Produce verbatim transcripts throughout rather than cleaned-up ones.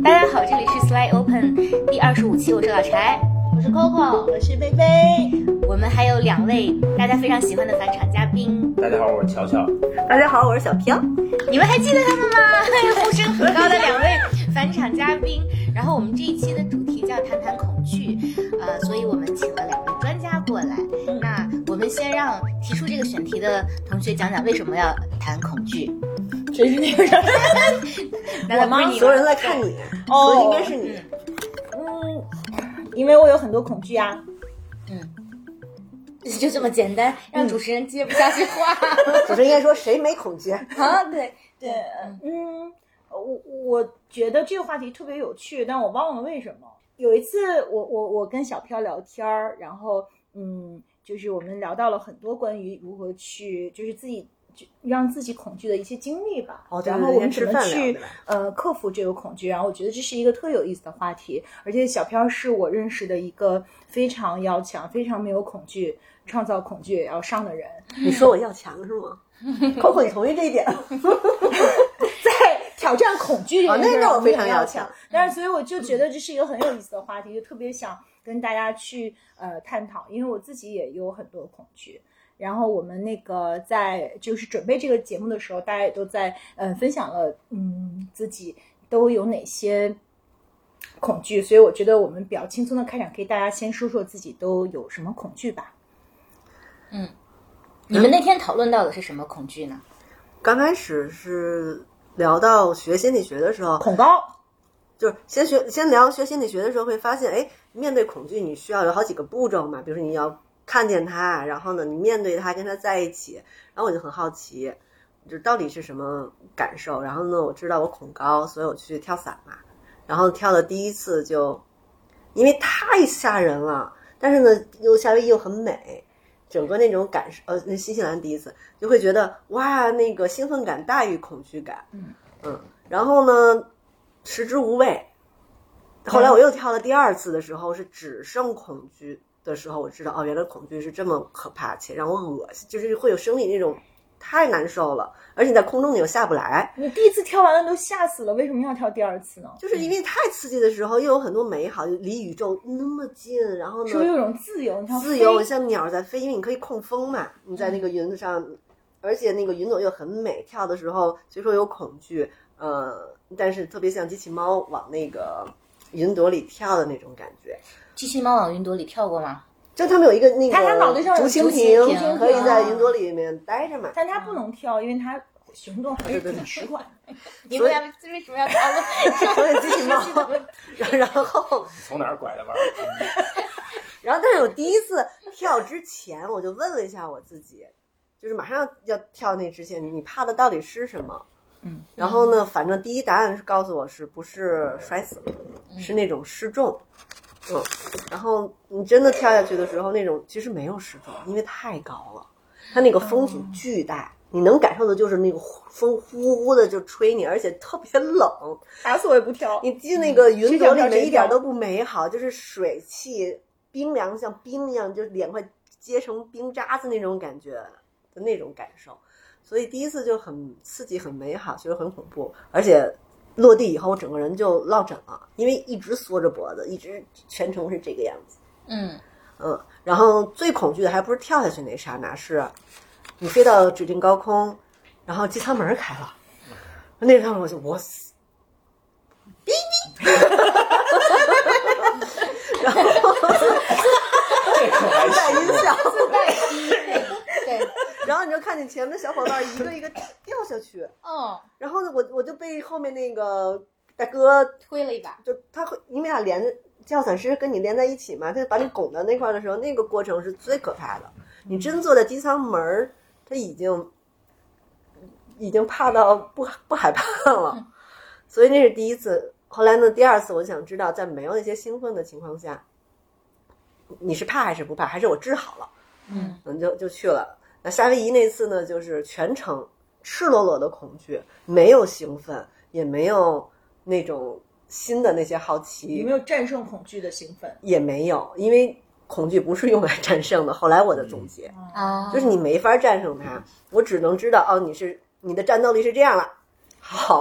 大家好，这里是 Slide Open 第二十五期，我是老柴， 我是 Coco， 我是菲菲。 我们还有两位大家非常喜欢的返场嘉宾。 大家好，我是乔乔。 大家好，我是小飘。 你们还记得他们吗？呼声很高的两位返场嘉宾。然后我们这一期的主题叫谈谈恐惧，呃，所以我们请了两位专家过来。那我们先让提出这个选题的同学讲讲为什么要谈恐惧。 谁是那个人？ 难道不是你吗？ 所有人在看你， 哦， 所以应该是你。 嗯，因为我有很多恐惧啊。 嗯，就这么简单，让主持人接不下去话。 主持人应该说谁没恐惧啊？对对，嗯，我我觉得这个话题特别有趣，但我忘了为什么。有一次我我我跟小飘聊天儿，然后嗯，就是我们聊到了很多关于如何去就是自己让自己恐惧的一些经历吧。 哦， 然后我们怎么去呃克服这个恐惧，然后我觉得这是一个特有意思的话题。而且小飘是我认识的一个非常要强、非常没有恐惧、创造恐惧也要上的人。 你说我要强是吗？Coco，你同意这一点？ 在挑战恐惧这件事， 哦，那个我非常要强。 但是所以我就觉得这是一个很有意思的话题，就特别想跟大家去呃探讨，因为我自己也有很多恐惧。然后我们那个在就是准备这个节目的时候，大家也都在呃分享了嗯自己都有哪些恐惧，所以我觉得我们比较轻松的开场，可以大家先说说自己都有什么恐惧吧。 嗯，你们那天讨论到的是什么恐惧呢？ 刚开始是聊到学心理学的时候， 恐高， 就是先学先聊学心理学的时候会发现，哎，面对恐惧你需要有好几个步骤嘛，比如说你要看见它，然后呢你面对它跟它在一起。然后我就很好奇就到底是什么感受。然后呢我知道我恐高，所以我去跳伞嘛。然后跳的第一次就因为太吓人了，但是呢又夏威夷又很美，整个那种感受呃那新西兰第一次就会觉得哇那个兴奋感大于恐惧感。 嗯嗯，然后呢食之无味。后来我又跳了第二次的时候是只剩恐惧的时候，我知道哦，原来恐惧是这么可怕，且让我恶心，就是会有生理那种太难受了，而且你在空中你又下不来。 你第一次跳完了都吓死了，为什么要跳第二次呢？ 就是因为太刺激的时候，又有很多美好，离宇宙那么近，然后呢， 是不是有种自由？你像自由，像鸟在飞，因为你可以控风嘛，你在那个云上，嗯、而且那个云朵又很美。跳的时候虽说有恐惧，呃，但是特别像机器猫往那个云朵里跳的那种感觉。 机器猫往云朵里跳过吗？ 就他们有一个那个他他脑袋上有竹蜻蜓，可以在云朵里面待着嘛。 但他不能跳，因为他行动还是挺迟缓。 你为为什么要讨论？ 所以机器猫，然后从哪儿拐的弯？ 然后，但是我第一次跳之前，我就问了一下我自己，就是马上要跳那之前，你怕的到底是什么？ 嗯， 然后呢，反正第一答案是告诉我是不是摔死，是那种失重。嗯，然后你真的跳下去的时候，那种其实没有失重，因为太高了，它那个风阻巨大，你能感受的就是那个风呼呼的就吹你，而且特别冷。 打死我也不跳。 你进那个云朵里面一点都不美好，就是水汽冰凉，像冰一样，就脸快结成冰渣子那种感觉的那种感受。所以第一次就很刺激，很美好，其实很恐怖，而且落地以后整个人就落枕了，因为一直缩着脖子，一直全程是这个样子。 嗯嗯，然后最恐惧的还不是跳下去那刹那，是你飞到指定高空，然后机舱门开了，那时候我就我死，哔哔，然后自带音效， 自带低配，对。 然后你就看见前面的小伙伴一个一个掉下去， 哦， 然后呢，我我就被后面那个大哥推了一把， 就他会因为他连着跳伞师跟你连在一起嘛，他就把你拱到那块的时候，那个过程是最可怕的。你真坐在机舱门，他已经已经怕到不不害怕了，所以那是第一次。后来呢，第二次我想知道，在没有那些兴奋的情况下，你是怕还是不怕，还是我治好了？ 嗯， 嗯，就就去了。那夏威夷那次呢，就是全程赤裸裸的恐惧，没有兴奋，也没有那种新的那些好奇。 有没有战胜恐惧的兴奋？ 也没有，因为恐惧不是用来战胜的。后来我的总结啊， 就是你没法战胜它，我只能知道哦，你是你的战斗力是这样了。好，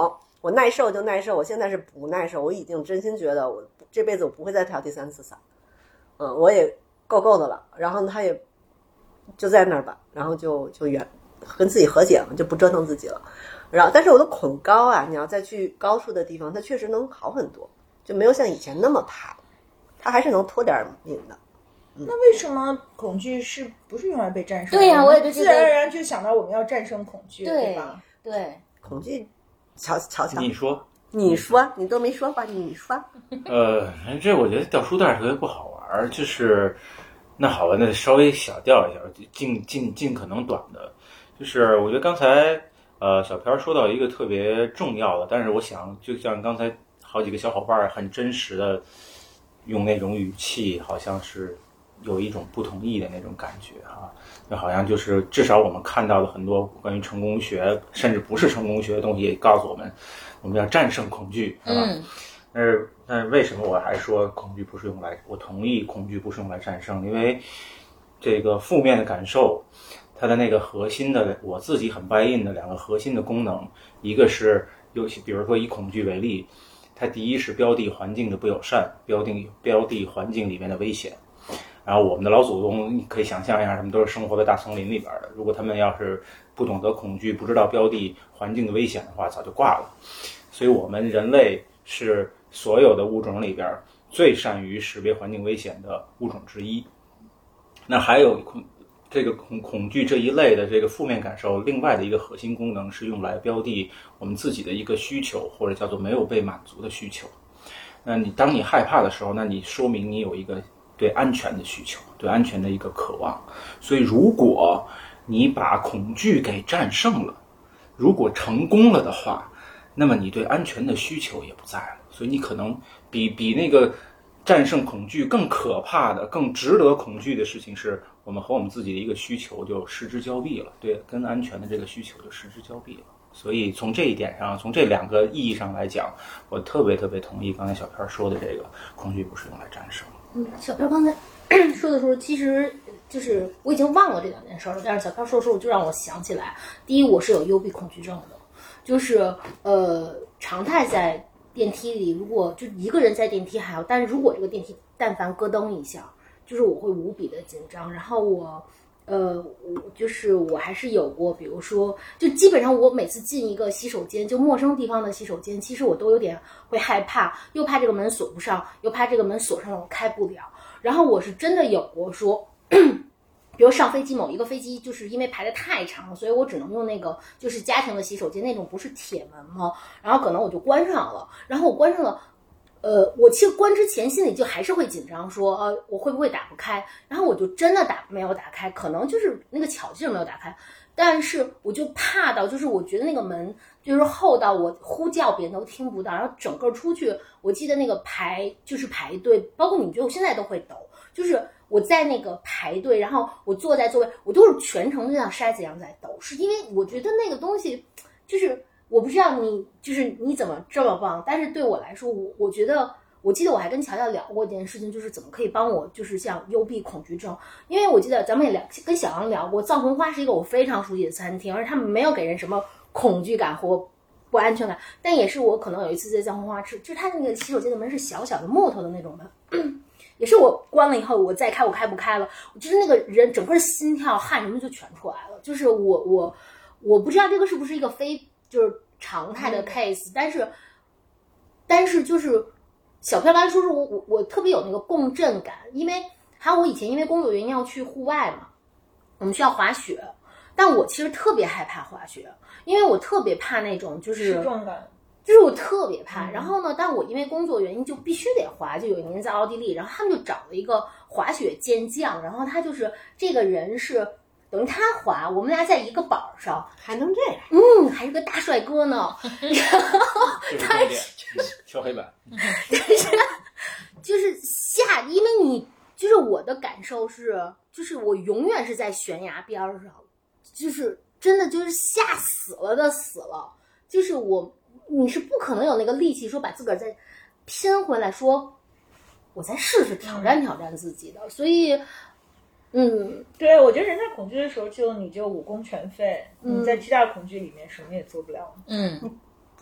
我耐受就耐受，我现在是不耐受，我已经真心觉得我这辈子我不会再跳第三次伞，嗯，我也够够的了。然后他也就在那儿吧，然后就就远跟自己和解了，就不折腾自己了。然后，但是我的恐高啊，你要再去高处的地方，它确实能好很多，就没有像以前那么怕，它还是能脱点敏的。 嗯、那为什么恐惧是不是用来被战胜的？ 对呀、啊，我也对自然而然就想到我们要战胜恐惧， 对, 对吧？ 对， 恐惧，瞧瞧瞧， 你说， 你说，你都没说话，你说。 呃，这我觉得掉书袋特别不好玩，就是那好吧，那稍微小掉一下，尽尽尽可能短的。就是我觉得刚才呃小飘说到一个特别重要的，但是我想就像刚才好几个小伙伴很真实的用那种语气，好像是有一种不同意的那种感觉啊，就好像就是至少我们看到了很多关于成功学，甚至不是成功学的东西，也告诉我们我们要战胜恐惧，是吧？ 嗯。 但是但是为什么我还说恐惧不是用来，我同意恐惧不是用来战胜，因为这个负面的感受，它的那个核心的，我自己很 buy in 的两个核心的功能，一个是尤其比如说以恐惧为例，它第一是标的环境的不友善，标定标的环境里面的危险。然后我们的老祖宗，你可以想象一下，他们都是生活在大丛林里边的，如果他们要是不懂得恐惧，不知道标的环境的危险的话，早就挂了。所以我们人类是所有的物种里边最善于识别环境危险的物种之一。那还有这个恐恐惧这一类的这个负面感受，另外的一个核心功能是用来标的我们自己的一个需求，或者叫做没有被满足的需求。那你当你害怕的时候，那你说明你有一个对安全的需求，对安全的一个渴望。所以如果你把恐惧给战胜了，如果成功了的话，那么你对安全的需求也不在了。所以你可能比比那个战胜恐惧更可怕的，更值得恐惧的事情是，我们和我们自己的一个需求就失之交臂了，对，跟安全的这个需求就失之交臂了。所以从这一点上，从这两个意义上来讲，我特别特别同意刚才小片说的这个，恐惧不是用来战胜。 嗯，小片刚才说的时候，其实就是我已经忘了这两件事了，但是小片说的时候就让我想起来，第一，我是有幽闭恐惧症的，就是呃，常态在电梯里，如果就一个人在电梯还好，但是如果这个电梯但凡咯噔一下，就是我会无比的紧张。然后我，呃，我就是我还是有过，比如说，就基本上我每次进一个洗手间，就陌生地方的洗手间，其实我都有点会害怕，又怕这个门锁不上，又怕这个门锁上了我开不了。然后我是真的有过说。比如上飞机，某一个飞机就是因为排得太长了，所以我只能用那个就是家庭的洗手间，那种不是铁门吗？然后可能我就关上了，然后我关上了，呃，我其实关之前心里就还是会紧张说，呃，我会不会打不开？然后我就真的打没有打开，可能就是那个巧劲没有打开，但是我就怕到，就是我觉得那个门就是厚到我呼叫别人都听不到，然后整个出去，我记得那个排就是排队，包括你觉得我现在都会抖，就是我在那个排队，然后我坐在座位，我都是全程就像筛子一样在抖，是因为我觉得那个东西就是我不知道你就是你怎么这么棒，但是对我来说，我我觉得我记得我还跟乔乔聊过一件事情，就是怎么可以帮我就是像幽闭恐惧症，因为我记得咱们也聊跟小杨聊过，藏红花是一个我非常熟悉的餐厅，而他们没有给人什么恐惧感或不安全感，但也是我可能有一次在藏红花吃，就是它那个洗手间的门是小小的木头的那种的。也是我关了以后，我再开我开不开了，就是那个人整个心跳汗什么就全出来了。就是我我我不知道这个是不是一个非就是常态的 case，、嗯、但是但是就是小飘刚才说是我我我特别有那个共振感，因为还有我以前因为工作原因要去户外嘛，我们需要滑雪，但我其实特别害怕滑雪，因为我特别怕那种就是失重感。 就是我特别怕，然后呢，但我因为工作原因就必须得滑。就有一年在奥地利，然后他们就找了一个滑雪健将，然后他就是这个人是等于他滑，我们俩在一个板上， 还能这样， 嗯，还是个大帅哥呢。然后他敲黑板， 但是就是下，因为你就是我的感受是，就是我永远是在悬崖边上，就是真的就是吓死了的死了，就是我。你是不可能有那个力气说把自个儿再拼回来说我再试试挑战挑战自己的，所以嗯， 对，我觉得人在恐惧的时候就你就武功全废、嗯、你在巨大恐惧里面什么也做不了。 嗯，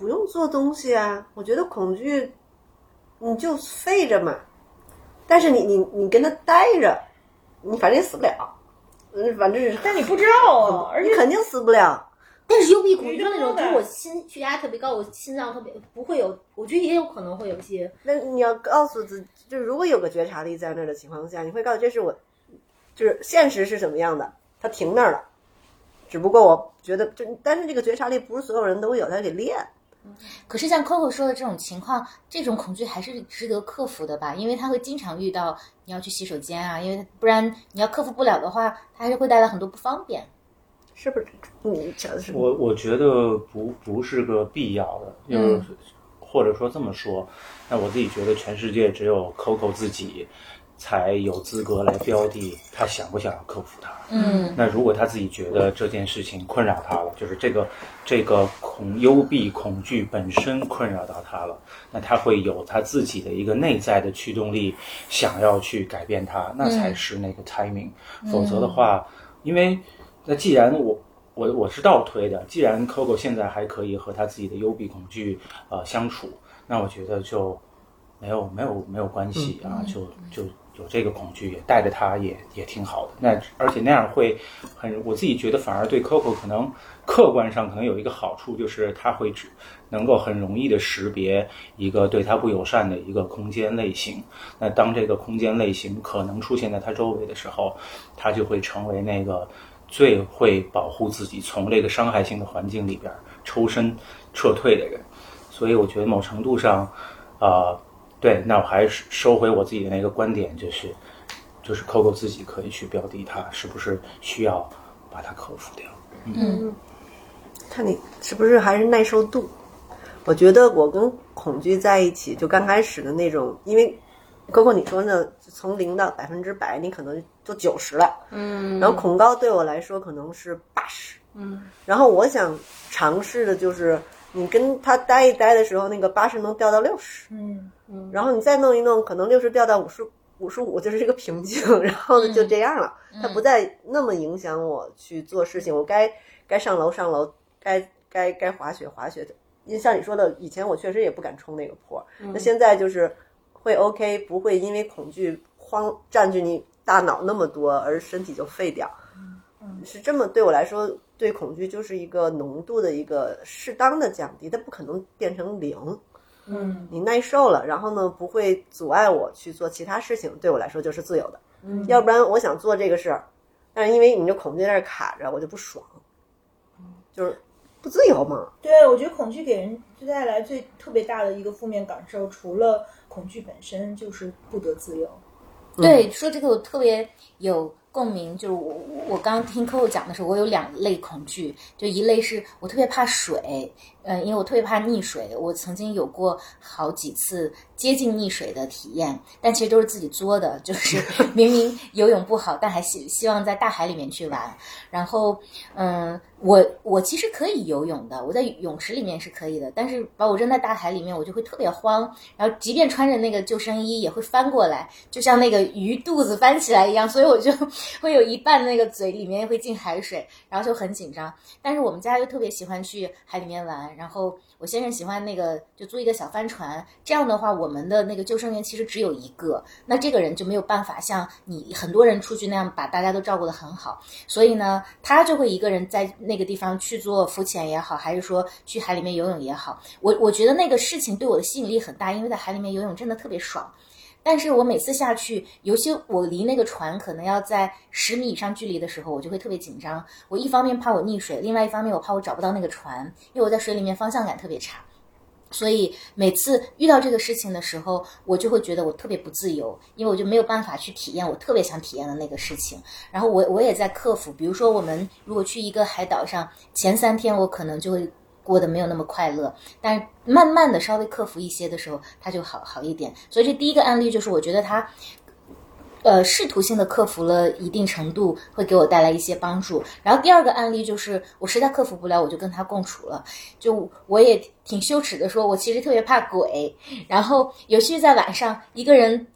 不用做东西啊。我觉得恐惧，你就废着嘛。但是你你你跟他待着，你反正也死不了，嗯，反正但你不知道啊，而且你肯定死不了。 但是幽闭恐惧那种，就是我心血压特别高，我心脏特别不会有，我觉得也有可能会有一些。 那你要告诉自己，就是如果有个觉察力在那儿的情况下，你会告诉这是我，就是现实是什么样的，它停那儿了。只不过我觉得，就但是这个觉察力不是所有人都有，他得练。 可是像 Coco 说的这种情况，这种恐惧还是值得克服的吧？因为他会经常遇到你要去洗手间啊，因为不然你要克服不了的话，它还是会带来很多不方便。 是不是？你讲的是我我觉得不不是个必要的，就是、嗯、或者说这么说，那我自己觉得全世界只有 Coco 自己才有资格来标的他想不想要克服它。 嗯， 那如果他自己觉得这件事情困扰他了，就是这个这个恐幽闭恐惧本身困扰到他了，那他会有他自己的一个内在的驱动力，想要去改变它，那才是那个 timing、嗯。否则的话，因为那既然我我我是倒推的，既然 Coco 现在还可以和他自己的幽闭恐惧呃相处，那我觉得就没有没有没有关系啊，就就有这个恐惧也带着他也也挺好的。那而且那样会很，我自己觉得反而对 Coco 可能客观上可能有一个好处，就是他会能够很容易的识别一个对他不友善的一个空间类型。那当这个空间类型可能出现在他周围的时候，他就会成为那个最会保护自己从这个伤害性的环境里边抽身撤退的人。所以我觉得某程度上呃对，那我还是收回我自己的那个观点，就是就是 Coco 自己可以去标的它是不是需要把它克服掉。 嗯， 嗯，看你是不是还是耐受度。我觉得我跟恐惧在一起，就刚开始的那种，因为 Coco 你说呢，从零到百分之百，你可能就九十了。 嗯， 然后恐高对我来说可能是八十。 嗯， 然后我想尝试的就是，你跟他待一待的时候，那个八十能掉到六十。 嗯嗯，然后你再弄一弄，可能六十掉到五十。五十五就是这个瓶颈，然后呢就这样了，它不再那么影响我去做事情。我该该上楼上楼，该该该滑雪滑雪。因为像你说的，以前我确实也不敢冲那个坡，那现在就是会 OK， 不会因为恐惧慌占据你大脑那么多，而身体就废掉。是这么对我来说，对恐惧就是一个浓度的一个适当的降低，它不可能变成零。 嗯， 你耐受了，然后呢不会阻碍我去做其他事情，对我来说就是自由的。 嗯， 要不然我想做这个事儿，但是因为你这恐惧在那儿卡着，我就不爽，就是不自由嘛。 对，我觉得恐惧给人最带来最特别大的一个负面感受，除了恐惧本身，就是不得自由。 对，说这个我特别有共鸣，就是我我刚听 Coco 讲的时候，我有两类恐惧，就一类是我特别怕水，嗯，因为我特别怕溺水，我曾经有过好几次接近溺水的体验，但其实都是自己作的，就是明明游泳不好，但还希希望在大海里面去玩。然后，嗯，我我其实可以游泳的，我在泳池里面是可以的，但是把我扔在大海里面，我就会特别慌，然后即便穿着那个救生衣也会翻过来，就像那个鱼肚子翻起来一样，所以我就会有一半那个嘴里面会进海水，然后就很紧张。但是我们家又特别喜欢去海里面玩，然后我先生喜欢那个就租一个小帆船，这样的话我们的那个救生员其实只有一个，那这个人就没有办法像你很多人出去那样把大家都照顾得很好，所以呢他就会一个人在那个地方去做浮潜也好，还是说去海里面游泳也好，我我觉得那个事情对我的吸引力很大，因为在海里面游泳真的特别爽。但是我每次下去，尤其我离那个船可能要在十米以上距离的时候，我就会特别紧张。我一方面怕我溺水，另外一方面我怕我找不到那个船，因为我在水里面方向感特别差。所以每次遇到这个事情的时候，我就会觉得我特别不自由，因为我就没有办法去体验我特别想体验的那个事情。然后我我也在克服，比如说我们如果去一个海岛上，前三天我可能就会过得没有那么快乐，但是慢慢的稍微克服一些的时候，它就好好一点。所以这第一个案例就是我觉得它呃，试图性的克服了一定程度，会给我带来一些帮助。然后第二个案例就是我实在克服不了，我就跟他共处了。就我也挺羞耻的说，我其实特别怕鬼。然后尤其是在晚上，一个人在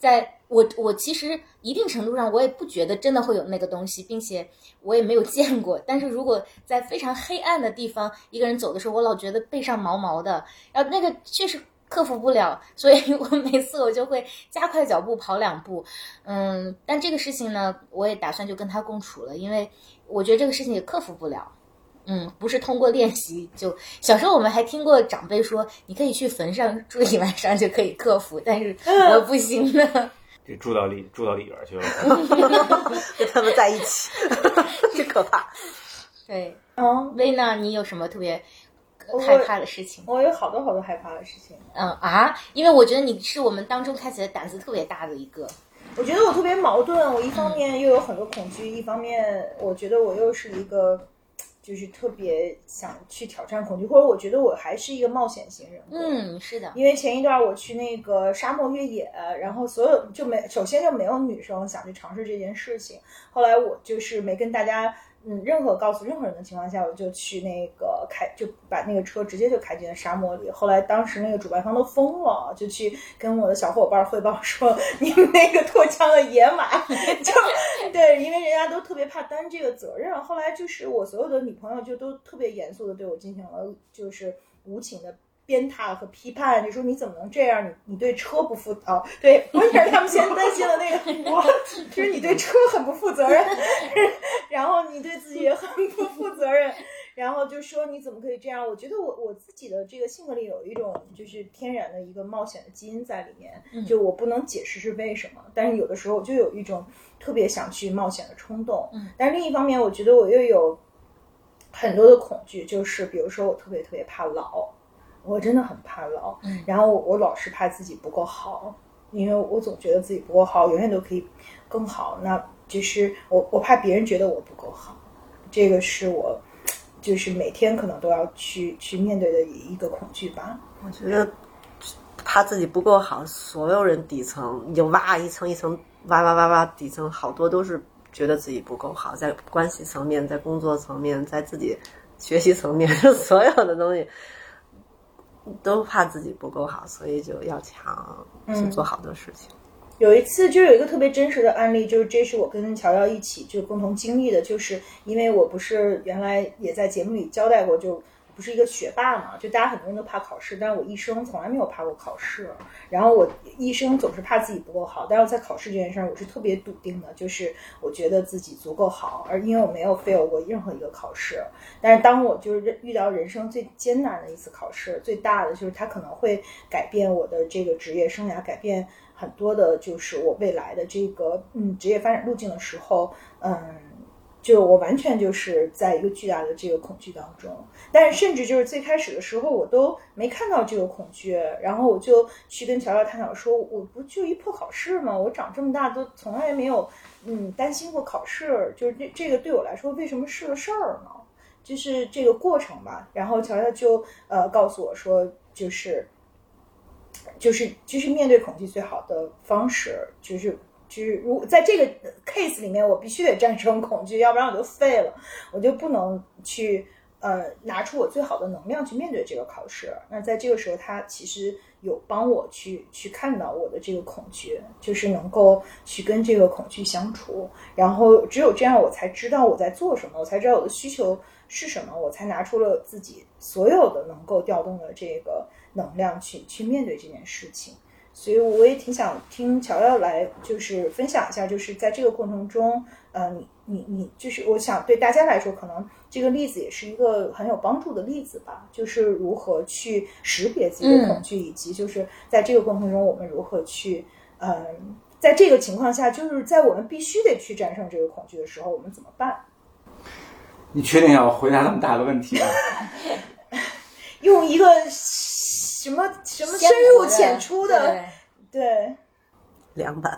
我我其实一定程度上我也不觉得真的会有那个东西，并且我也没有见过。但是如果在非常黑暗的地方一个人走的时候，我老觉得背上毛毛的，然后那个确实克服不了，所以我每次我就会加快脚步跑两步。嗯，但这个事情呢，我也打算就跟他共处了，因为我觉得这个事情也克服不了。嗯，不是通过练习就。小时候我们还听过长辈说，你可以去坟上住一晚上就可以克服，但是我不行的。 这住到里住到里边去了， 跟他们在一起，真可怕。 对， 嗯， 薇娜，你有什么特别害怕的事情？ 我有好多好多害怕的事情。 嗯啊，因为我觉得你是我们当中看起来胆子特别大的一个。 我觉得我特别矛盾，我一方面又有很多恐惧，一方面我觉得我又是一个就是特别想去挑战恐惧，或者我觉得我还是一个冒险型人格。 嗯，是的。 因为前一段我去那个沙漠越野，然后所有就没首先就没有女生想去尝试这件事情，后来我就是没跟大家嗯任何告诉任何人的情况下，我就去那个开就把那个车直接就开进了沙漠里。后来当时那个主办方都疯了，就去跟我的小伙伴汇报说，你们那个脱缰的野马就对，因为人家都特别怕担这个责任。后来就是我所有的女朋友就都特别严肃的对我进行了就是无情的鞭挞和批判，就说你怎么能这样？你你对车不负哦，对，关键是他们先担心了那个我，就是你对车很不负责任，然后你对自己也很不负责任，然后就说你怎么可以这样？我觉得我我自己的这个性格里有一种就是天然的一个冒险的基因在里面，就我不能解释是为什么，但是有的时候就有一种特别想去冒险的冲动。但是另一方面，我觉得我又有很多的恐惧，就是比如说我特别特别怕老。我真的很怕老， 嗯， 然后我我老是怕自己不够好，因为我总觉得自己不够好，永远都可以更好。那就是我我怕别人觉得我不够好，这个是我就是每天可能都要去去面对的一个恐惧吧。 我觉得怕自己不够好，所有人底层你就挖一层一层挖挖挖挖，底层好多都是觉得自己不够好，在关系层面，在工作层面，在自己学习层面，所有的东西。都怕自己不够好，所以就要强去做好多事情。 嗯、有一次就有一个特别真实的案例，就是这是我跟乔乔一起就共同经历的，就是因为我不是原来也在节目里交代过，就不是一个学霸嘛，就大家很多人都怕考试，但是我一生从来没有怕过考试。然后我一生总是怕自己不够好，但是在考试这件事儿，我是特别笃定的，就是我觉得自己足够好，而因为我没有 fail 过任何一个考试。但是当我就是遇到人生最艰难的一次考试，最大的就是它可能会改变我的这个职业生涯，改变很多的就是我未来的这个嗯职业发展路径的时候，嗯。就我完全就是在一个巨大的这个恐惧当中，但是甚至就是最开始的时候我都没看到这个恐惧，然后我就去跟乔乔探讨说，我不就一破考试吗？我长这么大都从来没有嗯担心过考试，就是这这个对我来说为什么是个事儿呢？就是这个过程吧。然后乔乔就呃告诉我说，就是就是就是面对恐惧最好的方式就是。就是如在这个 case 里面，我必须得战胜恐惧，要不然我就废了，我就不能去呃拿出我最好的能量去面对这个考试。那在这个时候，他其实有帮我去去看到我的这个恐惧，就是能够去跟这个恐惧相处，然后只有这样，我才知道我在做什么，我才知道我的需求是什么，我才拿出了自己所有的能够调动的这个能量去去面对这件事情。所以我也挺想听乔乔来就是分享一下，就是在这个过程中呃你你你就是我想对大家来说，可能这个例子也是一个很有帮助的例子吧，就是如何去识别自己的恐惧、嗯、以及就是在这个过程中我们如何去嗯、呃，在这个情况下，就是在我们必须得去战胜这个恐惧的时候，我们怎么办？ 你确定要回答那么大的问题吗？ 用一个什么什么深入浅出的，对，对两版。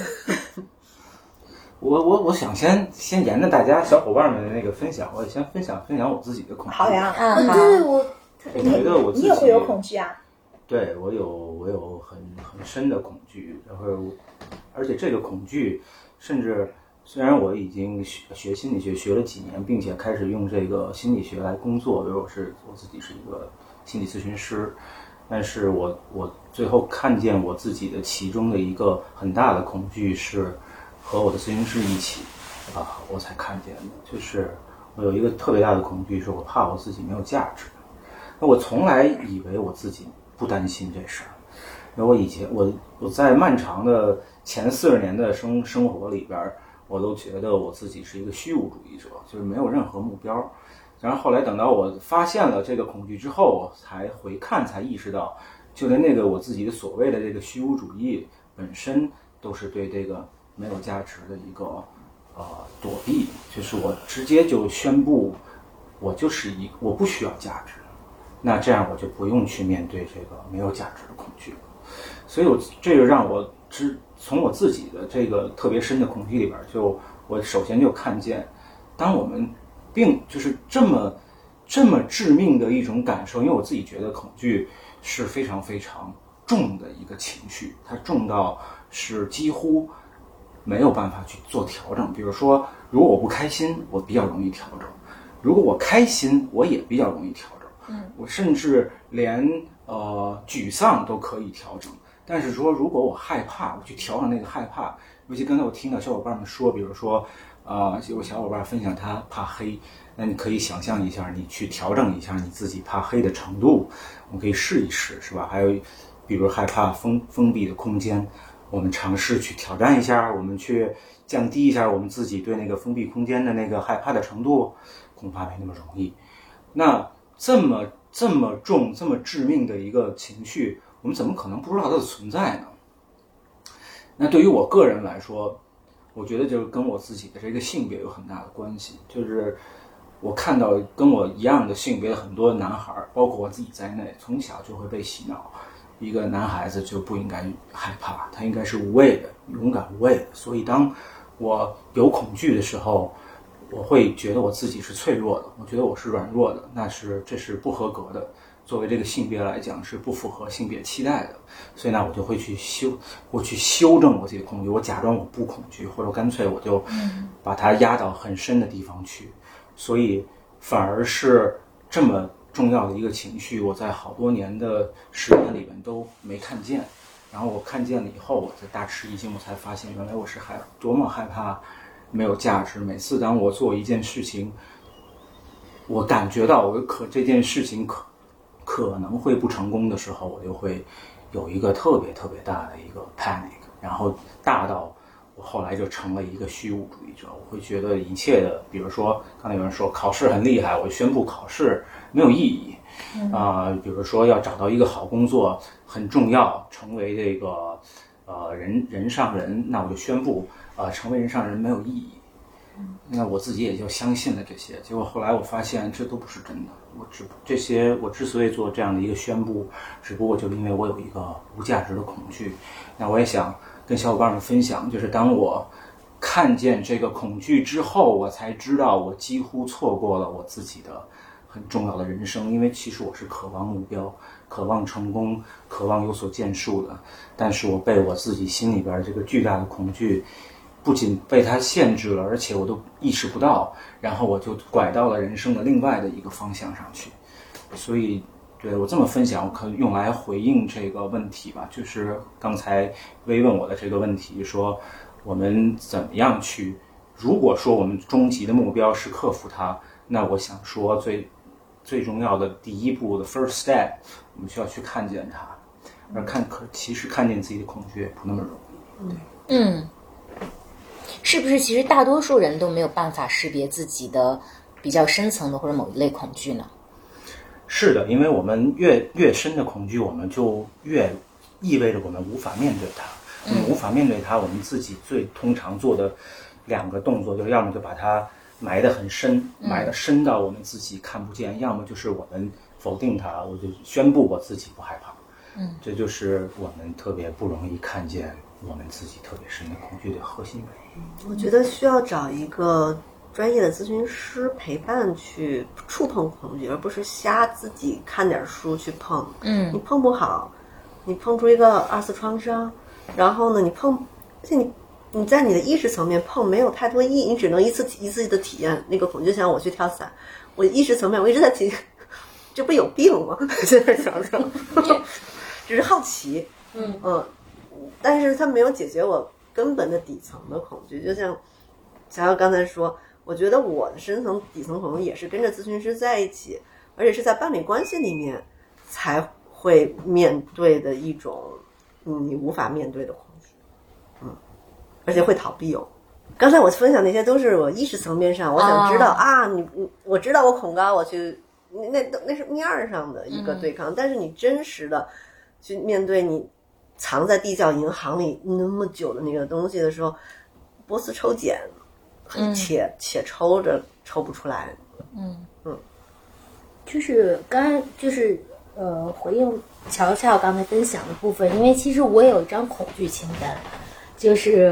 我我我想先先沿着大家小伙伴们的那个分享，我也先分享分享我自己的恐惧。 好呀， 嗯， 对我， 我觉得我自己你也会有恐惧啊？ 对，我有我有很很深的恐惧，然后而且这个恐惧，甚至虽然我已经学学心理学学了几年，并且开始用这个心理学来工作，比如我是我自己是一个心理咨询师。 但是我我最后看见我自己的其中的一个很大的恐惧是和我的咨询师一起啊，我才看见的，就是我有一个特别大的恐惧，是我怕我自己没有价值。那我从来以为我自己不担心这事儿，因为我以前我我在漫长的前四十年的生生活里边，我都觉得我自己是一个虚无主义者，就是没有任何目标。然后后来等到我发现了这个恐惧之后，我才回看，才意识到，就连那个我自己的所谓的这个虚无主义本身，都是对这个没有价值的一个呃躲避。就是我直接就宣布，我就是一我不需要价值，那这样我就不用去面对这个没有价值的恐惧了。所以我这个让我知从我自己的这个特别深的恐惧里边，就我首先就看见，当我们并就是这么这么致命的一种感受，因为我自己觉得恐惧是非常非常重的一个情绪，它重到是几乎没有办法去做调整。比如说，如果我不开心，我比较容易调整；如果我开心，我也比较容易调整。嗯，我甚至连呃沮丧都可以调整。但是说，如果我害怕，我去调整那个害怕，尤其刚才我听到小伙伴们说，比如说。啊、呃，有小伙伴分享他怕黑，那你可以想象一下，你去调整一下你自己怕黑的程度，我们可以试一试，是吧？还有，比如害怕封封闭的空间，我们尝试去挑战一下，我们去降低一下我们自己对那个封闭空间的那个害怕的程度，恐怕没那么容易。那这么这么重、这么致命的一个情绪，我们怎么可能不知道它的存在呢？那对于我个人来说，我觉得就是跟我自己的这个性别有很大的关系，就是我看到跟我一样的性别的很多男孩，包括我自己在内，从小就会被洗脑，一个男孩子就不应该害怕，他应该是无畏的，勇敢无畏的。所以当我有恐惧的时候，我会觉得我自己是脆弱的，我觉得我是软弱的，那是这是不合格的。作为这个性别来讲，是不符合性别期待的，所以呢，我就会去修，我去修正我自己的恐惧，我假装我不恐惧，或者干脆我就把它压到很深的地方去，所以反而是这么重要的一个情绪，我在好多年的时间里面都没看见，然后我看见了以后，我才大吃一惊，我才发现原来我是害多么害怕没有价值。每次当我做一件事情，我感觉到我可这件事情可可能会不成功的时候，我就会有一个特别特别大的一个 panic， 然后大到我后来就成了一个虚无主义者。我会觉得一切的，比如说刚才有人说考试很厉害，我宣布考试没有意义啊、呃。比如说要找到一个好工作很重要，成为这个呃人人上人，那我就宣布啊、呃、成为人上人没有意义。那我自己也就相信了这些，结果后来我发现这都不是真的。我只这些我之所以做这样的一个宣布，只不过就因为我有一个无价值的恐惧。那我也想跟小伙伴们分享，就是当我看见这个恐惧之后，我才知道我几乎错过了我自己的很重要的人生。因为其实我是渴望目标、渴望成功、渴望有所建树的，但是我被我自己心里边这个巨大的恐惧不仅被它限制了，而且我都意识不到，然后我就拐到了人生的另外的一个方向上去。所以对我这么分享，我可以用来回应这个问题吧，就是刚才微问我的这个问题，说我们怎么样去，如果说我们终极的目标是克服它，那我想说最最重要的第一步的 first step， 我们需要去看见它，而看可其实看见自己的恐惧也不那么容易。对， 嗯。是不是其实大多数人都没有办法识别自己的比较深层的或者某一类恐惧呢？ 是的，因为我们越越深的恐惧，我们就越意味着我们无法面对它。我们无法面对它，我们自己最通常做的两个动作，就是要么就把它埋得很深，埋得深到我们自己看不见，要么就是我们否定它，我就宣布我自己不害怕。嗯，这就是我们特别不容易看见我们自己特别深的恐惧的核心原因。 我觉得需要找一个专业的咨询师陪伴去触碰恐惧，而不是瞎自己看点书去碰。嗯，你碰不好，你碰出一个二次创伤，然后呢，你碰，而且你你在你的意识层面碰没有太多意义，你只能一次一次的体验那个恐惧。就像我去跳伞，我意识层面我一直在体这不有病吗？现在想想，只是好奇， 嗯嗯，但是他没有解决我根本的底层的恐惧。就像乔乔刚才说，我觉得我的深层底层恐惧也是跟着咨询师在一起，而且是在伴侣关系里面才会面对的一种嗯你无法面对的恐惧，嗯，而且会逃避哦。刚才我分享那些都是我意识层面上，我想知道、oh. 啊，你你我知道我恐高，我去那那那是面儿上的一个对抗、嗯，但是你真实的去面对你藏在地窖银行里那么久的那个东西的时候，波斯抽检， 嗯、 且且抽着抽不出来， 嗯嗯， 就是刚就是呃回应乔乔刚才分享的部分，因为其实我也有一张恐惧清单，就是。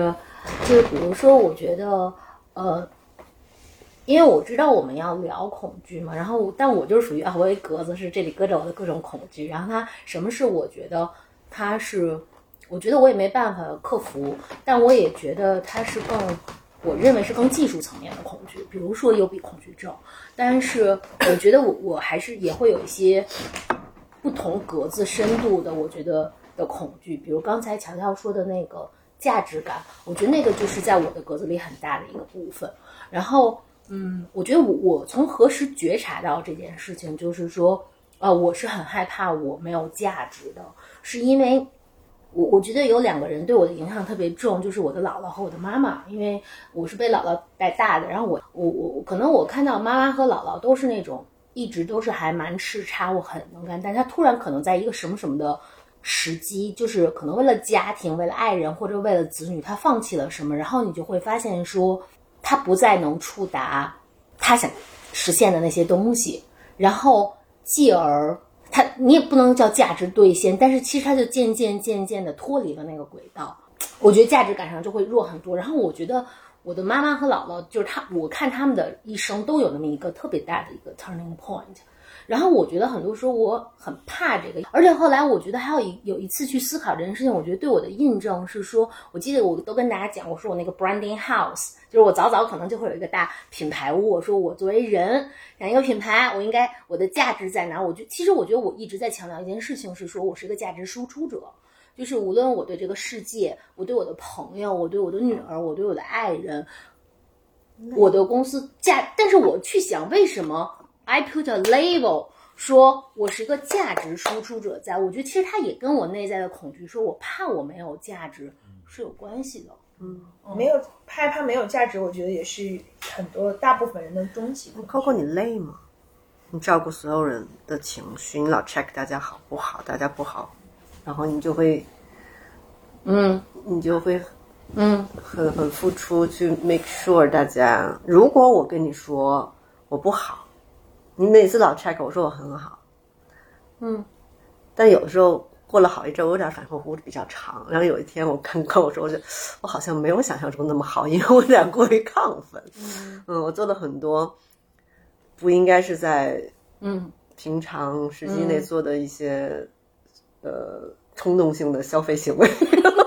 就是比如说我觉得呃因为我知道我们要聊恐惧嘛，然后但我就是属于啊我有一格子是这里搁着我的各种恐惧，然后它什么是我觉得它是我觉得我也没办法克服，但我也觉得它是更我认为是更技术层面的恐惧，比如说幽闭恐惧症，但是我觉得我我还是也会有一些不同格子深度的我觉得的恐惧，比如刚才乔乔说的那个价值感，我觉得那个就是在我的格子里很大的一个部分。然后，嗯，我觉得我我从何时觉察到这件事情，就是说，呃，我是很害怕我没有价值的，是因为我我觉得有两个人对我的影响特别重，就是我的姥姥和我的妈妈，因为我是被姥姥带大的，然后我我我可能我看到妈妈和姥姥都是那种一直都是还蛮叱咤，我很能干，但是她突然可能在一个什么什么的时机，就是可能为了家庭为了爱人或者为了子女他放弃了什么，然后你就会发现说他不再能触达他想实现的那些东西，然后继而他你也不能叫价值兑现，但是其实他就渐渐渐渐的脱离了那个轨道，我觉得价值感上就会弱很多。然后我觉得我的妈妈和姥姥就是他，我看他们的一生都有那么一个特别大的一个 turning point，然后我觉得很多时候我很怕这个，而且后来我觉得还有一有一次去思考这件事情，我觉得对我的印证是说，我记得我都跟大家讲，我说我那个 branding house， 就是我早早可能就会有一个大品牌屋，我说我作为人想一个品牌，我应该我的价值在哪？我就其实我觉得我一直在强调一件事情，是说我是一个价值输出者，就是无论我对这个世界，我对我的朋友，我对我的女儿，我对我的爱人，我的公司价，但是我去想为什么I put a label 说我是一个价值输出者在，我觉得其实它也跟我内在的恐惧说我怕我没有价值是有关系的。 嗯， 没有害怕没有价值，我觉得也是很多大部分人的终极。 包括你累吗？你照顾所有人的情绪，你老 check 大家好不好，大家不好，然后你就会嗯你就会嗯很很付出去 make sure 大家，如果我跟你说我不好，你每次老 check 我说我很好， 嗯， 但有的时候过了好一阵，我有点反复弧比较长，然后有一天我跟跟我说，我就我好像没有想象中那么好，因为我有点过于亢奋。嗯, 嗯我做了很多不应该是在嗯平常时机内做的一些、嗯、呃冲动性的消费行为。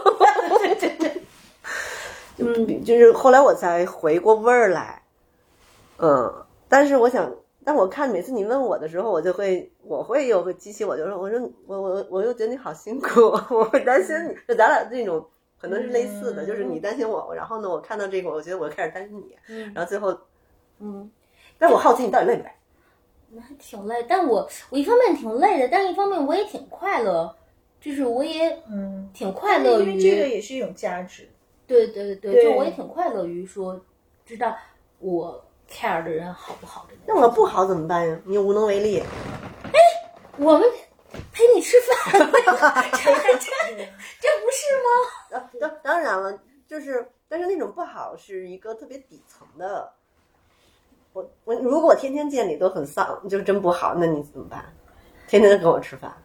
嗯，就是后来我才回过味儿来。嗯，但是我想。但我看每次你问我的时候，我就会我会有个激起，我就说我说我我我又觉得你好辛苦，我会担心你，就咱俩这种可能是类似的，嗯、就是你担心我，然后呢，我看到这个，我觉得我开始担心你，嗯、然后最后，嗯，但我好奇你到底累不累？ 那还挺累，但我我一方面挺累的，但一方面我也挺快乐，就是我也嗯挺快乐于， 因为这个也是一种价值， 对对对对，就我也挺快乐于说知道我。care 的人好不好的？ 那我不好怎么办呀？你无能为力。 哎，我们陪你吃饭，这这这不是吗？ 当当然了，就是但是那种不好是一个特别底层的。我我如果我天天见你都很丧，就真不好，那你怎么办？天天跟我吃饭，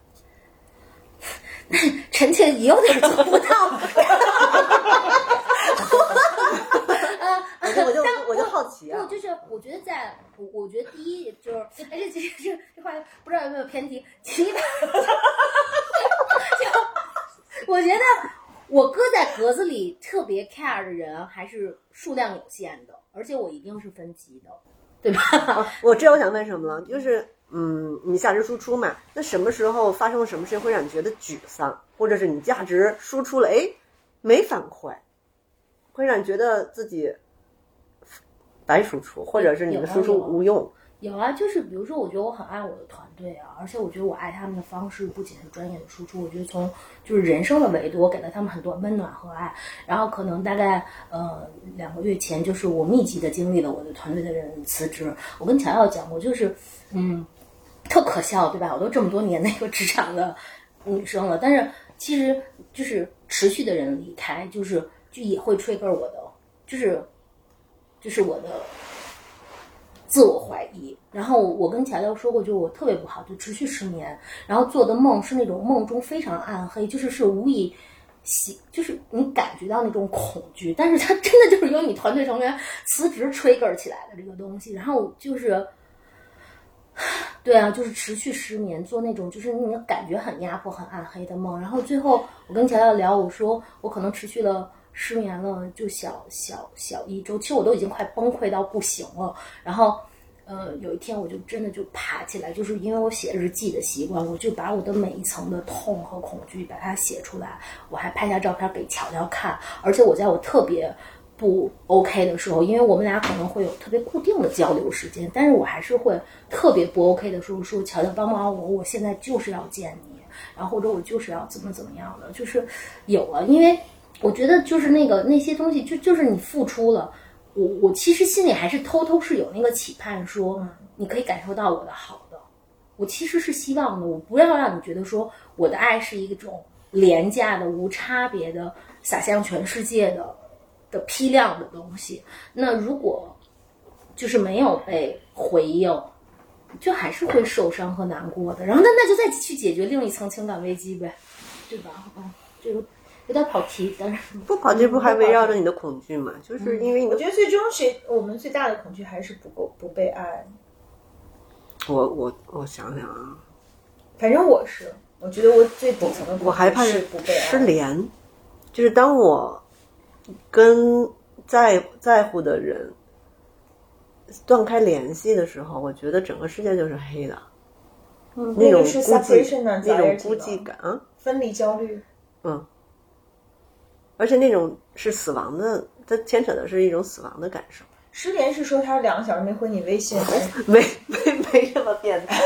臣妾有点做不到。 我就我就好奇啊， 不就是我觉得在，我我觉得第一就是，哎，这这这这话不知道有没有偏题。其他，我觉得我搁在格子里特别 care 的人还是数量有限的，而且我一定是分级的，对吧？ 我知道我想问什么了，就是嗯，你价值输出嘛，那什么时候发生了什么事情会让你觉得沮丧，或者是你价值输出了，哎，没反馈，会让你觉得自己白输出，或者是你的输出无用。 有啊，就是比如说，我觉得我很爱我的团队啊，而且我觉得我爱他们的方式不仅是专业的输出，我觉得从就是人生的维度，我给了他们很多温暖和爱。然后可能大概呃两个月前，就是我密集的经历了我的团队的人辞职。我跟乔乔讲过，就是嗯，特可笑，对吧？我都这么多年那个职场的女生了，但是其实就是持续的人离开，就是就也会trigger我的，就是就是我的。自我怀疑，然后我跟乔乔说过，就我特别不好，就持续失眠，然后做的梦是那种梦中非常暗黑，就是是无以喜，就是你感觉到那种恐惧，但是它真的就是由你团队成员辞职 trigger 起来的这个东西，然后就是，对啊，就是持续失眠，做那种就是你感觉很压迫、很暗黑的梦，然后最后我跟乔乔聊，我说我可能持续了。失眠了就小小小一周，其实我都已经快崩溃到不行了。然后，呃，有一天我就真的就爬起来，就是因为我写日记的习惯，我就把我的每一层的痛和恐惧把它写出来，我还拍下照片给乔乔看。而且我在我特别不 OK 的时候，因为我们俩可能会有特别固定的交流时间，但是我还是会特别不 OK 的时候说，乔乔帮帮我，我现在就是要见你，然后或者我就是要怎么怎么样的，就是有了，因为。我觉得就是那个那些东西，就就是你付出了，我我其实心里还是偷偷是有那个期盼说，说你可以感受到我的好的，我其实是希望的，我不要让你觉得说我的爱是一种廉价的、无差别的洒向全世界的的批量的东西。那如果就是没有被回应，就还是会受伤和难过的。然后那那就再去解决另一层情感危机呗，对吧？嗯，这个。有点跑题，但是不跑题不还围绕着你的恐惧嘛？就是因为你、 嗯、我觉得最终谁我们最大的恐惧还是不够不被爱。 我我我想想啊， 反正我是，我觉得我最底层的恐惧我害怕是不被爱。 失联，就是当我跟在在乎的人断开联系的时候，我觉得整个世界就是黑的。 嗯， 那种孤寂， 那种孤寂感啊， 分离焦虑， 嗯。而且那种是死亡的，它牵扯的是一种死亡的感受。 失联是说他两个小时没回你微信， 没没没这么变态，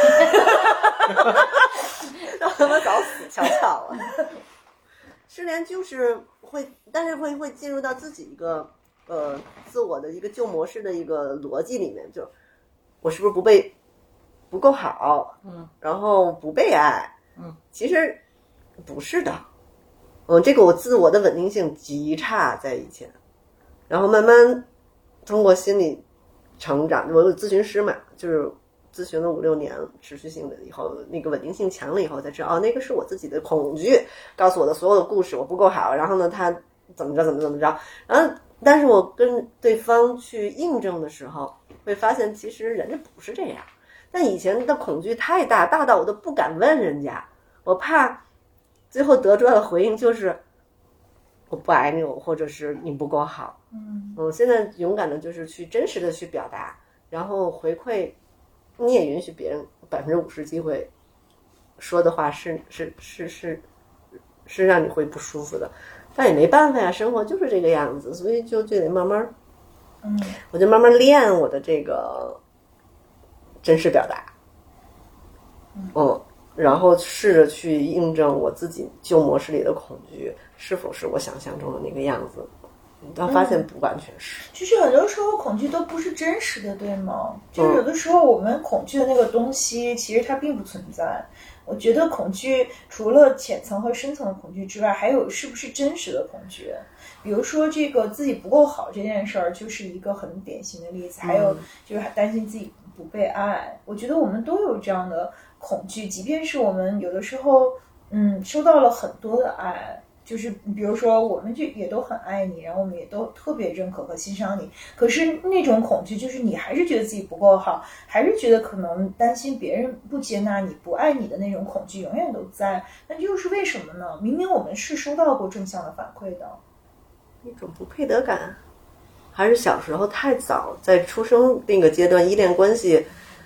让他们早死翘翘了。失联就是会，但是会会进入到自己一个呃自我的一个旧模式的一个逻辑里面，就我是不是不被不够好， 嗯， 然后不被爱， 嗯， 其实不是的。嗯，这个我自我的稳定性极差，在以前，然后慢慢通过心理成长，我有咨询师嘛，就是咨询了五六年，持续性的以后，那个稳定性强了以后，才知道哦，那个是我自己的恐惧告诉我的所有的故事，我不够好，然后呢，他怎么着怎么怎么着，然后但是我跟对方去印证的时候，会发现其实人家不是这样，但以前的恐惧太大，大到我都不敢问人家，我怕。最后得出来的回应就是我不爱你，或者是你不够好。 嗯， 我现在勇敢的就是去真实的去表达，然后回馈，你也允许别人百分之五十机会说的话是是是是是让你会不舒服的，但也没办法呀，生活就是这个样子，所以就就得慢慢， 嗯， 我就慢慢练我的这个真实表达，嗯。然后试着去印证我自己旧模式里的恐惧是否是我想象中的那个样子，但发现不完全是。 其实很多时候恐惧都不是真实的，对吗？就是有的时候我们恐惧的那个东西，其实它并不存在。我觉得恐惧除了浅层和深层的恐惧之外，还有是不是真实的恐惧。比如说这个自己不够好这件事儿，就是一个很典型的例子。还有就是还担心自己不被爱，我觉得我们都有这样的恐惧，即便是我们有的时候嗯收到了很多的爱，就是比如说我们就也都很爱你，然后我们也都特别认可和欣赏你，可是那种恐惧就是你还是觉得自己不够好，还是觉得可能担心别人不接纳你不爱你的那种恐惧永远都在。那又是为什么呢？明明我们是收到过正向的反馈的。 一种不配得感，还是小时候太早在出生那个阶段依恋关系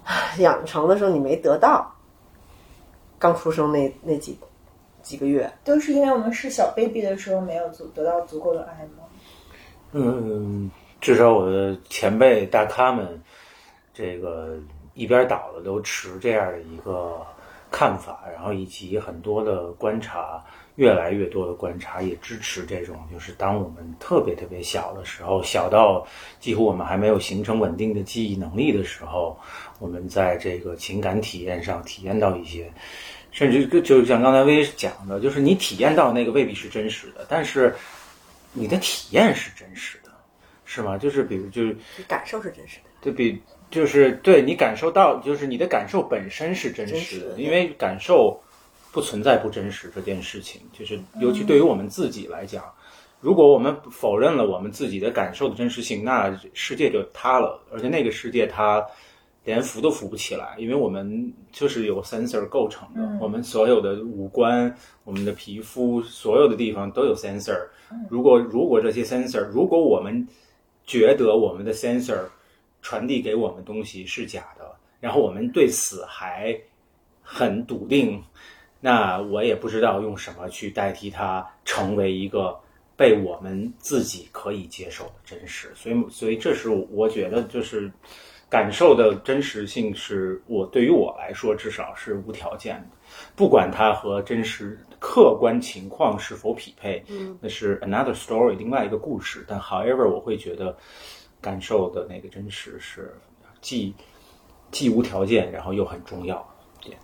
养成的时候你没得到，刚出生那那几几个月， 都是因为我们是小 baby 的时候没有足得到足够的爱吗？ 嗯，至少我的前辈大咖们，这个一边倒的都持这样的一个看法，然后以及很多的观察，越来越多的观察也支持这种，就是当我们特别特别小的时候，小到几乎我们还没有形成稳定的记忆能力的时候，我们在这个情感体验上体验到一些，甚至就像刚才薇讲的，就是你体验到那个未必是真实的，但是你的体验是真实的，是吗？就是比如就是你感受是真实的， 对比就是对你感受到，就是你的感受本身是真实的， 真实的因为感受不存在不真实这件事情，就是尤其对于我们自己来讲，如果我们否认了我们自己的感受的真实性，那世界就塌了，而且那个世界它连浮都浮不起来，因为我们就是由 sensor 构成的， 嗯、 我们所有的五官、我们的皮肤，所有的地方都有 sensor。如果如果这些 sensor， 如果我们觉得我们的 sensor 传递给我们东西是假的，然后我们对此还很笃定，那我也不知道用什么去代替它成为一个被我们自己可以接受的真实。所以，所以这是我觉得就是感受的真实性，是我对于我来说至少是无条件的，不管它和真实客观情况是否匹配， 嗯， 那是 another story 另外一个故事。但 however 我会觉得感受的那个真实是既既无条件，然后又很重要。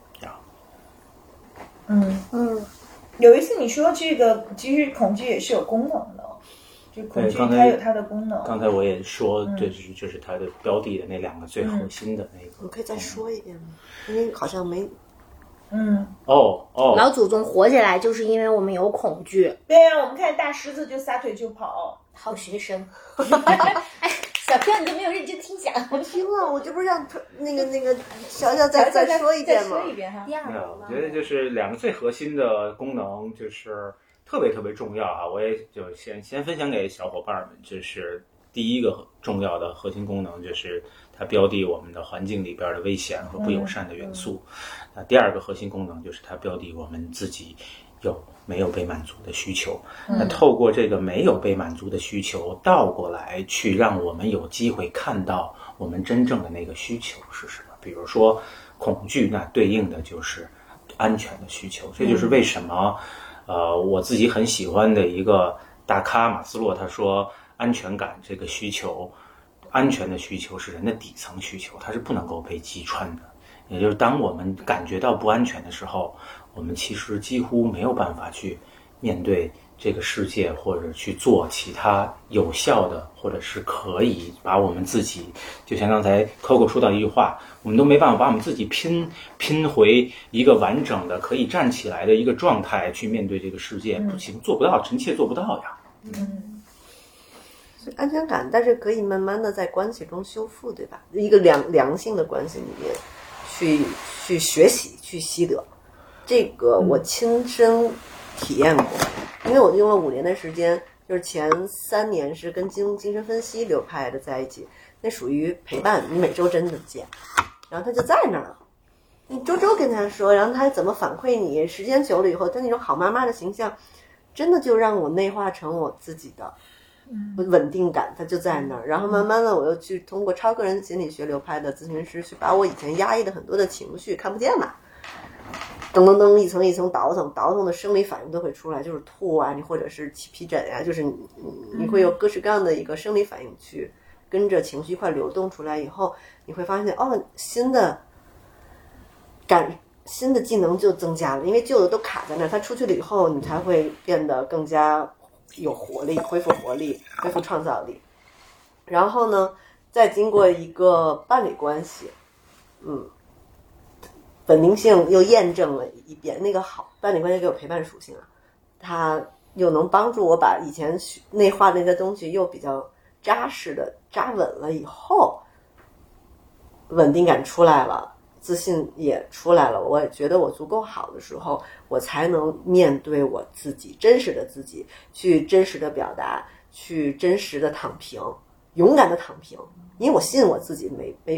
嗯嗯， 有一次你说这个，其实恐惧也是有功能的，就恐惧它有它的功能。 刚才我也说， 嗯、 这是就是它的标的的那两个最核心的那个。 你可以再说一遍吗？因为好像没。 嗯。 哦哦。 老祖宗活起来就是因为我们有恐惧。 对呀、啊，我们看大狮子就撒腿就跑， 好学生。哎，小飘你都没有认真听讲。 我听了，我这不是让那个那个小小再再说一遍吗？ 再说一遍哈。 第二个， 我觉得就是两个最核心的功能，就是特别特别重要啊！我也就先先分享给小伙伴们，就是第一个重要的核心功能，就是它标的我们的环境里边的危险和不友善的元素。那、嗯嗯、第二个核心功能就是它标的我们自己有没有被满足的需求。那透过这个没有被满足的需求，倒过来去让我们有机会看到我们真正的那个需求是什么。比如说恐惧，那对应的就是安全的需求。这就是为什么呃，我自己很喜欢的一个大咖马斯洛他说，安全感这个需求，安全的需求是人的底层需求，它是不能够被击穿的。也就是当我们感觉到不安全的时候，我们其实几乎没有办法去面对这个世界，或者去做其他有效的，或者是可以把我们自己，就像刚才 Coco 说到一句话，我们都没办法把我们自己拼拼回一个完整的可以站起来的一个状态去面对这个世界，不行，做不到，臣妾做不到呀。 嗯， 所以安全感，但是可以慢慢的在关系中修复，对吧？一个良良性的关系里面去去学习去习得，这个我亲身体验过，因为我用了五年的时间，就是前三年是跟精精神分析流派的在一起，那属于陪伴，你每周真的见，然后他就在那儿了，你周周跟他说，然后他怎么反馈你，时间久了以后，他那种好妈妈的形象，真的就让我内化成我自己的稳定感，他就在那儿。然后慢慢的，我又去通过超个人心理学流派的咨询师，去把我以前压抑的很多的情绪看不见嘛，噔噔噔一层一层倒腾倒腾的生理反应都会出来，就是吐啊，你或者是起皮疹呀、啊，就是你你会有各式各样的一个生理反应去跟着情绪一块流动出来以后，你会发现哦，新的感新的技能就增加了，因为旧的都卡在那儿，它出去了以后，你才会变得更加有活力，恢复活力，恢复创造力。然后呢，再经过一个伴侣关系，嗯，稳定性又验证了一遍，那个好伴侣关系给我陪伴属性啊，它又能帮助我把以前内化的那些东西又比较扎实的扎稳了以后，稳定感出来了，自信也出来了，我也觉得我足够好的时候，我才能面对我自己真实的自己，去真实的表达，去真实的躺平，勇敢的躺平，因为我信我自己没没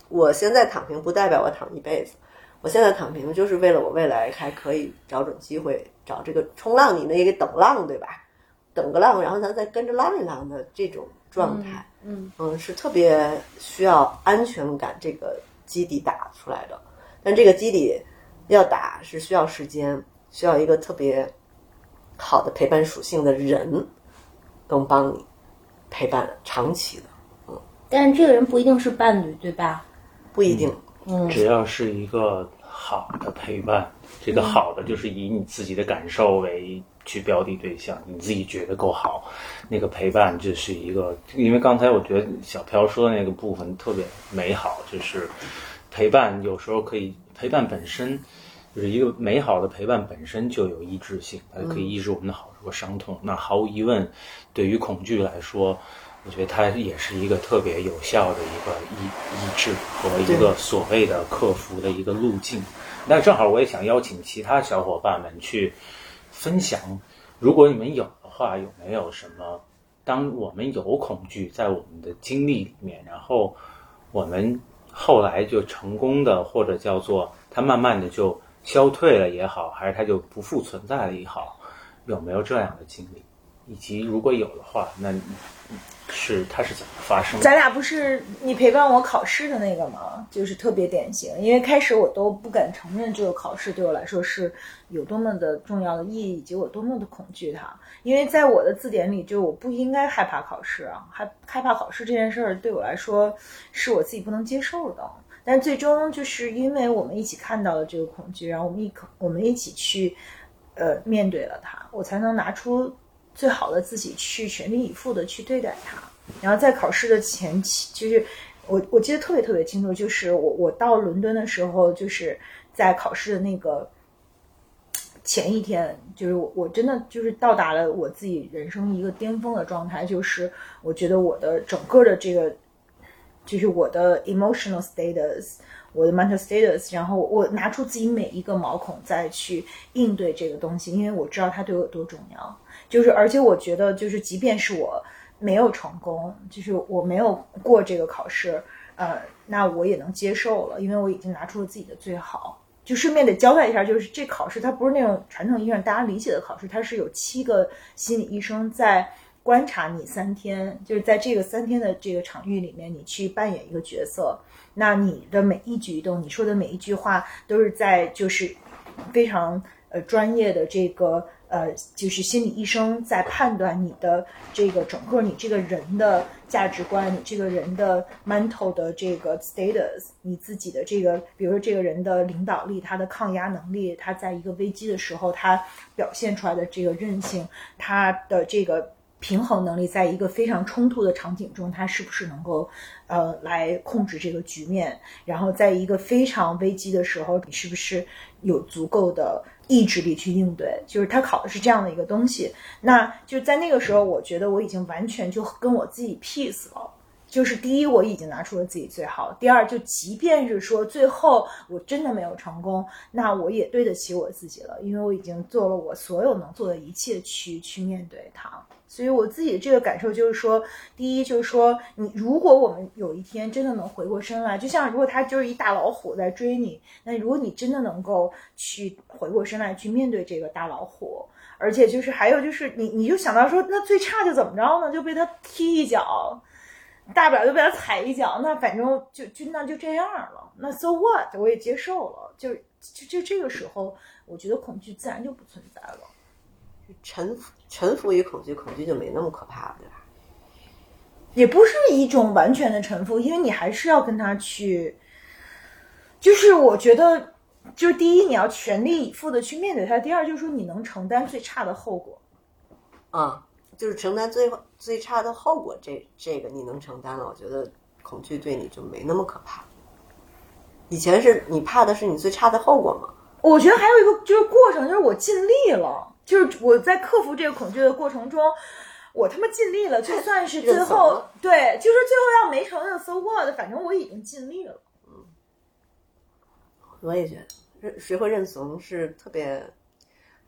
我现在躺平不代表我躺一辈子，我现在躺平就是为了我未来还可以找准机会，找这个冲浪，你那个等浪对吧？等个浪，然后咱再跟着浪一浪的这种状态， 嗯嗯，是特别需要安全感这个基底打出来的。但这个基底要打是需要时间，需要一个特别好的陪伴属性的人能帮你陪伴长期的。嗯， 但是这个人不一定是伴侣，对吧？ 不一定。 嗯， 只要是一个好的陪伴，这个好的就是以你自己的感受为去标的对象，你自己觉得够好，那个陪伴就是一个，因为刚才我觉得小朴说的那个部分特别美好，就是陪伴有时候可以，陪伴本身就是一个美好的陪伴本身就有抑制性，它可以抑制我们的好处和伤痛。那毫无疑问，对于恐惧来说，我觉得它也是一个特别有效的一个抑抑制和一个所谓的克服的一个路径。那正好我也想邀请其他小伙伴们去分享，如果你们有的话，有没有什么当我们有恐惧在我们的经历里面，然后我们后来就成功的，或者叫做它慢慢的就消退了也好，还是它就不复存在了也好，有没有这样的经历？以及如果有的话，那是它是怎么发生的？ 咱俩不是你陪伴我考试的那个吗？就是特别典型，因为开始我都不敢承认这个考试对我来说是有多么的重要的意义，以及我多么的恐惧它。因为在我的字典里，就我不应该害怕考试啊，害害怕考试这件事儿对我来说是我自己不能接受的。但最终就是因为我们一起看到了这个恐惧，然后我们一我们一起去呃面对了它，我才能拿出最好的自己去全力以赴的去对待它。然后在考试的前期，就是我我记得特别特别清楚，就是我我到伦敦的时候，就是在考试的那个前一天，就是我我真的就是到达了我自己人生一个巅峰的状态，就是我觉得我的整个的这个就是我的 emotional status， 我的 mental status， 然后我拿出自己每一个毛孔再去应对这个东西，因为我知道它对我有多重要。就是而且我觉得就是即便是我没有成功，就是我没有过这个考试，呃，那我也能接受了，因为我已经拿出了自己的最好。就顺便得交代一下，就是这考试它不是那种传统意义上大家理解的考试，它是有七个心理医生在观察你三天，就是在这个三天的这个场域里面，你去扮演一个角色。那你的每一举一动，你说的每一句话，都是在就是非常呃专业的这个呃，就是心理医生在判断你的这个整个你这个人的价值观，你这个人的 mental 的这个 status， 你自己的这个，比如说这个人的领导力，他的抗压能力，他在一个危机的时候他表现出来的这个韧性，他的这个平衡能力，在一个非常冲突的场景中，他是不是能够呃来控制这个局面，然后在一个非常危机的时候，你是不是有足够的意志力去应对，就是他考的是这样的一个东西。那就在那个时候，我觉得我已经完全就跟我自己 peace 了。就是第一，我已经拿出了自己最好；第二，就即便是说最后我真的没有成功，那我也对得起我自己了，因为我已经做了我所有能做的一切去去面对它。所以我自己的这个感受就是说，第一就是说，你如果我们有一天真的能回过身来，就像如果他就是一大老虎在追你，那如果你真的能够去回过身来去面对这个大老虎，而且就是还有就是你你就想到说，那最差就怎么着呢？就被他踢一脚，大不了就被他踩一脚，那反正就就那就这样了，那 so what， 我也接受了，就就就这个时候，我觉得恐惧自然就不存在了。 臣服臣服于恐惧，恐惧就没那么可怕了，对吧？ 也不是一种完全的臣服，因为你还是要跟他去，就是我觉得，就是第一你要全力以赴的去面对它，第二就是说你能承担最差的后果。 啊、嗯，就是承担最最差的后果，这这个你能承担了，我觉得恐惧对你就没那么可怕。以前是你怕的是你最差的后果吗？ 我觉得还有一个就是过程，就是我尽力了。就是我在克服这个恐惧的过程中，我他妈尽力了，就算是最后对，就是最后要没成就 so what， 反正我已经尽力了。 嗯，我也觉得，学会认怂是特别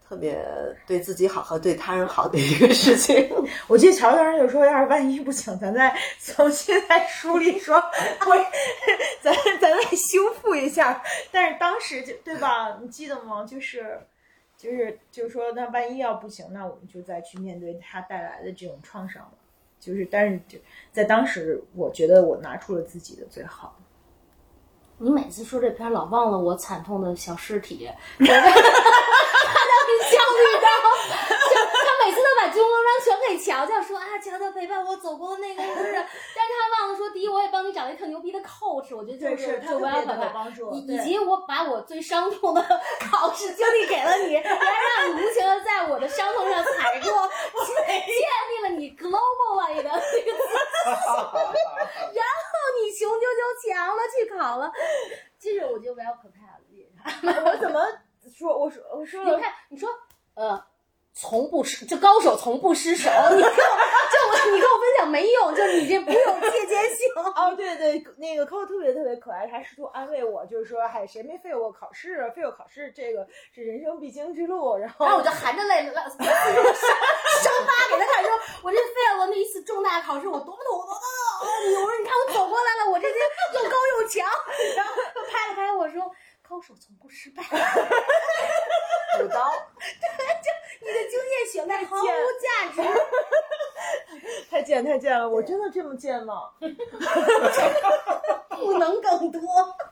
特别对自己好和对他人好的一个事情。 我记得乔当时就说，要是万一不行，咱再重新再梳理说，我咱咱再修复一下。但是当时就对吧？你记得吗？就是就是就是说，那万一要不行，那我们就再去面对它带来的这种创伤吧。就是，但是就在当时，我觉得我拿出了自己的最好。 你每次说这篇老忘了我惨痛的小尸体，他让你焦虑到，就他每次都把军功章全给乔乔，说啊，乔乔陪伴我走过那个日子，但是他忘了说，第一我也帮你找了一特牛逼的 coach， 我觉得就是就我要可帮助， 以以及我把我最伤痛的考试经历给了你，然后让你无情的在我的伤痛上踩过，建立了你 global 的这个自信，然后你雄赳赳强了去考了，这是我觉得我要可怕的。 我怎么说？我说我说， 你看，你说呃，从不失，就高手从不失手。你跟我，就我，你跟我分享没用，就你这不用借鉴性。 哦，对对，那个 Coco 特别特别可爱，他试图安慰我，就是说，嗨，谁没 fail 过考试 ？fail 考试这个是人生必经之路。然后， 然后我就含着泪，伤伤疤给他看，说，我这 fail 过那一次重大考试，我多么多么多牛！你看我走过来了，我这些又高又强。然后他拍了拍我说。高手从不失败， 补刀， 对，就你的经验选材毫无价值， 太贱太贱了！我真的这么贱吗？ 不能更多。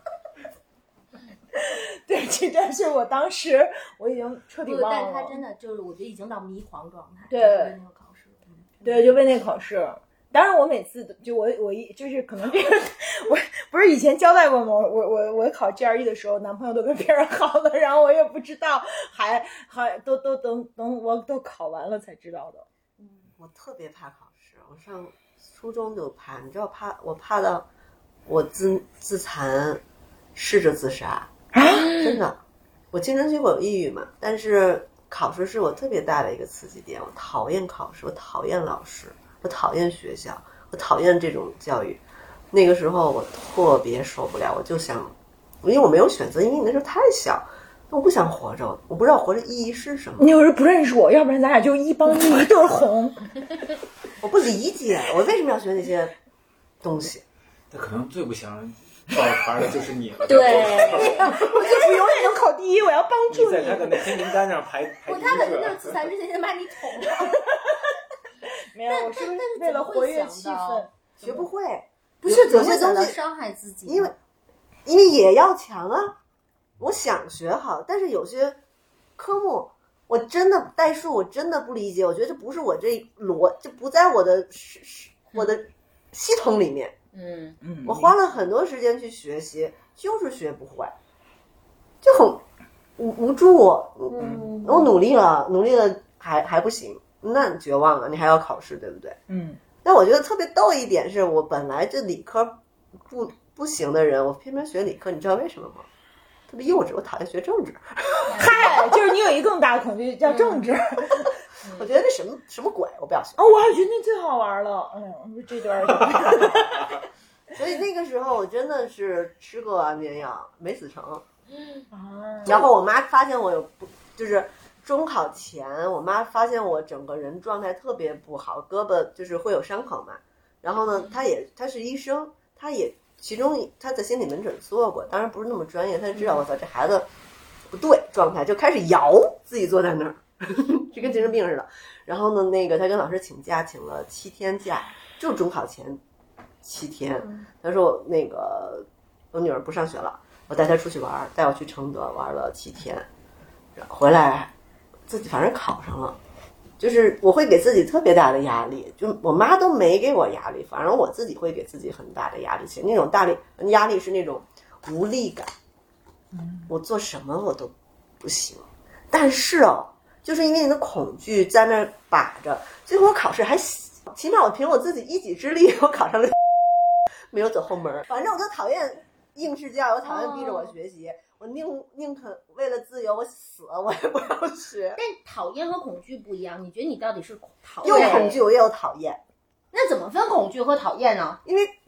对，这件事我当时我已经彻底忘了。 但他真的就是，我觉得已经到迷狂状态。 对， 为那个考试， 对，就为那个考试。当然，我每次就我我一就是可能这个我不是以前交代过吗？我我我考 G R E 的时候，男朋友都跟别人好了，然后我也不知道，还还都都等等我都考完了才知道的。 嗯，我特别怕考试，我上初中就怕，你知道怕我怕到我自自残，试着自杀，真的。我青春期我有抑郁嘛，但是考试是我特别大的一个刺激点，我讨厌考试，我讨厌老师。我讨厌学校，我讨厌这种教育。那个时候我特别受不了，我就想，因为我没有选择，因为你那时候太小，我不想活着，我不知道活着意义是什么。 你有时不认识我，要不然咱俩就一帮一一对红。 我不理解，我为什么要学那些东西？ 那可能最不想报牌的就是你了。 对， 我就是永远能考第一，我要帮助你。在他的那黑名单上排排第一个。 他肯定就是自残之前先把你捅了。 没有，我是为了活跃气氛， 学不会。 不是有些东西伤害自己， 因为因为也要强啊。我想学好，但是有些科目我真的代数我真的不理解，我觉得这不是我这逻，这不在我的我的系统里面。 嗯嗯， 我花了很多时间去学习，就是学不会，就很无无助。 嗯， 我努力了，努力了还还不行。那你绝望了，你还要考试，对不对？ 嗯。 但我觉得特别逗一点是，我本来这理科不不行的人，我偏偏学理科，你知道为什么吗？特别幼稚，我讨厌学政治。 嗨，就是你有一个更大的恐惧叫政治。 嗯、我觉得那什么什么鬼，我不要学。 哦，我还觉得那最好玩了。嗯，这段。 所以那个时候我真的是吃过安眠药，没死成。 啊。 然后我妈发现我有不就是。中考前，我妈发现我整个人状态特别不好，胳膊就是会有伤口嘛。然后呢，她也她是医生，她也其中她在心理门诊做过，当然不是那么专业，她就知道我操这孩子不对状态，就开始摇自己坐在那儿，就跟精神病似的。然后呢，那个她跟老师请假，请了七天假，就中考前七天。她说我那个我女儿不上学了，我带她出去玩，带我去承德玩了七天，回来。自己反正考上了，就是我会给自己特别大的压力，就我妈都没给我压力，反正我自己会给自己很大的压力，且那种大力压力是那种无力感，我做什么我都不行。但是哦，就是因为你的恐惧在那把着，最后我考试还起码我凭我自己一己之力，我考上了，没有走后门。反正我就讨厌应试教育，我讨厌逼着我学习。哦我宁宁肯为了自由我死了，我也不要学。 但讨厌和恐惧不一样，你觉得你到底是讨厌？ 又恐惧我又讨厌。 那怎么分恐惧和讨厌呢？ 因为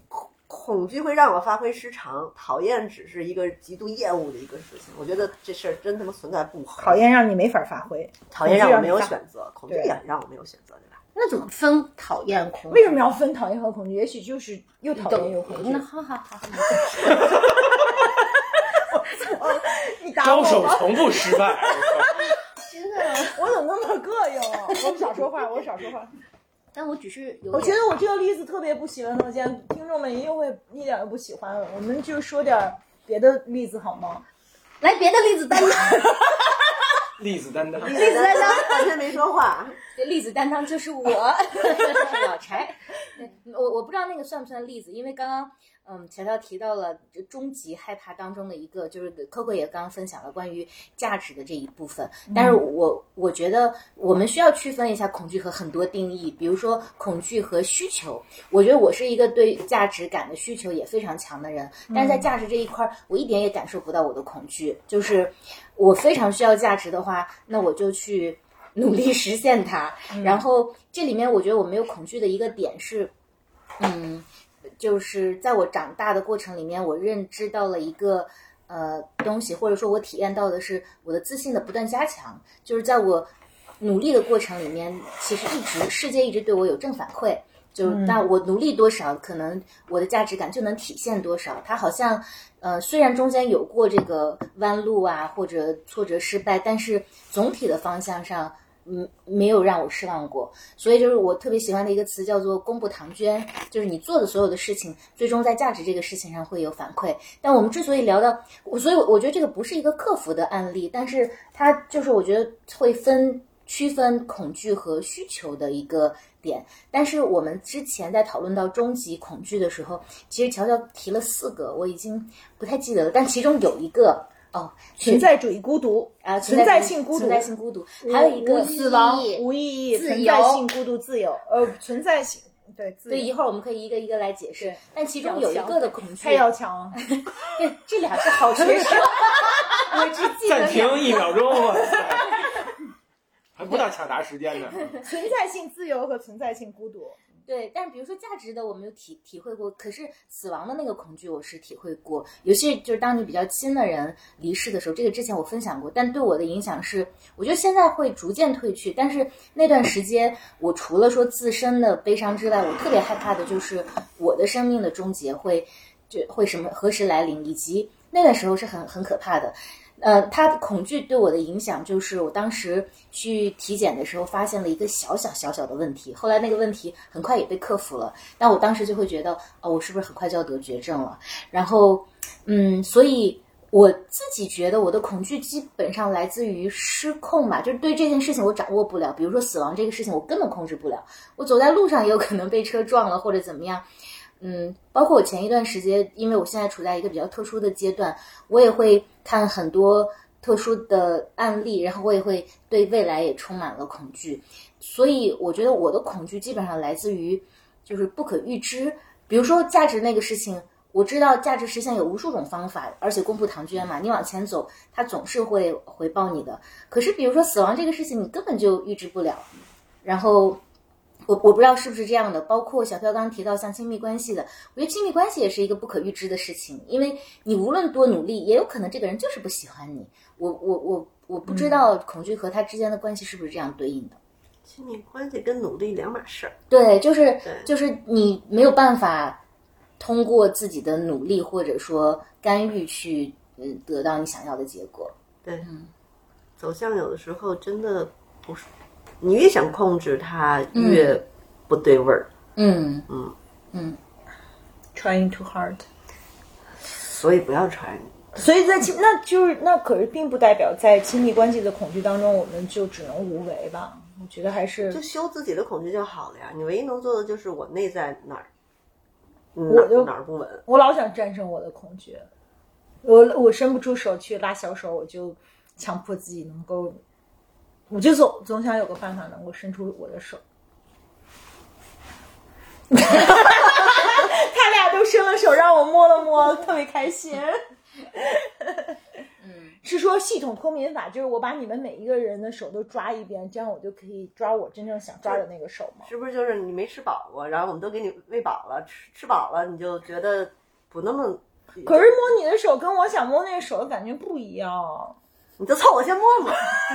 恐惧会让我发挥失常，讨厌只是一个极度厌恶的一个事情。我觉得这事儿真他妈存在不合。 讨厌让你没法发挥， 讨厌让我没有选择，恐惧也让我没有选择，对吧？ 那怎么分讨厌恐惧？ 为什么要分讨厌和恐惧？也许就是又讨厌又恐惧。 那好好好， 你打高手我吧， 从不失败。 真的。 我怎么那么膈应啊？我少说话，我少说话。 但我只是有点， 我觉得我这个例子特别不喜闻乐见，听众们一定会一点都不喜欢。我们就说点别的例子好吗？ 来别的例子担当， 栗子担当， 栗子担当完全没说话。 这栗子担当就是我，是老柴。我我不知道那个算不算例子，因为刚刚嗯，乔乔提到了终极害怕当中的一个，就是 Coco 也刚刚分享了关于价值的这一部分。但是我我觉得我们需要区分一下恐惧和很多定义，比如说恐惧和需求。我觉得我是一个对价值感的需求也非常强的人，但是在价值这一块，我一点也感受不到我的恐惧。就是我非常需要价值的话，那我就去努力实现它。然后这里面我觉得我没有恐惧的一个点是，嗯。就是在我长大的过程里面，我认知到了一个呃东西，或者说我体验到的是我的自信的不断加强。就是在我努力的过程里面，其实一直世界一直对我有正反馈。就那我努力多少，可能我的价值感就能体现多少。它好像呃虽然中间有过这个弯路啊，或者挫折失败，但是总体的方向上。嗯，没有让我失望过，所以就是我特别喜欢的一个词叫做公布唐捐，就是你做的所有的事情，最终在价值这个事情上会有反馈。但我们之所以聊到，所以我觉得这个不是一个克服的案例，但是它就是我觉得会分区分恐惧和需求的一个点。但是我们之前在讨论到终极恐惧的时候，其实乔乔提了四个，我已经不太记得了，但其中有一个。哦， 存在主义孤独啊， 存在性孤独， 存在性孤独，还有一个死亡、无意义、存在性孤独、自由，呃，存在性对自由。 对，一会儿我们可以一个一个来解释。但其中有一个的恐惧， 太要强了。 对，这俩是好学生，我只记得暂停一秒钟，还不到抢答时间呢。 存在性自由和存在性孤独。 对，但是比如说价值的我没有体体会过，可是死亡的那个恐惧我是体会过，尤其就是当你比较亲的人离世的时候，这个之前我分享过，但对我的影响是，我觉得现在会逐渐褪去，但是那段时间我除了说自身的悲伤之外，我特别害怕的就是我的生命的终结会就会什么何时来临，以及那个时候是很很可怕的。呃，他恐惧对我的影响就是我当时去体检的时候发现了一个小小小小的问题，后来那个问题很快也被克服了，但我当时就会觉得哦，我是不是很快就要得绝症了？然后嗯，所以我自己觉得我的恐惧基本上来自于失控吧，就是对这件事情我掌握不了，比如说死亡这个事情我根本控制不了，我走在路上也有可能被车撞了或者怎么样。嗯，包括我前一段时间，因为我现在处在一个比较特殊的阶段，我也会看很多特殊的案例，然后我也会对未来也充满了恐惧。所以我觉得我的恐惧基本上来自于就是不可预知。比如说价值那个事情，我知道价值实现有无数种方法，而且公布唐捐嘛，你往前走，它总是会回报你的。可是比如说死亡这个事情，你根本就预知不了。然后我我不知道是不是这样的，包括小飘刚刚提到像亲密关系的，我觉得亲密关系也是一个不可预知的事情，因为你无论多努力，也有可能这个人就是不喜欢你。我我我我不知道恐惧和他之间的关系是不是这样对应的。 亲密关系跟努力两码事儿。 对，就是就是你没有办法通过自己的努力或者说干预去嗯得到你想要的结果。 对，嗯，走向有的时候真的不是。你越想控制它，越不对味儿。 嗯嗯嗯 ，trying too hard， 所以不要 try。 所以在亲，那就是那可是并不代表在亲密关系的恐惧当中，我们就只能无为吧？我觉得还是就修自己的恐惧就好了呀。你唯一能做的就是我内在哪儿， 我就哪儿不稳。 我老想战胜我的恐惧，我我伸不出手去拉小手，我就强迫自己能够。我就总总想有个办法能够伸出我的手。他俩都伸了手让我摸了摸，特别开心。 嗯， 是说系统脱敏法，就是我把你们每一个人的手都抓一遍，这样我就可以抓我真正想抓的那个手吗？ 是不是就是你没吃饱过，然后我们都给你喂饱了，吃吃饱了，你就觉得不那么。 可是摸你的手跟我想摸那个手的感觉不一样。 你就凑合先摸摸。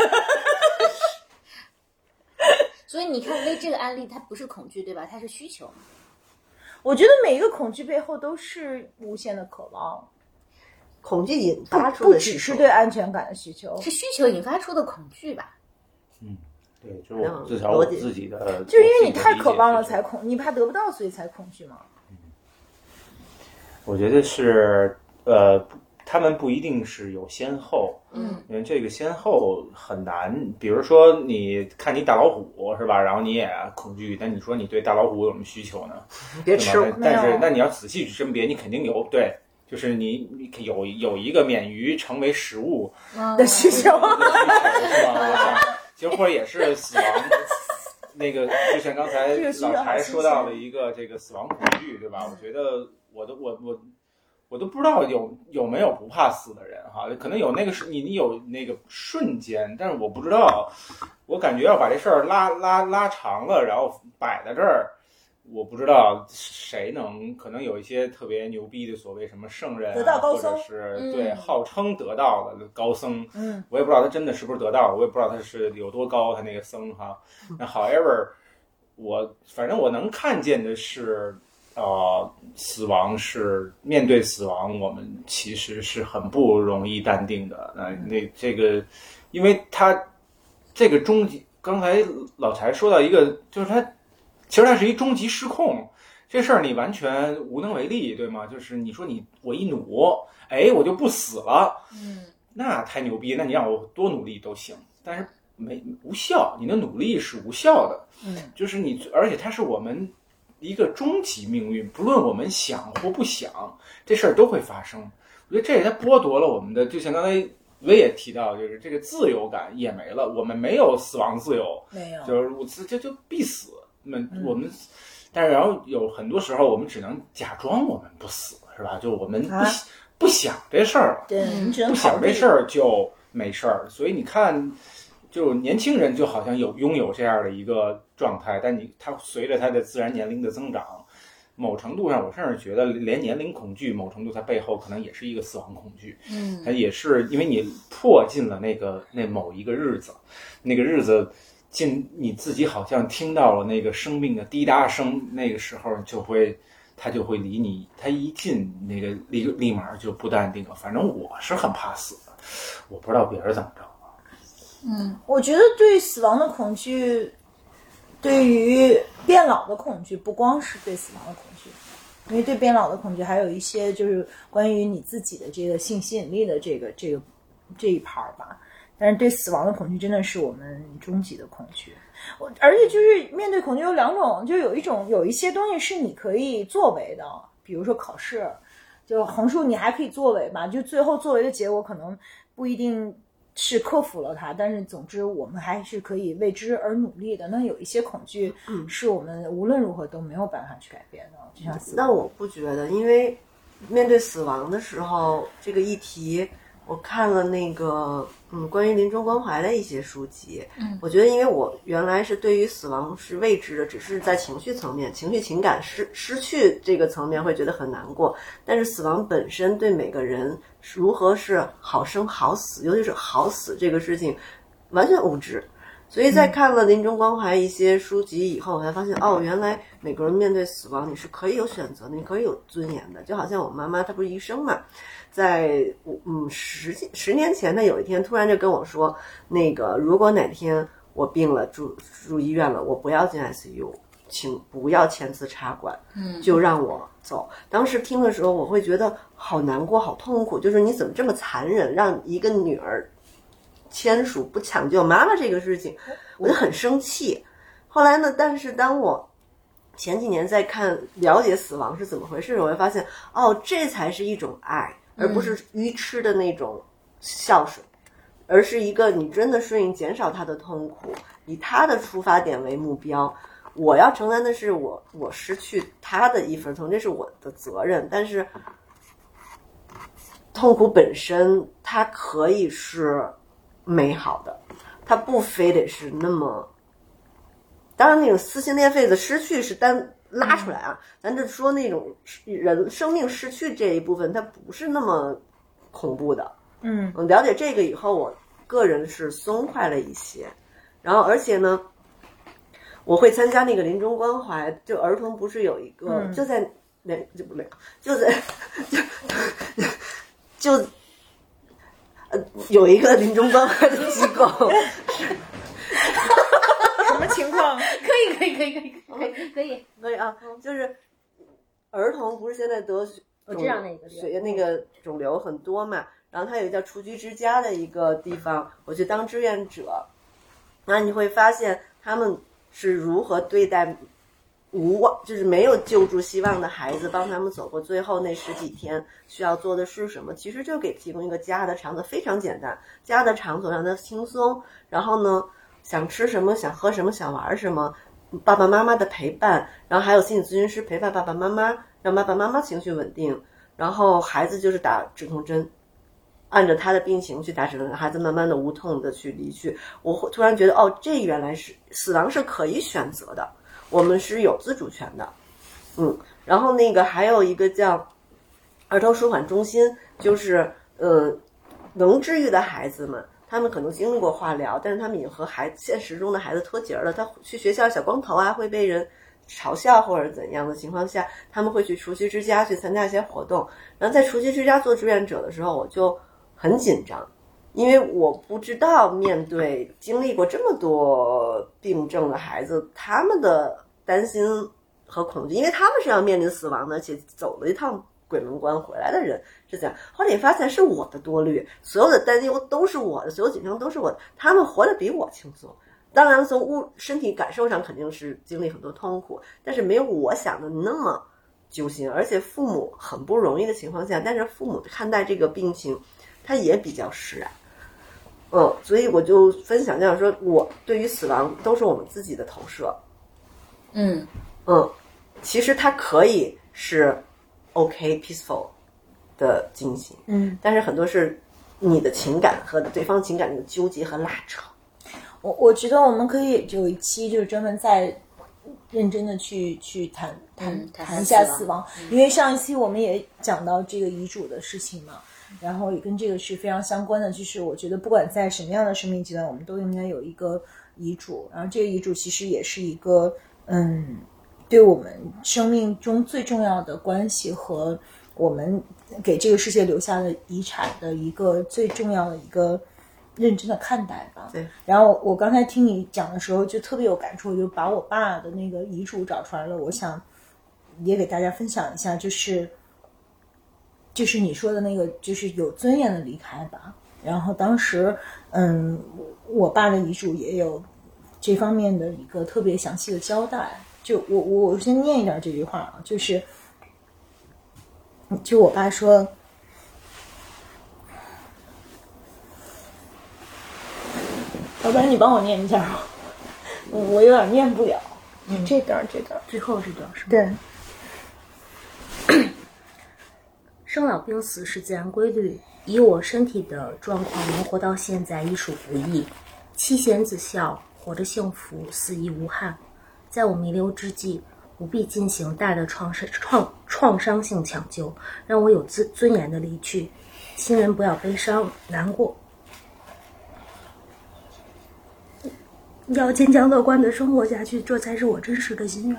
所以你看，为这个案例，它不是恐惧，对吧？它是需求。 我觉得每一个恐惧背后都是无限的渴望， 恐惧引发出不的只是对安全感的需求， 是需求引发出的恐惧吧？ 嗯，对，就是我至少我自己的， 就因为你太渴望了才恐，你怕得不到，所以才恐惧嘛。 嗯，我觉得是呃。他们不一定是有先后， 嗯， 因为这个先后很难。比如说，你看你打老虎是吧？然后你也恐惧，但你说你对大老虎有什么需求呢？ 别吃我。 但是，那你要仔细甄别，你肯定有对，就是你你有有一个免于成为食物的需求， 是吧？我想，其实或者也是死亡。那个就像刚才老柴说到的一个这个死亡恐惧，对吧？我觉得我的我我。我都不知道有有没有不怕死的人哈，可能有那个是你你有那个瞬间，但是我不知道，我感觉要把这事儿拉拉拉长了，然后摆在这儿，我不知道谁能，可能有一些特别牛逼的所谓什么圣人、啊， 得道高僧， 或者是对、嗯、号称得道的高僧， 嗯， 我也不知道他真的是不是得道，我也不知道他是有多高，他那个僧哈。那 however， 我反正我能看见的是。呃，死亡是面对死亡，我们其实是很不容易淡定的。那那这个，因为他这个终极，刚才老柴说到一个，就是他其实他是一终极失控，这事儿你完全无能为力，对吗？就是你说你我一努，哎，我就不死了， 嗯， 那太牛逼，那你让我多努力都行，但是没无效，你的努力是无效的， 嗯， 就是你，而且它是我们。一个终极命运，不论我们想或不想，这事儿都会发生。我觉得这也它剥夺了我们的，就像刚才薇也提到，就是这个自由感也没了。我们没有死亡自由， 没有， 就是我就就必死。那我们，嗯、但是然后有很多时候，我们只能假装我们不死，是吧？就我们不、啊、不想这事儿了， 对， 不想这事儿就没事儿。所以你看。就年轻人就好像有拥有这样的一个状态，但你他随着他的自然年龄的增长，某程度上，我甚至觉得连年龄恐惧，某程度它背后可能也是一个死亡恐惧。 嗯， 它也是因为你迫近了那个那某一个日子，那个日子近你自己好像听到了那个生命的滴答声，那个时候就会他就会离你，他一近那个立立马就不淡定了。反正我是很怕死的，我不知道别人怎么着。 嗯，我觉得对死亡的恐惧，对于变老的恐惧，不光是对死亡的恐惧，因为对变老的恐惧还有一些就是关于你自己的这个性吸引力的这个这个这一盘吧。但是对死亡的恐惧真的是我们终极的恐惧。我而且就是面对恐惧有两种，就有一种有一些东西是你可以作为的，比如说考试，就横竖你还可以作为吧，就最后作为的结果可能不一定。是克服了它，但是总之我们还是可以为之而努力的。那有一些恐惧是我们无论如何都没有办法去改变的，就像死亡。 那我不觉得，因为面对死亡的时候，这个议题，我看了那个嗯关于临终关怀的一些书籍。 嗯， 我觉得因为我原来是对于死亡是未知的，只是在情绪层面、情绪情感失失去这个层面会觉得很难过，但是死亡本身对每个人。如何是好生好死，尤其是好死这个事情完全无知，所以在看了临终关怀一些书籍以后，我才发现哦，原来每个人面对死亡你是可以有选择的，你可以有尊严的。就好像我妈妈她不是医生嘛，在嗯十十年前，她有一天突然就跟我说，那个如果哪天我病了住住医院了，我不要进 I C U， 请不要签字插管， 嗯， 就让我走。当时听的时候，我会觉得好难过、好痛苦，就是你怎么这么残忍，让一个女儿签署不抢救妈妈这个事情，我就很生气。后来呢，但是当我前几年在看了解死亡是怎么回事，我会发现，哦，这才是一种爱，而不是愚痴的那种孝顺，而是一个你真的顺应减少他的痛苦，以他的出发点为目标。我要承担的是我我失去他的一份痛，这是我的责任。但是痛苦本身它可以是美好的，它不非得是那么，当然那种撕心裂肺的失去是单拉出来啊，咱就说那种人生命失去这一部分它不是那么恐怖的。 嗯， 了解这个以后，我个人是松快了一些。然后而且呢，我会参加那个临终关怀，就儿童不是有一个、嗯、就在那就不对，就在就就呃有一个临终关怀的机构。 什么情况？ 可以可以可以可以可以可以可以啊，就是儿童不是现在得我知道那个血液那个肿瘤很多嘛，然后它有一个叫雏菊之家的一个地方，我去当志愿者，然后你会发现他们是如何对待无望，就是没有救助希望的孩子，帮他们走过最后那十几天需要做的是什么，其实就给提供一个家的场所，非常简单，家的场所让他轻松，然后呢想吃什么想喝什么想玩什么，爸爸妈妈的陪伴，然后还有心理咨询师陪伴爸爸妈妈，让爸爸妈妈情绪稳定，然后孩子就是打止痛针，按照他的病情去打止痛针，孩子慢慢的无痛的去离去。我突然觉得哦，这原来是死亡是可以选择的，我们是有自主权的。嗯，然后那个还有一个叫儿童舒缓中心，就是呃能治愈的孩子们，他们可能经历过化疗，但是他们已经和孩现实中的孩子脱节了，他去学校小光头啊会被人嘲笑或者怎样的情况下，他们会去雏菊之家去参加一些活动。然后在雏菊之家做志愿者的时候，我就很紧张，因为我不知道面对经历过这么多病症的孩子，他们的担心和恐惧，因为他们是要面临死亡的，而且走了一趟鬼门关回来的人是这样。后来你发现是我的多虑，所有的担忧都是我的，所有紧张都是我的，他们活得比我轻松。当然从物身体感受上肯定是经历很多痛苦，但是没有我想的那么揪心，而且父母很不容易的情况下，但是父母看待这个病情他也比较释然。嗯，所以我就分享这样说，我对于死亡都是我们自己的投射。 嗯嗯，其实它可以是 OK peaceful 的进行， 嗯， 但是很多是你的情感和对方情感的纠结和拉扯。 我我觉得我们可以有一期就是专门再认真的去去谈谈、 嗯、 谈一下死亡， 亡、嗯，因为上一期我们也讲到这个遗嘱的事情嘛，然后也跟这个是非常相关的，就是我觉得不管在什么样的生命阶段，我们都应该有一个遗嘱，然后这个遗嘱其实也是一个嗯，对我们生命中最重要的关系和我们给这个世界留下的遗产的一个最重要的一个认真的看待吧。 对。 然后我刚才听你讲的时候就特别有感触，我就把我爸的那个遗嘱找出来了，我想也给大家分享一下，就是就是你说的那个就是有尊严的离开吧。然后当时嗯，我爸的遗嘱也有这方面的一个特别详细的交代。就我我我先念一点这句话啊，就是就我爸说，要不然你帮我念一下吧，我有点念不了。嗯，这段这段最后这段是吗？ 对。 生老病死是自然规律，以我身体的状况能活到现在已属不易，妻贤子孝，活着幸福，死亦无憾。在我弥留之际，不必进行大的创伤创创伤性抢救，让我有尊尊严的离去。亲人不要悲伤难过，要坚强乐观的生活下去，这才是我真实的心愿。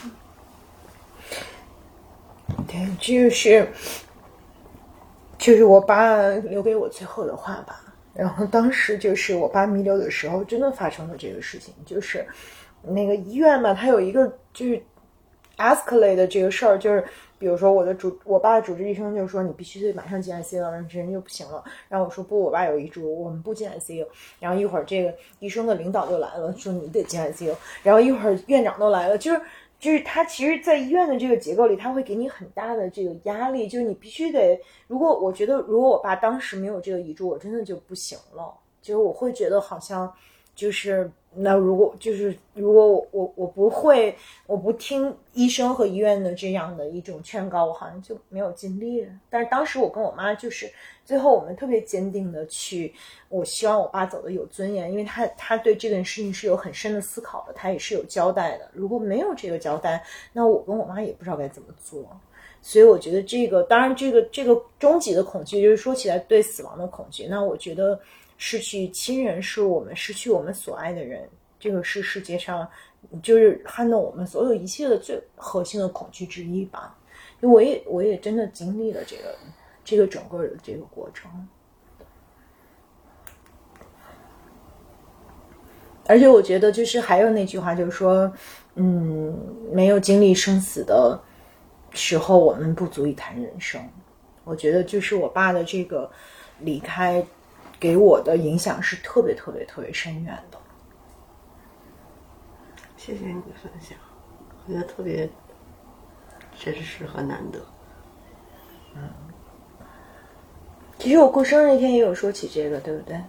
对，这就是就是我爸留给我最后的话吧。然后当时就是我爸弥留的时候，真的发生了这个事情，就是那个医院嘛，它有一个就是 escalate 的这个事儿，就是比如说我的主我爸的主治医生就说你必须得马上进 I C U， 然后这人就不行了。然后我说不，我爸有遗嘱，我们不进 I C U。然后一会儿这个医生的领导就来了，说你得进 I C U。然后一会儿院长都来了，就是就是他其实，在医院的这个结构里，他会给你很大的这个压力，就是你必须得，如果我觉得如果我爸当时没有这个遗嘱，我真的就不行了，就是我会觉得好像就是那如果就是如果我我我不会，我不听医生和医院的这样的一种劝告，我好像就没有尽力了。但是当时我跟我妈就是最后我们特别坚定的去，我希望我爸走的有尊严，因为他他对这件事情是有很深的思考的，他也是有交代的。如果没有这个交代，那我跟我妈也不知道该怎么做。所以我觉得这个，当然这个这个终极的恐惧，就是说起来对死亡的恐惧，那我觉得失去亲人是我们失去我们所爱的人，这个是世界上就是撼动我们所有一切的最核心的恐惧之一吧。因为我也我也真的经历了这个这个整个的这个过程，而且我觉得就是还有那句话，就是说，嗯，没有经历生死的时候，我们不足以谈人生。我觉得就是我爸的这个离开给我的影响是特别特别特别深远的。 谢谢你的分享，我觉得特别真实和难得。 嗯，其实我过生日那天也有说起这个，对不对？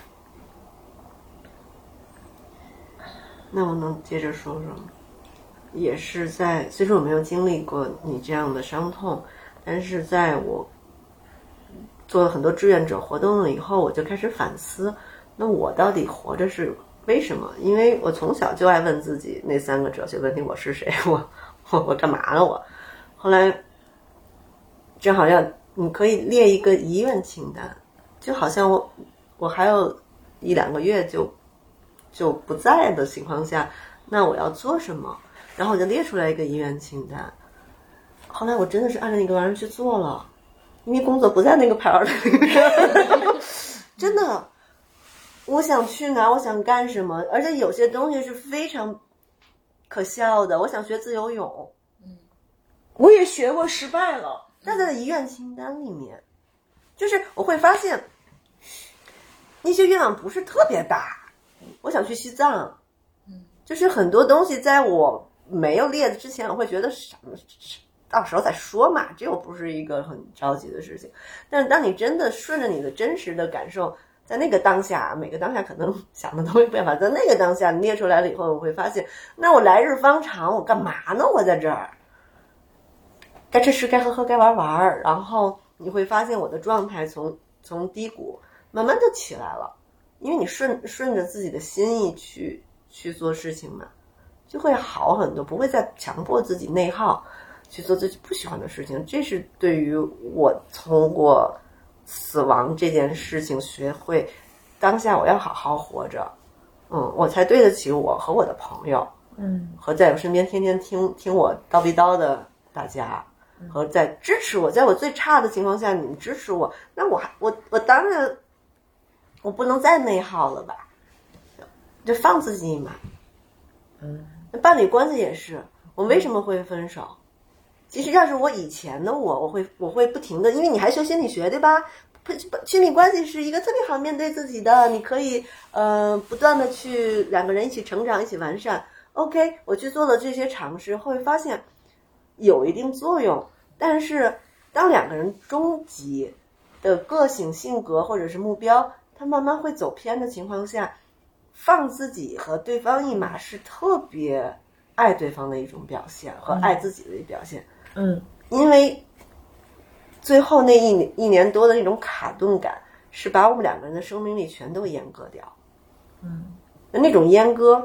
那我能接着说说，也是在虽说我没有经历过你这样的伤痛，但是在我做了很多志愿者活动了以后，我就开始反思，那我到底活着是为什么？因为我从小就爱问自己那三个哲学问题：我是谁？我我我干嘛呢？我后来正好要你可以列一个遗愿清单，就好像我我还有一两个月就就不在的情况下，那我要做什么？然后我就列出来一个遗愿清单。后来我真的是按照那个玩意儿去做了，因为工作不在那个牌儿里面，真的。我想去哪，我想干什么，而且有些东西是非常可笑的。我想学自由泳， 嗯，我也学过，失败了。 但在遗愿清单里面，就是我会发现那些愿望不是特别大。我想去西藏，嗯，就是很多东西在我没有列之前，我会觉得什么到时候再说嘛，这又不是一个很着急的事情。但是当你真的顺着你的真实的感受，在那个当下，每个当下可能想的都会变化，在那个当下列出来了以后，我会发现，那我来日方长，我干嘛呢？我在这儿，该吃吃，该喝喝，该玩玩，然后你会发现我的状态从从低谷慢慢就起来了，因为你顺顺着自己的心意去去做事情嘛，就会好很多，不会再强迫自己内耗去做自己不喜欢的事情。这是对于我通过死亡这件事情学会当下我要好好活着，嗯，我才对得起我和我的朋友， 嗯， 和在我身边天天听听我叨逼叨的大家，和在支持我，在我最差的情况下你们支持我，那我还我我当然我不能再内耗了吧，就放自己一马。 嗯， 伴侣关系也是，我为什么会分手？其实要是我以前的我，我会我会不停的，因为你还学心理学对吧？亲密关系是一个特别好面对自己的，你可以呃不断的去两个人一起成长，一起完善。OK， 我去做了这些尝试，会发现有一定作用。但是当两个人终极的个性、性格或者是目标，他慢慢会走偏的情况下，放自己和对方一马是特别爱对方的一种表现，和爱自己的一种表现。 嗯， 因为最后那一年一年多的那种卡顿感，是把我们两个人的生命力全都阉割掉。 嗯， 那种阉割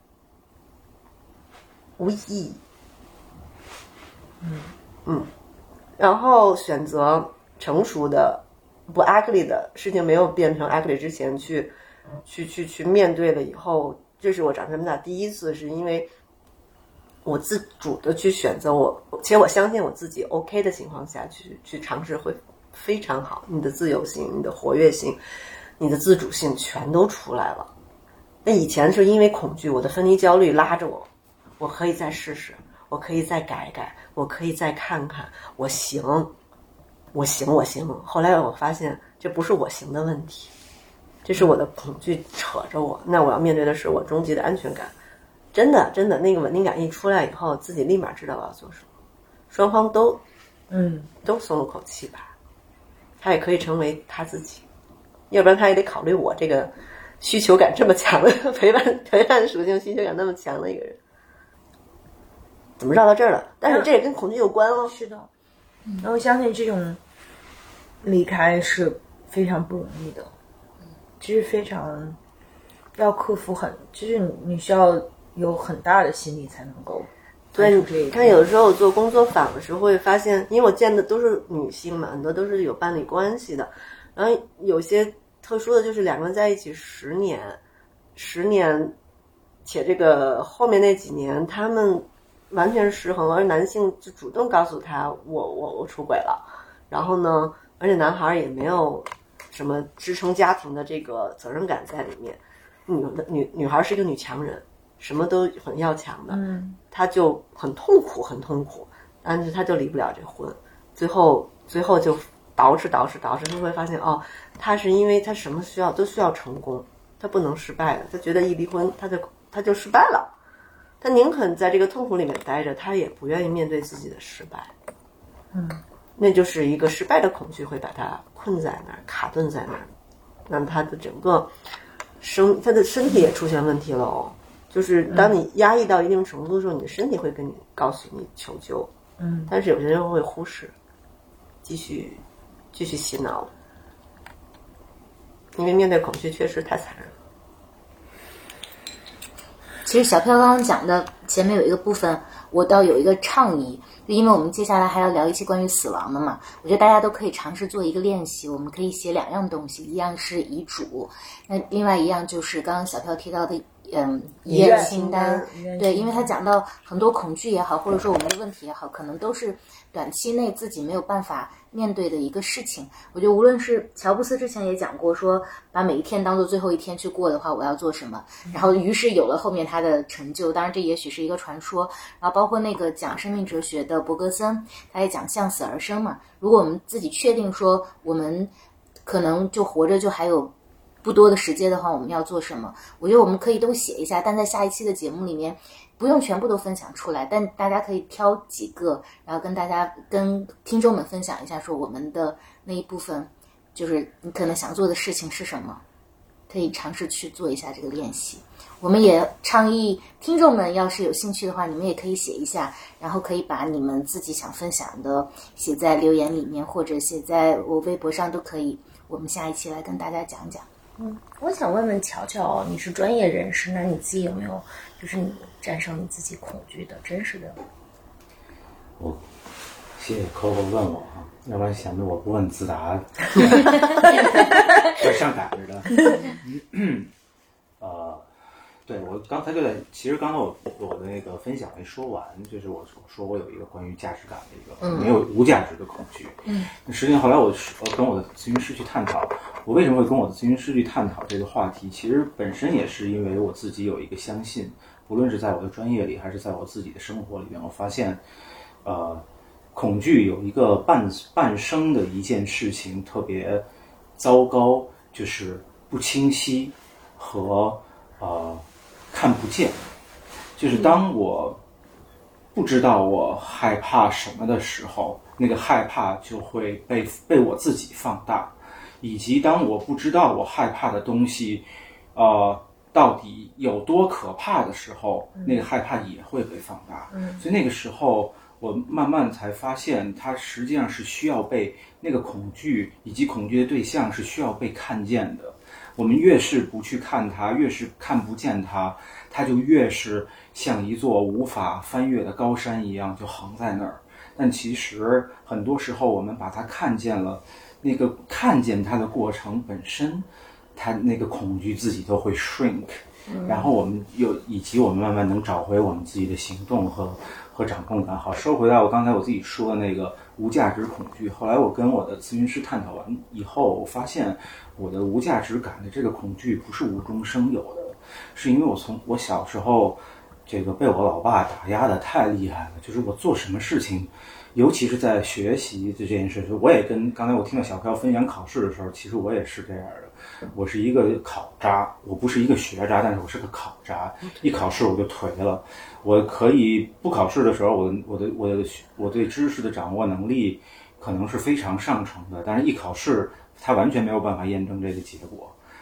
无意义。 嗯嗯，然后选择成熟的、不 ugly 的事情，没有变成 ugly 之前去，去去去面对了以后，这是我长这么大第一次，是因为我自主的去选择我，且我相信我自己 OK 的情况下去去尝试会非常好。你的自由性、你的活跃性、你的自主性全都出来了。那以前是因为恐惧，我的分离焦虑拉着我，我可以再试试，我可以再改改，我可以再看看，我行，我行，我行。后来我发现这不是我行的问题，这是我的恐惧扯着我。那我要面对的是我终极的安全感。真的真的那个稳定感一出来以后，自己立马知道我要做什么，双方都嗯都松了口气吧。他也可以成为他自己，要不然他也得考虑我这个需求感这么强的陪伴陪伴属性需求感那么强的一个人。怎么绕到这儿了？但是这也跟恐惧有关了。 是的，然后我相信这种离开是非常不容易的，就是非常要克服很，就是你需要有很大的心理才能够。 对，看有时候我做工作坊的时候会发现，因为我见的都是女性嘛，很多都是有伴侣关系的，然后有些特殊的就是两个人在一起十年，十年，且这个后面那几年他们完全失衡，而男性就主动告诉他我我我出轨了，然后呢，而且男孩也没有什么支撑家庭的这个责任感在里面，女女女孩是一个女强人，什么都很要强的， 嗯， 他就很痛苦很痛苦，但是他就离不了这婚，最后最后就捯饬捯饬捯饬，就会发现哦，他是因为他什么需要都需要成功，他不能失败的，他觉得一离婚他就他就失败了。他宁肯在这个痛苦里面待着，他也不愿意面对自己的失败。 嗯， 那就是一个失败的恐惧会把他困在那儿，卡顿在那儿，那他的整个生，他的身体也出现问题了哦。就是当你压抑到一定程度的时候，你的身体会跟你告诉你求救。 嗯， 但是有些人会忽视，继续继续洗脑，因为面对恐惧确实太残忍了。 其实小飘刚刚讲的前面有一个部分，我倒有一个倡议，就因为我们接下来还要聊一期关于死亡的嘛，我觉得大家都可以尝试做一个练习，我们可以写两样东西，一样是遗嘱，那另外一样就是刚刚小飘提到的嗯遗愿清单。对，因为他讲到很多恐惧也好，或者说我们的问题也好，可能都是短期内自己没有办法面对的一个事情。我觉得无论是乔布斯之前也讲过，说把每一天当做最后一天去过的话，我要做什么，然后于是有了后面他的成就。当然这也许是一个传说，然后包括那个讲生命哲学的伯格森，他也讲向死而生嘛。如果我们自己确定说我们可能就活着就还有不多的时间的话，我们要做什么？我觉得我们可以都写一下，但在下一期的节目里面不用全部都分享出来，但大家可以挑几个，然后跟大家跟听众们分享一下，说我们的那一部分就是你可能想做的事情是什么，可以尝试去做一下这个练习。我们也倡议听众们要是有兴趣的话，你们也可以写一下，然后可以把你们自己想分享的写在留言里面，或者写在我微博上都可以，我们下一期来跟大家讲讲。 嗯，我想问问乔乔，你是专业人士，那你自己有没有就是你战胜你自己恐惧的真实的？ 我谢谢 Coco 问我啊，要不然显得我不问自答，要上赶着的。呃，对，我刚才就在，其实刚才我我的那个分享没说完，就是我说我有一个关于价值感的一个、嗯、没有无价值的恐惧。嗯，实际上后来我我跟我的咨询师去探讨，我为什么会跟我的咨询师去探讨这个话题，其实本身也是因为我自己有一个相信，无论是在我的专业里还是在我自己的生活里面，我发现呃恐惧有一个半半生的一件事情特别糟糕，就是不清晰和呃看不见。就是当我不知道我害怕什么的时候，那个害怕就会被被我自己放大，以及当我不知道我害怕的东西呃到底有多可怕的时候，那个害怕也会被放大。所以那个时候我慢慢才发现，它实际上是需要被那个恐惧以及恐惧的对象是需要被看见的。我们越是不去看它，越是看不见它，它就越是像一座无法翻越的高山一样就横在那儿。但其实很多时候我们把它看见了，那个看见它的过程本身，它那个恐惧自己都会 shrink， 然后我们又以及我们慢慢能找回我们自己的行动和和掌控感。好，说回来我刚才我自己说的那个无价值恐惧，后来我跟我的咨询师探讨完以后，我发现我的无价值感的这个恐惧不是无中生有的，是因为我从我小时候这个被我老爸打压的太厉害了，就是我做什么事情，尤其是在学习这件事，我也跟刚才我听到小飘分享考试的时候，其实我也是这样的，我是一个考渣，我不是一个学渣，但是我是个考渣，一考试我就颓了。我可以不考试的时候，我的我的我的我对知识的掌握能力可能是非常上乘的，但是一考试它完全没有办法验证这个结果。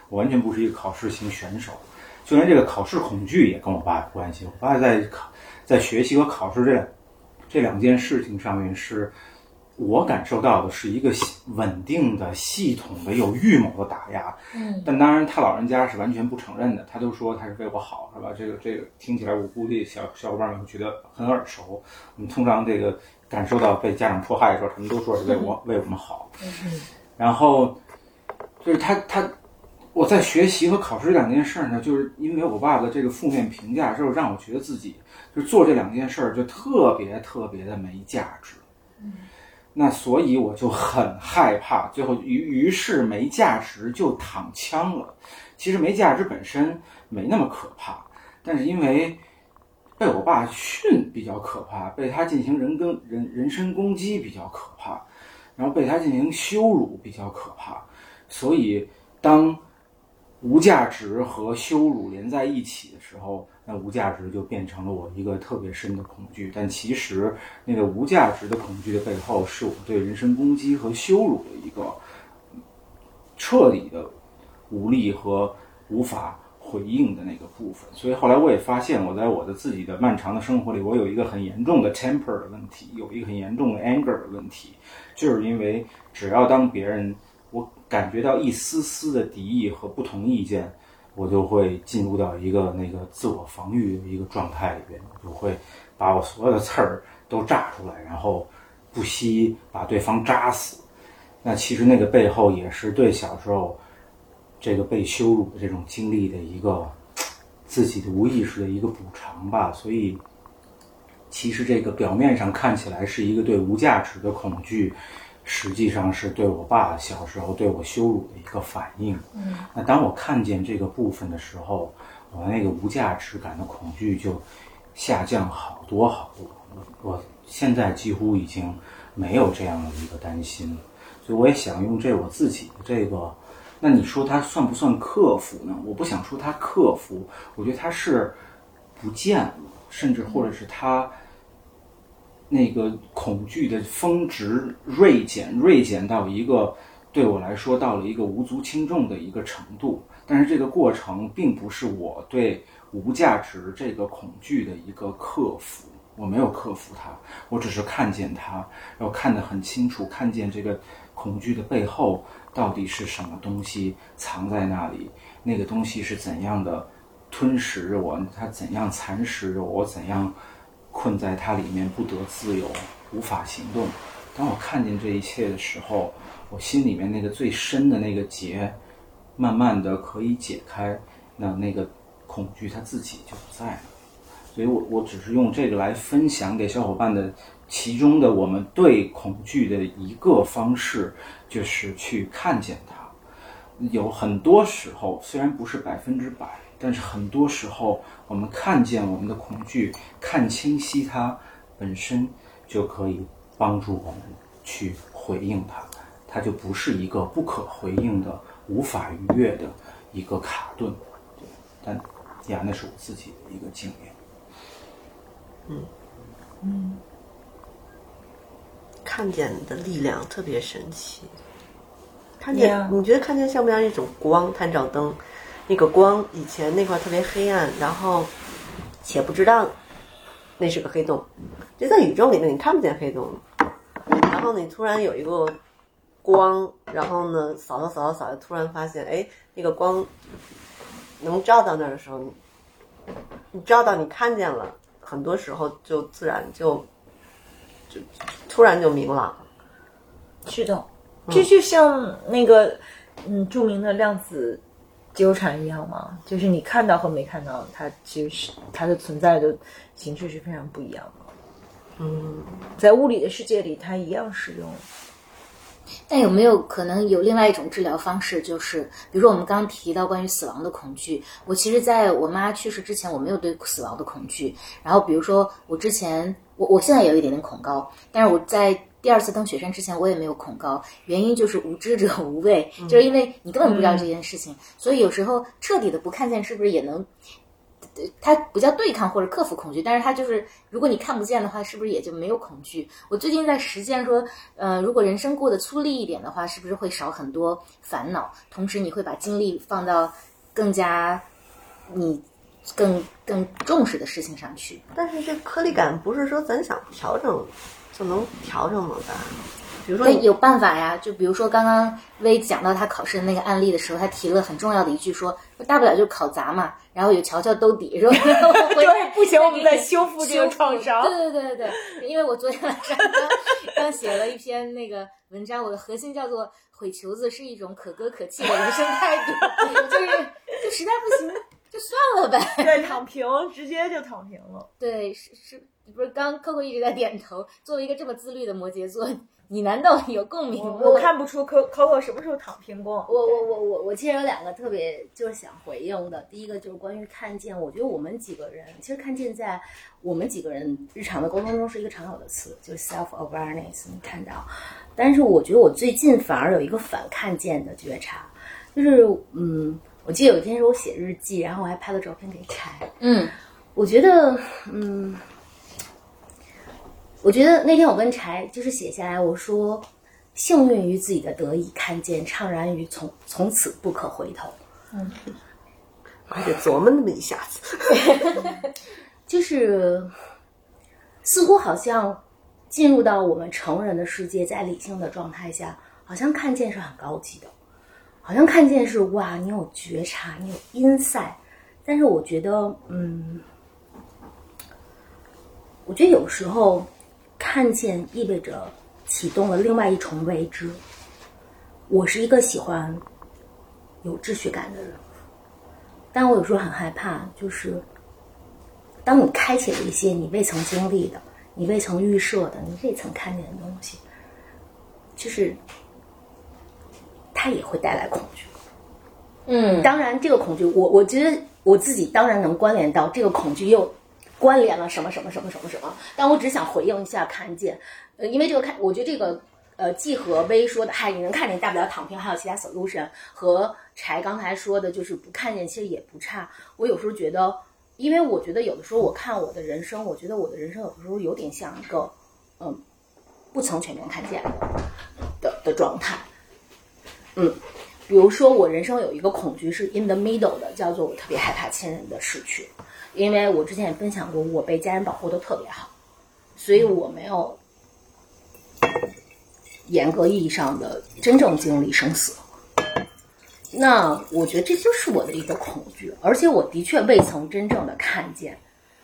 我完全不是一个考试型选手。就连这个考试恐惧也跟我爸有关系。我爸在考在学习和考试这两这两件事情上面，是我感受到的是一个稳定的、系统的、有预谋的打压。 嗯， 但当然他老人家是完全不承认的，他都说他是为我好，是吧？这个这个听起来我估计小小伙伴们会觉得很耳熟。我们通常这个感受到被家长迫害的时候，他们都说是为我、嗯、为我们好。 嗯， 然后就是他他。我在学习和考试这两件事呢，就是因为我爸爸的这个负面评价之后，让我觉得自己就做这两件事就特别特别的没价值。 嗯， 那所以我就很害怕，最后于于是没价值就躺枪了。其实没价值本身没那么可怕，但是因为被我爸训比较可怕，被他进行人跟人人身攻击比较可怕，然后被他进行羞辱比较可怕，所以当无价值和羞辱连在一起的时候，那无价值就变成了我一个特别深的恐惧。但其实那个无价值的恐惧的背后，是我对人身攻击和羞辱的一个彻底的无力和无法回应的那个部分。所以后来我也发现，我在我的自己的漫长的生活里，我有一个很严重的 temper 的问题，有一个很严重的 anger 的问题，就是因为只要当别人我感觉到一丝丝的敌意和不同意见，我就会进入到一个那个自我防御的一个状态里边，我就会把我所有的刺儿都炸出来，然后不惜把对方扎死。那其实那个背后也是对小时候这个被羞辱的这种经历的一个自己的无意识的一个补偿吧。所以其实这个表面上看起来是一个对无价值的恐惧，实际上是对我爸小时候对我羞辱的一个反应。 嗯， 那当我看见这个部分的时候，我那个无价值感的恐惧就下降好多好多。我现在几乎已经没有这样的一个担心了。所以我也想用这我自己的这个，那你说它算不算克服呢？我不想说它克服，我觉得它是不见了，甚至或者是它那个恐惧的峰值锐减，锐减到一个对我来说到了一个无足轻重的一个程度。但是这个过程并不是我对无价值这个恐惧的一个克服，我没有克服它，我只是看见它，然后看得很清楚，看见这个恐惧的背后到底是什么东西藏在那里，那个东西是怎样的吞噬着我，它怎样蚕食着我，怎样困在它里面不得自由，无法行动。当我看见这一切的时候，我心里面那个最深的那个结慢慢的可以解开，那那个恐惧它自己就不在了。所以我我只是用这个来分享给小伙伴的其中的我们对恐惧的一个方式，就是去看见它。有很多时候虽然不是百分之百，但是很多时候我们看见我们的恐惧，看清晰它本身，就可以帮助我们去回应它，它就不是一个不可回应的无法逾越的一个卡顿。对，但呀，那是我自己的一个经验。 嗯嗯，看见的力量特别神奇。看见， yeah. 你觉得看见像不像一种光？探照灯，那个光以前那块特别黑暗，然后且不知道那是个黑洞，就在宇宙里面你看不见黑洞，然后你突然有一个光，然后呢扫扫扫扫扫，突然发现，哎，那个光能照到那儿的时候，你你照到你看见了。很多时候就自然就就突然就明朗。 是的，这就像那个嗯著名的量子纠缠一样嘛，就是你看到和没看到，它其实是它的存在的形式是非常不一样的。嗯，在物理的世界里，它一样适用。 但有没有可能有另外一种治疗方式，就是比如说我们刚刚提到关于死亡的恐惧，我其实在我妈去世之前我没有对死亡的恐惧，然后比如说我之前我我现在也有一点点恐高，但是我在第二次登雪山之前我也没有恐高，原因就是无知者无畏，就是因为你根本不知道这件事情，所以有时候彻底的不看见是不是也能它不叫对抗或者克服恐惧，但是它就是如果你看不见的话，是不是也就没有恐惧？我最近在实践说，呃，如果人生过得粗粝一点的话，是不是会少很多烦恼？同时你会把精力放到更加你更更重视的事情上去。 但是这颗粒感不是说咱想调整就能调整的吧？比如说有办法呀，就比如说刚刚薇讲到他考试的那个案例的时候，他提了很重要的一句说，大不了就考砸嘛，然后有瞧瞧兜底，是吧？ 对，不行，我们再修复这个创伤。 对对对对对，因为我昨天晚上刚刚写了一篇那个文章，我的核心叫做毁球子是一种可歌可泣的人生态度，就是就实在不行就算了呗， 对，躺平，直接就躺平了。 对，是是，不是刚 Coco 一直在点头，作为一个这么自律的摩羯座。你难道有共鸣吗？ 我看不出 Coco 什么时候躺平过。 我我我我我其实有两个特别就是想回应的，第一个就是关于看见，我觉得我们几个人其实看见在我们几个人日常的沟通中是一个常有的词，就是 self awareness， 你看到。但是我觉得我最近反而有一个反看见的觉察，就是嗯，我记得有一天是我写日记，然后我还拍了照片给柴， 嗯， 我觉得嗯。我觉得那天我跟柴就是写下来，我说幸运于自己的得以看见，怅然于从从此不可回头。 嗯， 还得琢磨那么一下子， 就是似乎好像进入到我们成人的世界，在理性的状态下，好像看见是很高级的，好像看见是哇，你有觉察，你有 insight。但是我觉得，嗯，我觉得有时候。看见意味着启动了另外一重未知。我是一个喜欢有秩序感的人，但我有时候很害怕，就是当你开启了一些你未曾经历的、你未曾预设的、你未曾看见的东西，就是它也会带来恐惧。 嗯， 当然这个恐惧，我我觉得我自己当然能关联到这个恐惧又关联了什么什么什么什么什么，但我只想回应一下看见，呃，因为这个看，我觉得这个呃，既和薇说的，嗨，你能看见大不了躺平，还有其他 solution， 和柴刚才说的，就是不看见其实也不差。我有时候觉得，因为我觉得有的时候我看我的人生，我觉得我的人生有的时候有点像一个嗯，不曾全面看见的的状态，嗯。比如说我人生有一个恐惧是 in the middle 的，叫做我特别害怕亲人的逝去，因为我之前也分享过，我被家人保护的特别好，所以我没有严格意义上的真正经历生死。那我觉得这就是我的一个恐惧，而且我的确未曾真正的看见。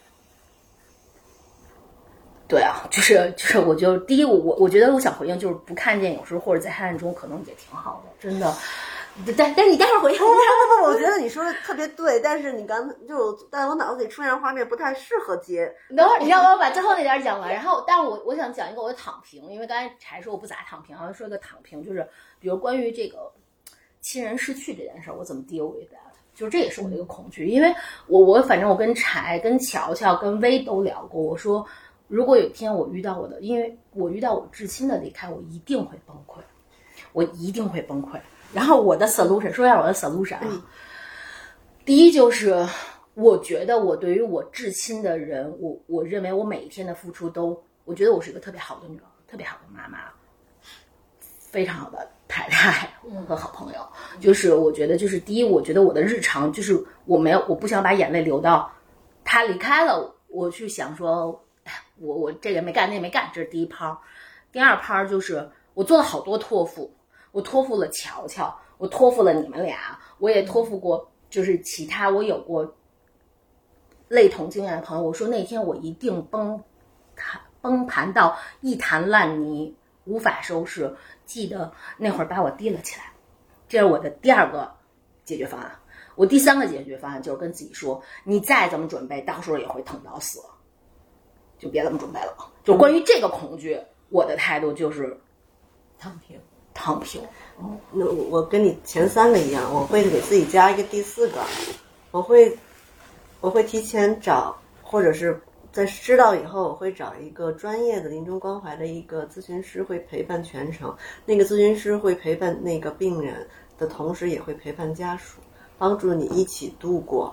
对啊，就是就是，我就第一，我我我觉得我想回应就是不看见，有时候或者在黑暗中可能也挺好的，真的。但但是你待会儿回应， 不不不不，我觉得你说的特别对，但是你刚就在我脑子里出现的画面不太适合接。 等会儿你让我把最后那点讲完，然后，但是我我想讲一个我的躺平，因为刚才柴说我不咋躺平，好像说一个躺平，就是比如关于这个亲人逝去这件事儿，我怎么 deal with that， 就是这也是我的一个恐惧，因为我我反正我跟柴、跟乔乔、跟薇都聊过，我说如果有一天我遇到我的，因为我遇到我至亲的离开，我一定会崩溃，我一定会崩溃。然后我的 solution 说一下我的 solution 啊，嗯、第一就是我觉得我对于我至亲的人，我我认为我每一天的付出都，我觉得我是一个特别好的女儿，特别好的妈妈，非常好的太太和好朋友。嗯、就是我觉得就是第一，我觉得我的日常就是我没有，我不想把眼泪流到他离开了，我去想说，哎，我我这个没干那个没干，这是第一趴。第二趴就是我做了好多托付。我托付了乔乔，我托付了你们俩，我也托付过就是其他我有过类同经验的朋友，我说那天我一定崩盘崩盘到一滩烂泥，无法收拾，记得那会儿把我提了起来，这是我的第二个解决方案。我第三个解决方案就是跟自己说，你再怎么准备到时候也会疼到死，就别怎么准备了。就关于这个恐惧，我的态度就是躺平躺平。 嗯，那我跟你前三个一样，我会给自己加一个第四个，我会我会提前找，或者是在知道以后，我会找一个专业的临终关怀的一个咨询师，会陪伴全程。那个咨询师会陪伴那个病人的同时，也会陪伴家属，帮助你一起度过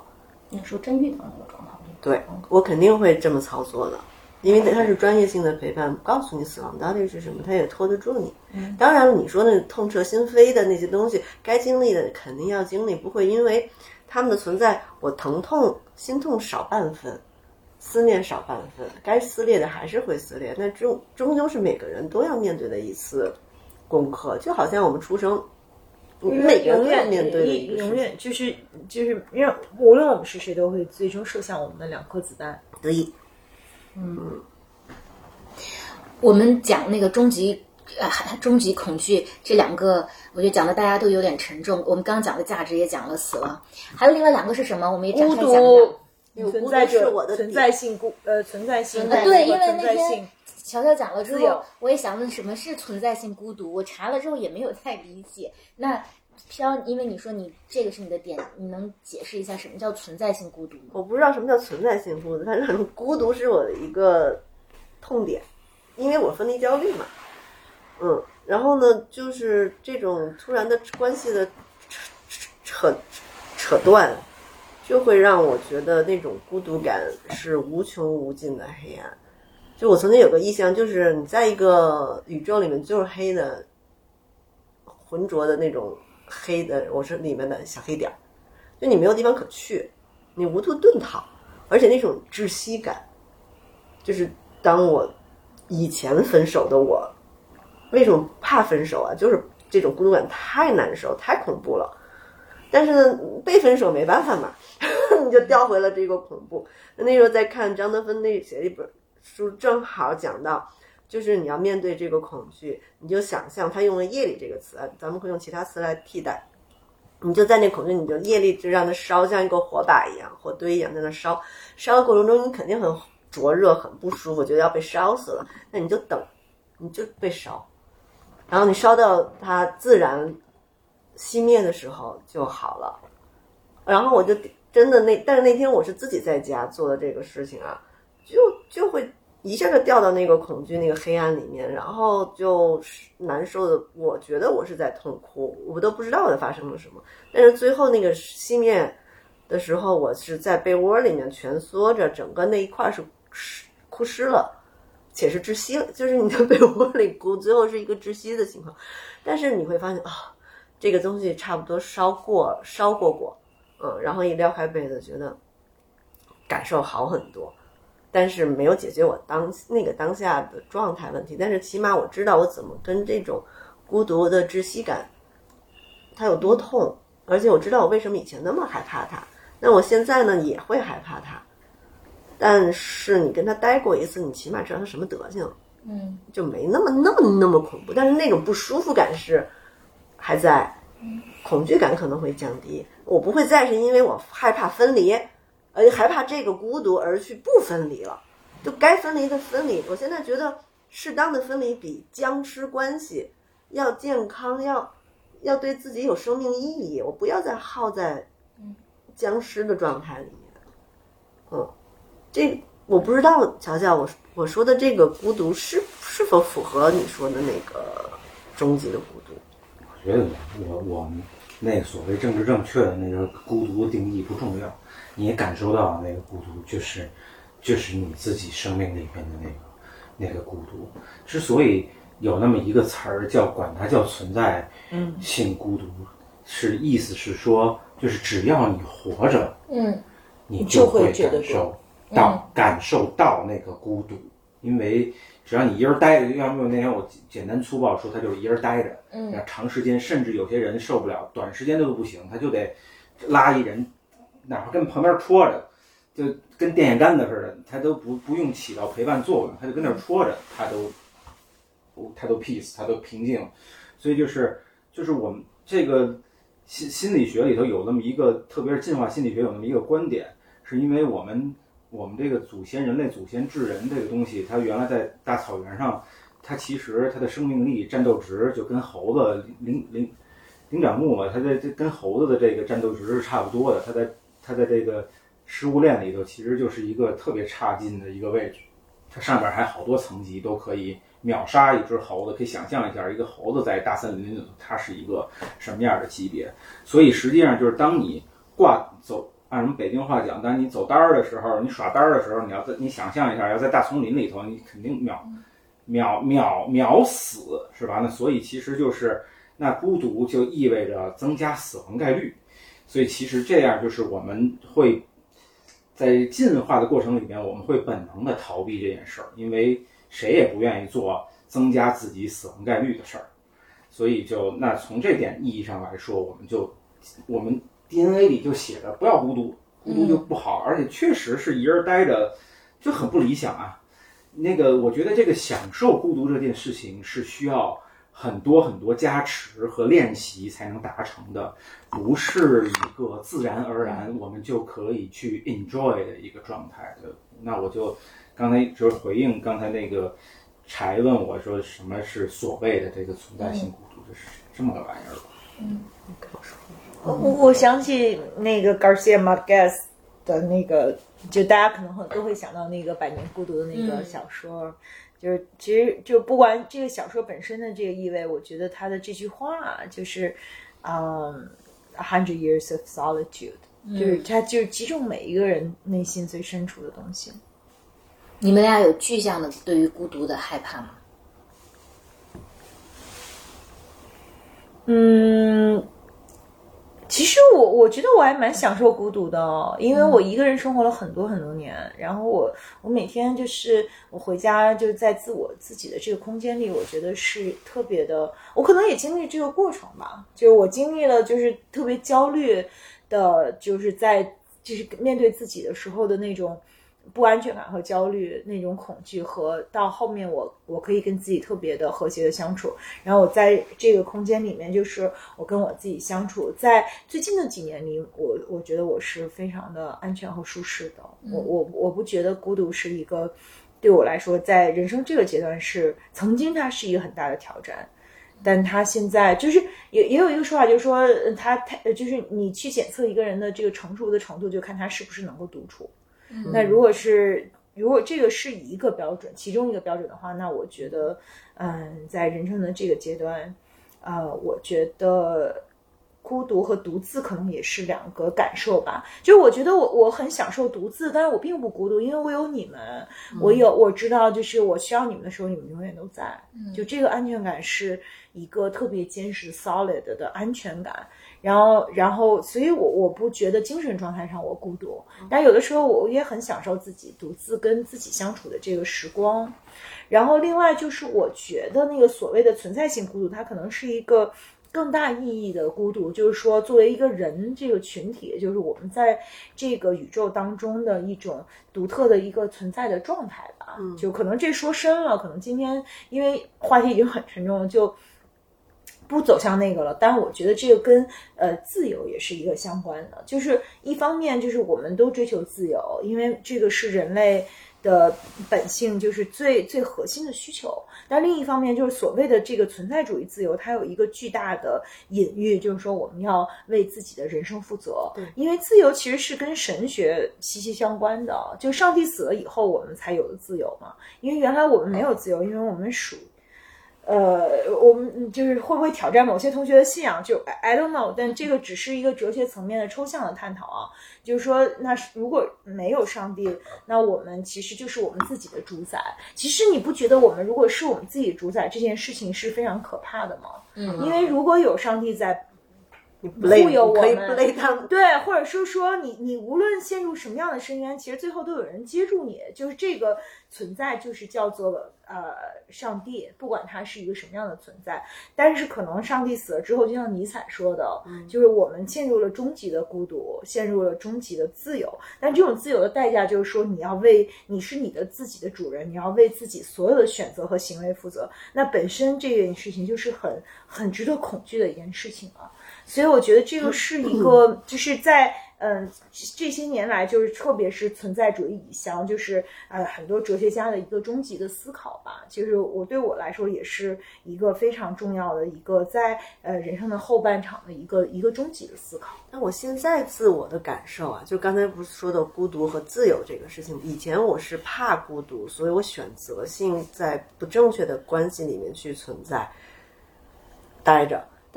你说真遇到那个状况， 对，我肯定会这么操作的，因为它是专业性的陪伴，告诉你死亡到底是什么，它也拖得住你。嗯，当然了，你说那痛彻心扉的那些东西，该经历的肯定要经历，不会因为他们的存在，我疼痛、心痛少半分，思念少半分，该撕裂的还是会撕裂。那终终究是每个人都要面对的一次功课，就好像我们出生。每个人都要面对的一个事情， 永远就是就是让无论我们是谁，都会最终射向我们的两颗子弹。 对， 嗯，我们讲那个终极呃终极恐惧这两个，我觉得讲的大家都有点沉重。我们刚刚讲的价值也讲了死了，还有另外两个是什么？我们也展开讲讲。 存在者存在性孤呃存在性啊，对，因为那存在性天乔乔讲了之后自由， 我也想问什么是存在性孤独，我查了之后也没有太理解。那飘，因为你说你这个是你的点，你能解释一下什么叫存在性孤独吗？ 我不知道什么叫存在性孤独，反正孤独是我的一个痛点，因为我分离焦虑嘛，嗯，然后呢，就是这种突然的关系的扯扯扯断，就会让我觉得那种孤独感是无穷无尽的黑暗。就我曾经有个意象，就是你在一个宇宙里面就是黑的浑浊的那种黑的，我是里面的小黑点，就你没有地方可去，你无处遁逃，而且那种窒息感，就是当我以前分手的我，为什么怕分手啊？就是这种孤独感太难受，太恐怖了。但是呢，被分手没办法嘛，你就调回了这个恐怖。那时候在看张德芬那写的一本书，正好讲到，就是你要面对这个恐惧，你就想象他用了业力这个词，咱们会用其他词来替代。你就在那恐惧，你就业力就让它烧，像一个火把一样，火堆一样在那烧。烧的过程中，你肯定很灼热，很不舒服，觉得要被烧死了。那你就等，你就被烧，然后你烧到它自然熄灭的时候就好了。然后我就真的那，但是那天我是自己在家做的这个事情啊，就就会一下就掉到那个恐惧那个黑暗里面，然后就难受的，我觉得我是在痛哭，我都不知道我发生了什么。但是最后那个熄灭的时候，我是在被窝里面蜷缩着，整个那一块是哭湿了，且是窒息了，就是你在被窝里哭，最后是一个窒息的情况。但是你会发现啊、哦，这个东西差不多烧过烧过过，嗯，然后一撩开被子，觉得感受好很多。但是没有解决我当那个当下的状态问题，但是起码我知道我怎么跟这种孤独的窒息感它有多痛，而且我知道我为什么以前那么害怕它，那我现在呢也会害怕它，但是你跟他待过一次，你起码知道他什么德行， 嗯， 就没那么那么那么恐怖，但是那种不舒服感是还在，恐惧感可能会降低，我不会再是因为我害怕分离而且害怕这个孤独而去不分离了，就该分离的分离。我现在觉得适当的分离比僵持关系要健康，要要对自己有生命意义。我不要再耗在僵尸的状态里面。嗯，这我不知道，乔乔，我我说的这个孤独是是否符合你说的那个终极的孤独？ 我觉得我我那个所谓政治正确的那个孤独的定义不重要。你也感受到那个孤独，就是就是你自己生命里面的那个那个孤独。之所以有那么一个词儿叫管它叫存在性孤独，嗯、是意思是说，就是只要你活着， 嗯， 你就会感受到、嗯、感受到那个孤独，因为只要你一人待着，要不那天我简单粗暴说，他就是一人待着，嗯，长时间，甚至有些人受不了，短时间都不行，他就得拉一人。哪怕跟旁边戳着，就跟电线杆子似的，他都不不用起到陪伴作用，他就跟那戳着，他都他都 peace， 他都平静。所以就是就是我们这个心心理学里头有那么一个，特别是进化心理学有那么一个观点，是因为我们我们这个祖先人类祖先智人这个东西，它原来在大草原上，它其实它的生命力、战斗值就跟猴子灵灵灵长目嘛，它在这跟猴子的这个战斗值是差不多的，它在它在这个食物链里头其实就是一个特别差劲的一个位置，它上面还好多层级都可以秒杀一只猴子，可以想象一下一个猴子在大森林里头它是一个什么样的级别。所以实际上就是当你挂走按我们北京话讲，当你走单儿的时候，你耍单儿的时候，你要在你想象一下，要在大丛林里头，你肯定秒秒秒秒死，是吧？那所以其实就是那孤独就意味着增加死亡概率，所以其实这样就是我们会在进化的过程里面，我们会本能的逃避这件事儿，因为谁也不愿意做增加自己死亡概率的事儿，所以就那从这点意义上来说，我们就我们 D N A 里就写着不要孤独，孤独就不好，而且确实是一人待着就很不理想啊。那个我觉得这个享受孤独这件事情是需要很多很多加持和练习才能达成的，不是一个自然而然我们就可以去 enjoy 的一个状态的。那我就刚才就是回应刚才那个柴问我说什么是所谓的这个存在性孤独，就是这么个玩意儿。 嗯，我我想起那个 Garcia Marquez 的那个，就大家可能都会想到那个《百年孤独》的那个小说。嗯，就是其实就不管这个小说本身的这个意味，我觉得他的这句话就是嗯 a hundred years of solitude，嗯，就是他就是击中每一个人内心最深处的东西。 你们俩有具象的对于孤独的害怕吗？ 嗯，其实我我觉得我还蛮享受孤独的，因为我一个人生活了很多很多年，嗯，然后我我每天就是我回家就在自我自己的这个空间里，我觉得是特别的，我可能也经历这个过程吧，就是我经历了就是特别焦虑的，就是在就是面对自己的时候的那种不安全感和焦虑，那种恐惧，和到后面我我可以跟自己特别的和谐的相处，然后我在这个空间里面，就是我跟我自己相处，在最近的几年里，我我觉得我是非常的安全和舒适的，嗯，我我我不觉得孤独是一个对我来说，在人生这个阶段是曾经它是一个很大的挑战。但他现在就是也也有一个说法，就是说他他就是你去检测一个人的这个成熟的程度，就看他是不是能够独处。嗯，那如果是如果这个是一个标准，其中一个标准的话，那我觉得，嗯，在人生的这个阶段，呃，我觉得孤独和独自可能也是两个感受吧。就我觉得我我很享受独自，但是我并不孤独，因为我有你们，嗯，我有我知道，就是我需要你们的时候，你们永远都在。嗯，就这个安全感是一个特别坚实 solid 的安全感。然后，然后，所以我我不觉得精神状态上我孤独，但有的时候我也很享受自己独自跟自己相处的这个时光。然后，另外就是我觉得那个所谓的存在性孤独，它可能是一个更大意义的孤独，就是说作为一个人这个群体，就是我们在这个宇宙当中的一种独特的一个存在的状态吧。嗯，就可能这说深了，可能今天因为话题已经很沉重了，就不走向那个了，但是我觉得这个跟呃自由也是一个相关的，就是一方面就是我们都追求自由，因为这个是人类的本性，就是最最核心的需求。但另一方面就是所谓的这个存在主义自由，它有一个巨大的隐喻，就是说我们要为自己的人生负责。对，因为自由其实是跟神学息息相关的，就上帝死了以后我们才有的自由嘛，因为原来我们没有自由，因为我们属呃，我们就是会不会挑战某些同学的信仰，就 I don't know， 但这个只是一个哲学层面的抽象的探讨啊。就是说，那如果没有上帝，那我们其实就是我们自己的主宰。其实你不觉得我们如果是我们自己主宰这件事情是非常可怕的吗？嗯，因为如果有上帝在忽悠我们， 可以 blame 他们， 对，或者说说你你无论陷入什么样的深渊，其实最后都有人接住你，就是这个存在就是叫做呃上帝，不管它是一个什么样的存在。但是可能上帝死了之后，就像尼采说的，嗯，就是我们陷入了终极的孤独，陷入了终极的自由。但这种自由的代价就是说，你要为你是你的自己的主人，你要为自己所有的选择和行为负责。那本身这件事情就是很很值得恐惧的一件事情啊。所以我觉得这个是一个，就是在嗯、呃、这些年来，就是特别是存在主义以降，就是呃很多哲学家的一个终极的思考吧。就是我对我来说也是一个非常重要的一个在呃人生的后半场的一个一个终极的思考。 那我现在自我的感受啊，就刚才不是说的孤独和自由这个事情，以前我是怕孤独，所以我选择性在不正确的关系里面去存在待着。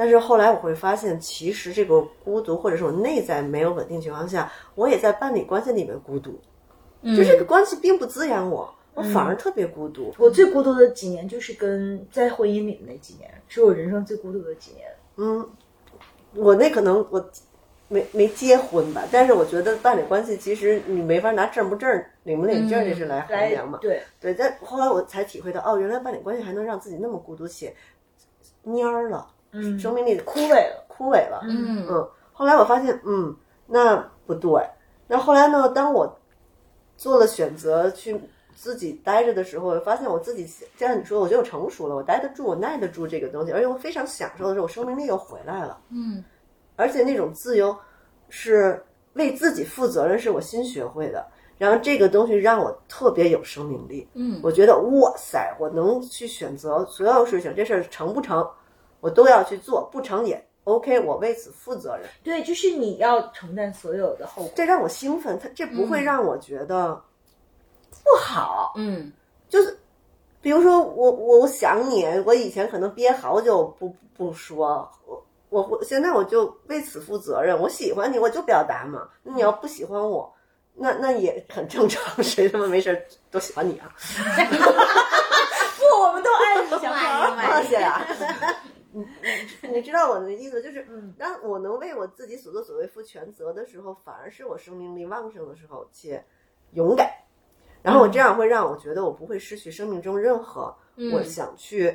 但是后来我会发现，其实这个孤独或者是我内在没有稳定情况下，我也在伴侣关系里面孤独， 嗯就这个关系并不滋养我，我反而特别孤独。 我最孤独的几年就是跟在婚姻里面那几年，是我人生最孤独的几年。 嗯，我那可能我没没结婚吧，但是我觉得伴侣关系其实你没法拿正不正、领不领证这是来衡量嘛。 嗯、对对，但后来我才体会到，哦，原来伴侣关系还能让自己那么孤独且蔫儿了。 嗯， 生命力枯萎了， 枯萎了。 嗯嗯，后来我发现，嗯，那不对。那后来呢？当我做了选择去自己待着的时候，我发现我自己，就像你说，我觉得我成熟了，我待得住，我耐得住这个东西，而且我非常享受的时候，我生命力又回来了。 嗯， 而且那种自由是为自己负责任，是我新学会的。然后这个东西让我特别有生命力。 嗯， 我觉得哇塞，我能去选择所有事情，这事儿成不成？我都要去做，不成也 OK， 我为此负责任。 对，就是你要承担所有的后果， 这让我兴奋，它这不会让我觉得不好。 嗯， 就是比如说我我我想你，我以前可能憋好久不不说，我我我现在我就为此负责任。我喜欢你，我就表达嘛。你要不喜欢我，那那也很正常，谁他妈没事都喜欢你啊？ 不，我们都爱你，小妈谢谢啊。你你你知道我的意思，就是当我能为我自己所作所为负全责的时候，反而是我生命力旺盛的时候，且勇敢。然后我这样会让我觉得我不会失去生命中任何我想去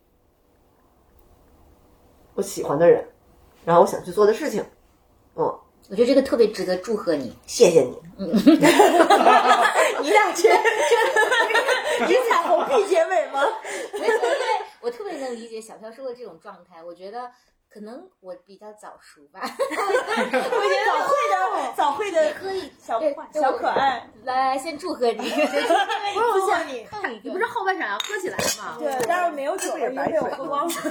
我喜欢的人，然后我想去做的事情。嗯， 我觉得这个特别值得祝贺你， 谢谢你。 嗯， 你俩去以彩虹屁结尾吗？ 因为我特别能理解小飘说的这种状态，我觉得可能我比较早熟吧。 我觉得早会的早会的可以小小可爱， 来先祝贺你， 不是谢谢你， 看一个， 你不是后半场要喝起来吗？ 对，但是没有酒，因为我喝光了。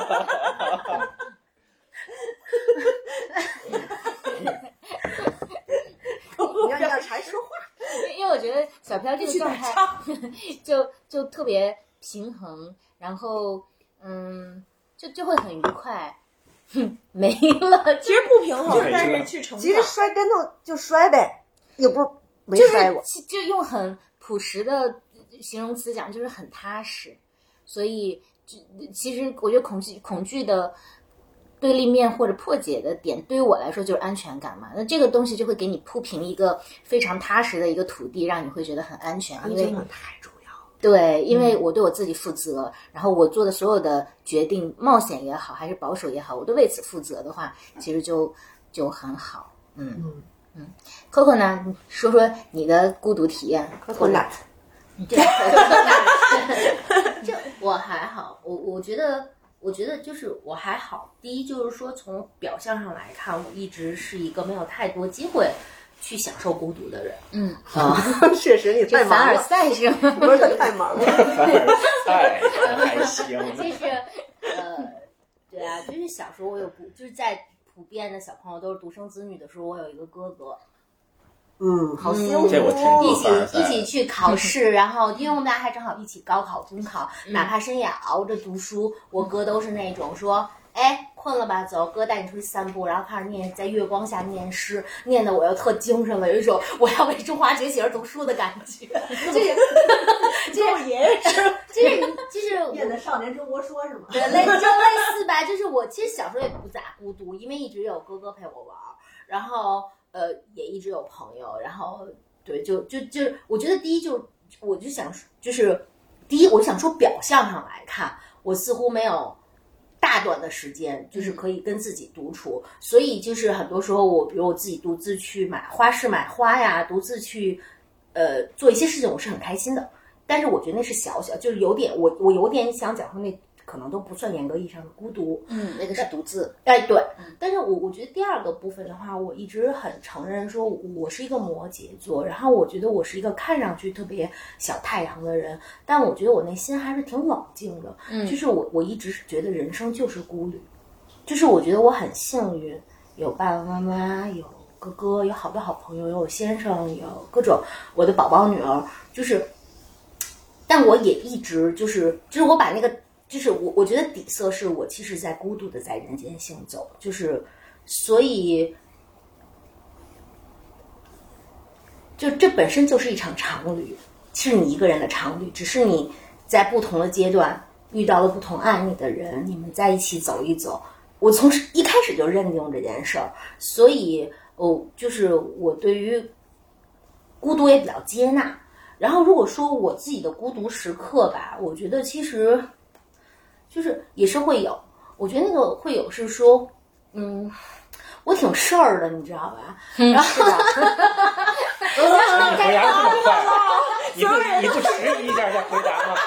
你要让柴说话， 因为我觉得小飘这个状态就就特别平衡，然后嗯，就就会很愉快。哼，没了， 其实不平衡，但是去成长。 其实摔跟头就摔呗，又不是没摔过。 就是就用很朴实的形容词讲，就是很踏实。所以，其实我觉得恐惧恐惧的对立面或者破解的点，对于我来说就是安全感嘛。那这个东西就会给你铺平一个非常踏实的一个土地，让你会觉得很安全，因为太重要了。 对，因为我对我自己负责，然后我做的所有的决定，冒险也好，还是保守也好，我都为此负责的话，其实就就很好。嗯嗯嗯 ，Coco 呢？说说你的孤独体验。 Coco nut， 对， 这我还好，我我觉得，我觉得就是我还好。第一就是说，从表象上来看，我一直是一个没有太多机会去享受孤独的人。 嗯啊，确实你太凡尔忙了， 赛是吗？ 不是太忙了， 太还行。 就是呃，对啊，就是小时候我有孤，就是在普遍的小朋友都是独生子女的时候，我有一个哥哥。 嗯，好幸福。 这我听过一起一起去考试，然后因为我们俩还正好一起高考、中考，哪怕深夜熬着读书，我哥都是那种说，哎，困了吧，走，哥带你出去散步，然后开始念，在月光下念诗，念的我又特精神了，有一种我要为中华崛起而读书的感觉。就是就是我爷爷是， 就是就是念的《少年中国说》是吗？ 对，类就类似吧，就是我其实小时候也不咋孤独，因为一直有哥哥陪我玩，然后呃也一直有朋友，然后对，就就就我觉得第一就我就想就是第一我想说表象上来看，我似乎没有大段的时间就是可以跟自己独处，所以就是很多时候我比如我自己独自去买花市买花呀，独自去呃做一些事情，我是很开心的。但是我觉得那是小小，就是有点我我有点想讲说那可能都不算严格意义上的孤独。 嗯，那个是独自。 哎，对。但是我我觉得第二个部分的话，我一直很承认说我是一个摩羯座，然后我觉得我是一个看上去特别小太阳的人，但我觉得我内心还是挺冷静的。 嗯， 就是我我一直是觉得人生就是孤旅，就是我觉得我很幸运，有爸爸妈妈，有哥哥，有好多好朋友，有我先生，有各种我的宝宝女儿，就是。但我也一直就是就是我把那个就是我我觉得底色是我其实在孤独的在人间行走，就是所以就这本身就是一场长旅，是你一个人的长旅，只是你在不同的阶段遇到了不同爱你的人，你们在一起走一走。我从一开始就认定这件事儿，所以哦，就是我对于孤独也比较接纳。然后如果说我自己的孤独时刻吧，我觉得其实就是也是会有，我觉得那个会有是说，嗯，我挺事儿的，你知道吧？ 嗯， 然后是的。 你回答这么快，你不你不迟疑一下再回答吗？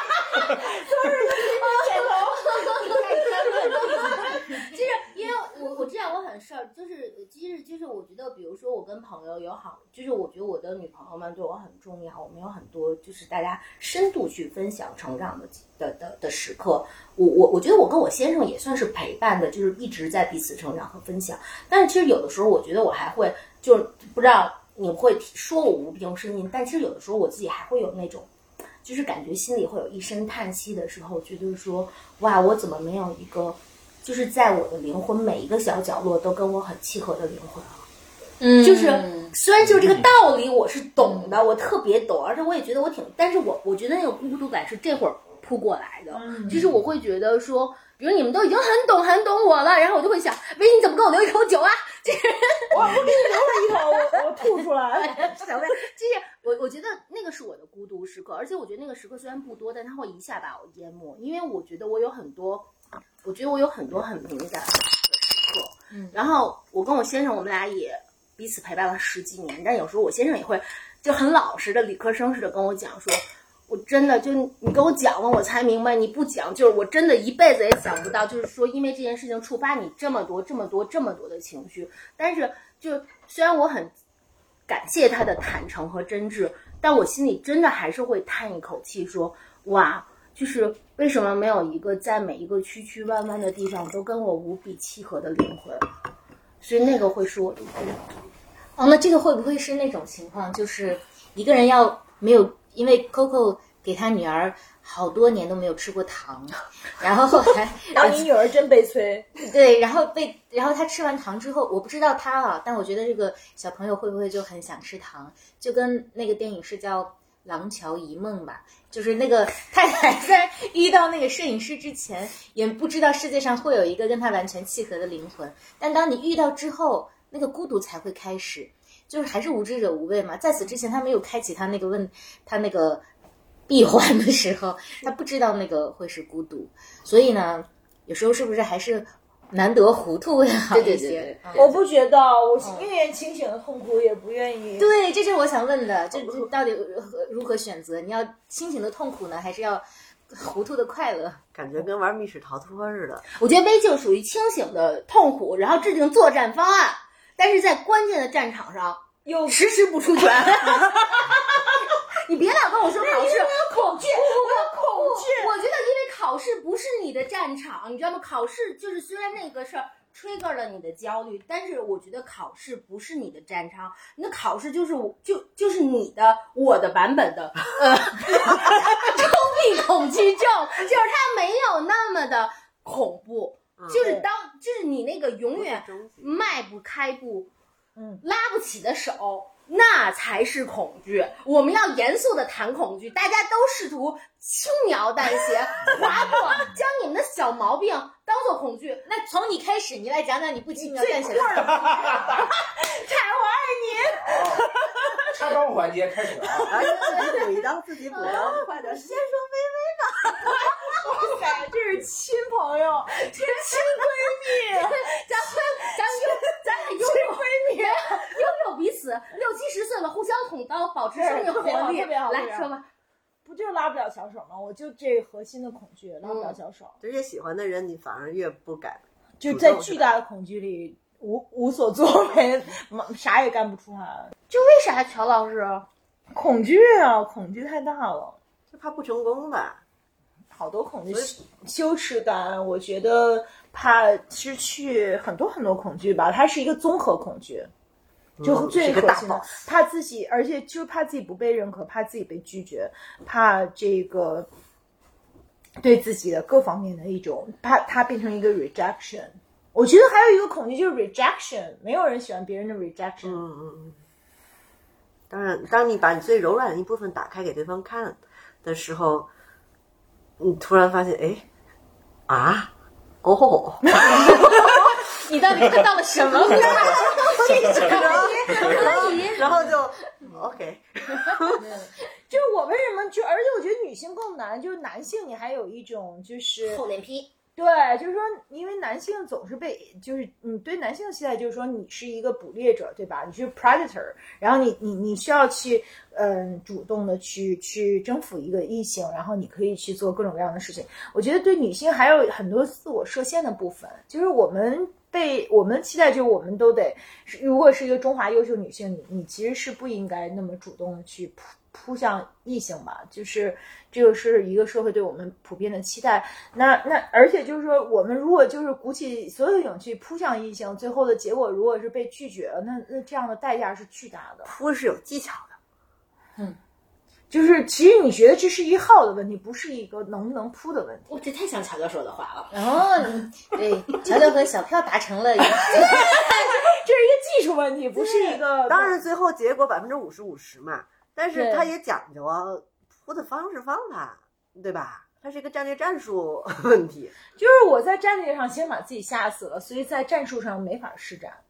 就是因为我我知道我很事儿，就是其实就是我觉得，比如说我跟朋友有好，就是我觉得我的女朋友们对我很重要，我们有很多就是大家深度去分享成长的的的的时刻。我我我觉得我跟我先生也算是陪伴的，就是一直在彼此成长和分享。但是其实有的时候，我觉得我还会就是不知道你会说我无病呻吟，但其实有的时候我自己还会有那种。就是感觉心里会有一声叹息的时候，觉得说哇，我怎么没有一个就是在我的灵魂每一个小角落都跟我很契合的灵魂啊？ 嗯， 就是虽然就是这个道理我是懂的，我特别懂，而且我也觉得我挺，但是我我觉得那个孤独感是这会儿扑过来的， 嗯就是我会觉得说，比如你们都已经很懂很懂我了，然后我就会想，喂，你怎么给我留一口酒啊？这我我给你留了一口，我我吐出来。 小妹，就是我我觉得那个是我的孤独时刻，而且我觉得那个时刻虽然不多，但它会一下把我淹没，因为我觉得我有很多，我觉得我有很多很敏感的时刻，嗯，然后我跟我先生，我们俩也彼此陪伴了十几年，但有时候我先生也会就很老实的理科生似的跟我讲说。我真的就你跟我讲了，我才明白。你不讲，就是我真的一辈子也想不到，就是说，因为这件事情触发你这么多、这么多、这么多的情绪。但是，就虽然我很感谢他的坦诚和真挚，但我心里真的还是会叹一口气，说：哇，就是为什么没有一个在每一个曲曲弯弯的地方都跟我无比契合的灵魂？所以那个会是我的孤独。 哦，那这个会不会是那种情况，就是一个人要没有？因为 Coco 给他女儿好多年都没有吃过糖，然后后来当你女儿真悲催。 对，然后被然后他吃完糖之后，我不知道他啊，但我觉得这个小朋友会不会就很想吃糖，就跟那个电影是叫《廊桥遗梦》吧，就是那个太太在遇到那个摄影师之前，也不知道世界上会有一个跟他完全契合的灵魂，但当你遇到之后，那个孤独才会开始。就是还是无知者无畏嘛，在此之前他没有开启他那个问他那个闭环的时候，他不知道那个会是孤独，所以呢，有时候是不是还是难得糊涂会好一些？ 对对对对嗯我不觉得，我宁愿清醒的痛苦，也不愿意。 对，这是我想问的，这这到底如何如何选择？你要清醒的痛苦呢，还是要糊涂的快乐？ 感觉跟玩密室逃脱似的。 我觉得危就属于清醒的痛苦，然后制定作战方案，但是在关键的战场上有迟迟不出拳。你别老跟我说考试，恐惧，我有恐惧。我觉得因为考试不是你的战场，你知道吗？考试就是虽然那个事儿trigger了你的焦虑，但是我觉得考试不是你的战场，你的考试就是我就就是你的我的版本的呃周密恐惧症，就是它没有那么的恐怖，就是当就是你那个永远迈不开步， 嗯， 拉不起的手。那才是恐惧。我们要严肃的谈恐惧，大家都试图轻描淡写划过，将你们的小毛病当做恐惧。 那从你开始，你来讲讲你不轻描淡写的。 彩华爱你。 插招环节开始了啊！ 而且自己补一刀，自己补一刀，快点，先说微微吧。 哇塞，这是亲朋友，这是亲闺蜜， 咱们咱们拥咱俩拥有闺蜜，拥有彼此，六七十岁了，互相捅刀，保持生命活力。 特别好， 来说吧， 不就拉不了小手吗？我就这核心的恐惧拉不了小手， 就越喜欢的人，你反而越不敢。 就在巨大的恐惧里无无所作为，啥也干不出来。 就为啥乔老师恐惧啊，恐惧太大了， 就怕不成功吧。 好多恐惧，羞耻感，我觉得怕失去很多很多恐惧吧，它是一个综合恐惧，就最核心的，嗯、怕自己，而且就怕自己不被认可，怕自己被拒绝，怕这个对自己的各方面的一种，怕它变成一个 rejection。我觉得还有一个恐惧就是 rejection， 没有人喜欢别人的 rejection。 嗯嗯嗯。当然，当你把你最柔软的一部分打开给对方看的时候，你突然发现，哎，啊，哦， 你到底看到了什么？ 可以，然后就 OK。 就是我为什么就，而且我觉得女性更难，就是男性你还有一种就是厚脸皮。 对，就是说，因为男性总是被，就是你对男性的期待就是说你是一个捕猎者，对吧？你是 predator， 然后你你你需要去嗯主动的去去征服一个异性，然后你可以去做各种各样的事情。我觉得对女性还有很多自我设限的部分，就是我们被我们期待，就是我们都得，如果是一个中华优秀女性，你你其实是不应该那么主动的去扑扑向异性吧，就是这个是一个社会对我们普遍的期待。那那而且就是说，我们如果就是鼓起所有的勇气扑向异性，最后的结果如果是被拒绝了，那那这样的代价是巨大的。 扑是有技巧的， 嗯，就是其实你觉得这是一号的问题，不是一个能不能扑的问题。 我这太像乔教授的话了。 然后你对乔乔和小飘达成了一个这是一个技术问题，不是一个。 当然最后结果百分之五十五十嘛。但是对它也讲究啊，扑的方式方法，对吧？它是一个战略战术问题。 就是我在战略上先把自己吓死了，所以在战术上没法施展。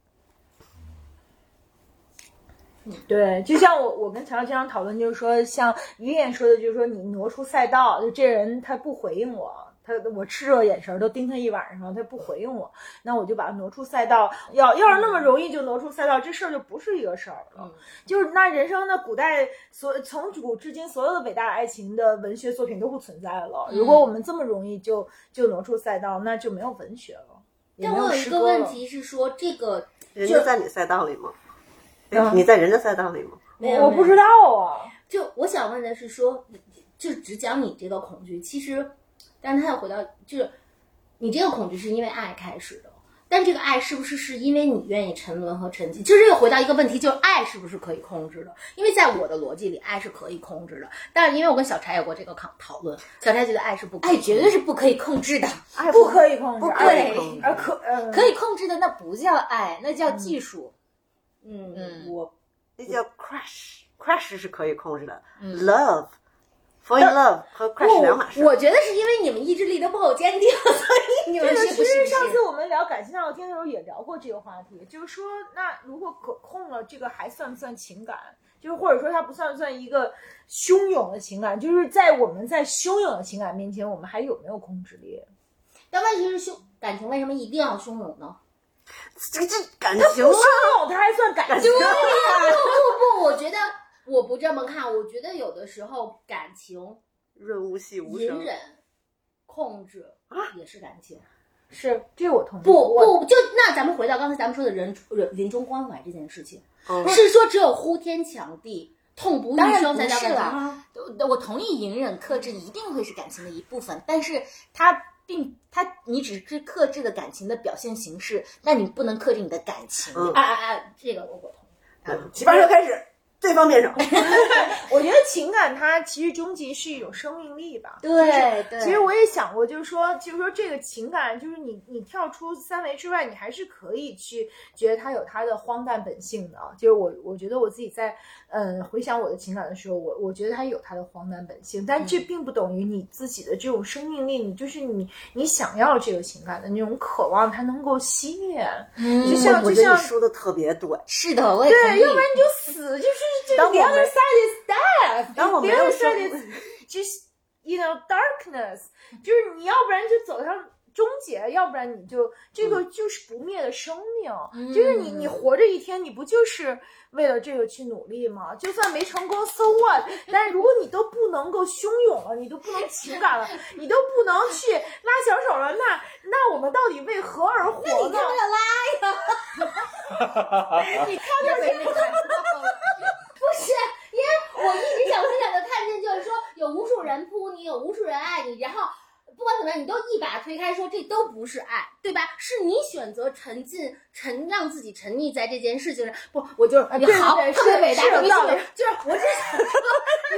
对，就像我我跟乔乔经常讨论，就是说像于燕说的，就是说你挪出赛道，就这人他不回应我。他我炽热眼神都盯他一晚上，他不回应我，那我就把他挪出赛道。要要是那么容易就挪出赛道，这事儿就不是一个事儿了。嗯、就是那人生的古代所从古至今所有的伟大的爱情的文学作品都不存在了。嗯、如果我们这么容易就就挪出赛道，那就没有文学了。 但我有一个问题是说，这个人家在你赛道里吗？嗯、你在人家赛道里吗？ 我不知道啊。 就我想问的是说，就只讲你这个恐惧，其实。但是他要回到，就是你这个恐惧是因为爱开始的，但这个爱是不是是因为你愿意沉沦和沉寂？其实又回到一个问题，就是爱是不是可以控制的？因为在我的逻辑里，爱是可以控制的。但是因为我跟小柴有过这个讨论，小柴觉得爱是不可以， 爱绝对是不可以控制的， 爱不可以控制， 不可以控制， 而可呃可以控制的那不叫爱，那叫技术。 嗯嗯， 我那叫 crush，crush 是可以控制的、嗯、，love。fall in love 和 crush 两码事。 我觉得是因为你们意志力都不够坚定，所以你们是不是？ 其实上次我们聊感情大闹天的时候也聊过这个话题，就是说，那如果可控了，这个还算不算情感？就是或者说它不算不算一个汹涌的情感？就是在我们在汹涌的情感面前，我们还有没有控制力？ 但问题是，汹感情为什么一定要汹涌呢？ 这这感情它不汹涌，它还算感情？ 对呀、啊，不不不，我觉得。我不这么看，我觉得有的时候感情润物细无声， 隐忍、控制啊也是感情， 是这我同意。 不不，就那咱们回到刚才咱们说的人人临终关怀这件事情，嗯、是说只有呼天抢地、痛不欲生才叫感情吗？ 我同意隐忍克制一定会是感情的一部分，但是它并它你只是克制的感情的表现形式，但你不能克制你的感情。 嗯、啊啊啊！这个我我同意。 嗯，奇葩说开始。对方辩手， 我觉得情感它其实终极是一种生命力吧。 对、 就是、 对。 其实我也想过，就是说，就是说这个情感，就是你你跳出三维之外，你还是可以去觉得它有它的荒诞本性的。就是我我觉得我自己在嗯回想我的情感的时候，我我觉得它有它的荒诞本性，但这并不等于你自己的这种生命力，你就是你你想要这个情感的那种渴望，它能够熄灭。 嗯， 就像我就像你说的特别对， 是的，我也同意。 对，要不然你就死，就是。The other side is death. The other side is just, you know, darkness. 就是你要不然就走向终结，要不然你就这个就是不灭的生命。嗯、就是你你活着一天，你不就是为了这个去努力吗？就算没成功 ，so what？ 但是如果你都不能够汹涌了，你都不能情感了，你都不能去拉小手了，那那我们到底为何而活呢？ 那你干嘛要拉呀？你看到没看到？不是，因为我一直想分享的看见就是说，有无数人扑你，有无数人爱你，然后不管怎么样，你都一把推开，说这都不是爱，对吧？是你选择沉浸、沉让自己沉溺在这件事情上。不，我就是你好，特别伟大，特别伟大，就是我只想说，你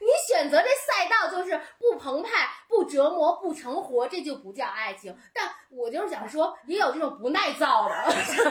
你选择这赛道就是不澎湃、不折磨、不成活，这就不叫爱情。但我就是想说，也有这种不耐造的，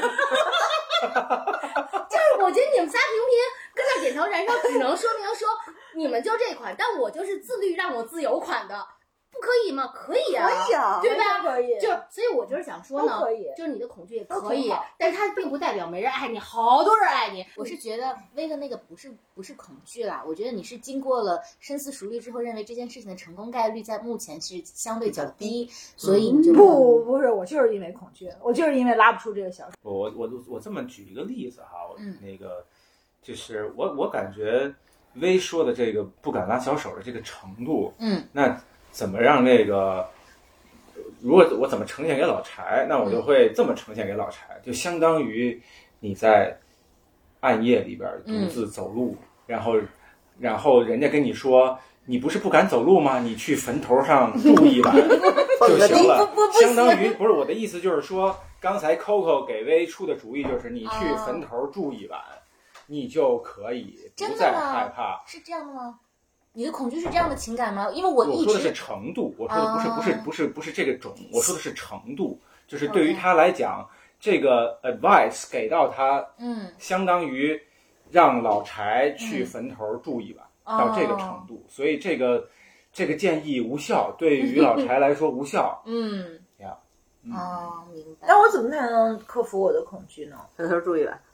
就是我觉得你们仨频频跟那点头燃烧，只能说明说你们就这款，但我就是自律让我自由款的。不可以吗？可以啊， 可以啊， 对吧？ 可以， 就所以，我就是想说呢， 可以， 就是你的恐惧也可以，但是它并不代表没人爱你，好多人爱你。我是觉得薇的那个不是不是恐惧啦，我觉得你是经过了深思熟虑之后，认为这件事情的成功概率在目前是相对较低，所以你就不不是我就是因为恐惧，我就是因为拉不出这个小手。 我我我这么举一个例子哈， 嗯， 那个就是我我感觉薇说的这个不敢拉小手的这个程度， 嗯， 那。怎么让那个？如果我怎么呈现给老柴，那我就会这么呈现给老柴，就相当于你在暗夜里边独自走路，嗯、然后，然后人家跟你说，你不是不敢走路吗？你去坟头上住一晚就行了。相当于不是我的意思，就是说，刚才 Coco 给薇出的主意就是，你去坟头住一晚，啊、你就可以不再害怕。 是这样的吗？你的恐惧是这样的情感吗？因为我一直我说的是程度，我说的不是、啊、不是不是不是这个种，我说的是程度，就是对于他来讲， okay. 这个 advice 给到他， 嗯， 相当于让老柴去坟头住一晚，嗯、到这个程度，哦、所以这个这个建议无效，对于老柴来说无效。 嗯， 呀， 嗯、哦，明白。 那我怎么才能克服我的恐惧呢？ 坟头住一晚。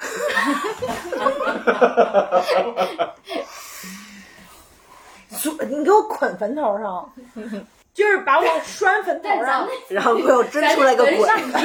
你给我捆坟头上，就是把我拴坟头上， 然后给我真出来个鬼。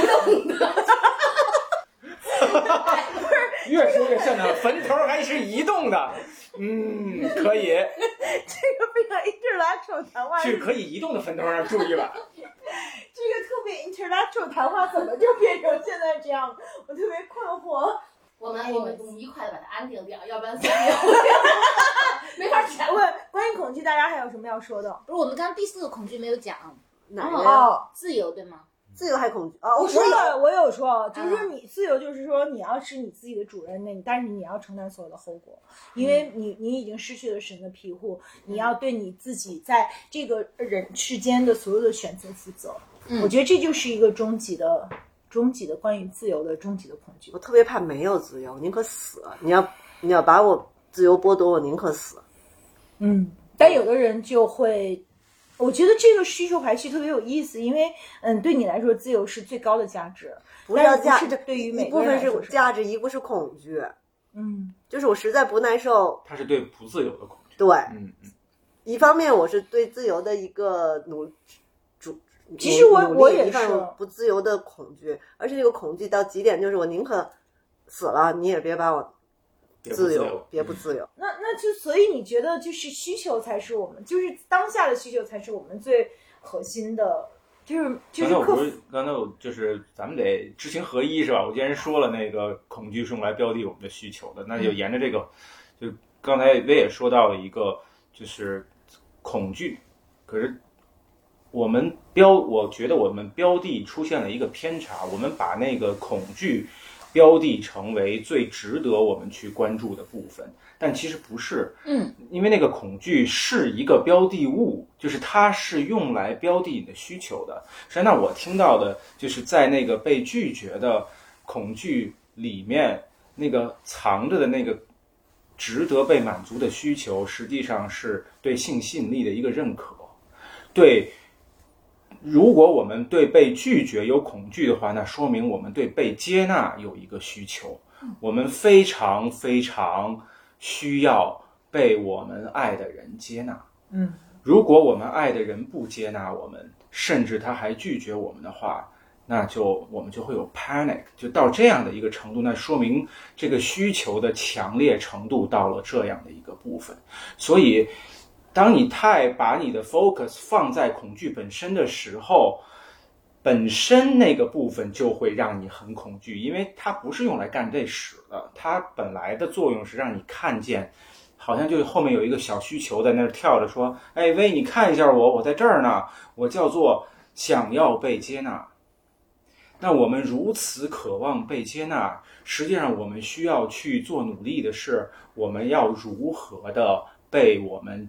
越说越瘆得，坟头还是移动的，嗯，可以。 这个非常 intellectual 谈话， 去可以移动的坟头上住一晚。 这个特别 intellectual 谈话怎么就变成现在这样？我特别困惑。 我们我们愉快的把它安定掉，要不然没法讲。 问关于恐惧，大家还有什么要说的？ 不是，我们刚刚第四个恐惧没有讲， 哪个？ 哦， 自由对吗？ 自由还恐惧哦， 我说了，我有说，就是说你自由，就是说你要是你自己的主人，那你但是你要承担所有的后果，因为你你已经失去了神的庇护，你要对你自己在这个人世间的所有的选择负责。 嗯， 我觉得这就是一个终极的。终极的关于自由的终极的恐惧， 我特别怕没有自由，宁可死。你要你要把我自由剥夺，我宁可死。 嗯，但有的人就会，我觉得这个需求排序特别有意思，因为嗯，对你来说，自由是最高的价值， 不是要价值，对于每一部分是价值，一部分是恐惧。 嗯， 就是我实在不耐受， 他是对不自由的恐惧。 对， 嗯嗯， 一方面我是对自由的一个努主。 其实我我也是不自由的恐惧，而且这个恐惧到极点，就是我宁可死了，你也别把我自由，别不自由。 那那就所以你觉得就是需求才是我们，就是当下的需求才是我们最核心的，就是就是克服。刚才我不是刚才我就是咱们得知行合一是吧？我既然说了那个恐惧是用来标的我们的需求的，那就沿着这个，就刚才薇也说到了一个就是恐惧，可是。我们标，我觉得我们标的出现了一个偏差，我们把那个恐惧标的成为最值得我们去关注的部分，但其实不是， 嗯， 因为那个恐惧是一个标的物，就是它是用来标的你的需求的。实际上，那我听到的就是在那个被拒绝的恐惧里面，那个藏着的那个值得被满足的需求，实际上是对性吸引力的一个认可，对。如果我们对被拒绝有恐惧的话，那说明我们对被接纳有一个需求。我们非常非常需要被我们爱的人接纳。 嗯， 如果我们爱的人不接纳我们，甚至他还拒绝我们的话，那就我们就会有 panic， 就到这样的一个程度，那说明这个需求的强烈程度到了这样的一个部分。所以当你太把你的 focus 放在恐惧本身的时候，本身那个部分就会让你很恐惧，因为它不是用来干这事的，它本来的作用是让你看见，好像就后面有一个小需求在那儿跳着说，哎喂，你看一下我，我在这儿呢，我叫做想要被接纳。那我们如此渴望被接纳，实际上我们需要去做努力的是，我们要如何的被我们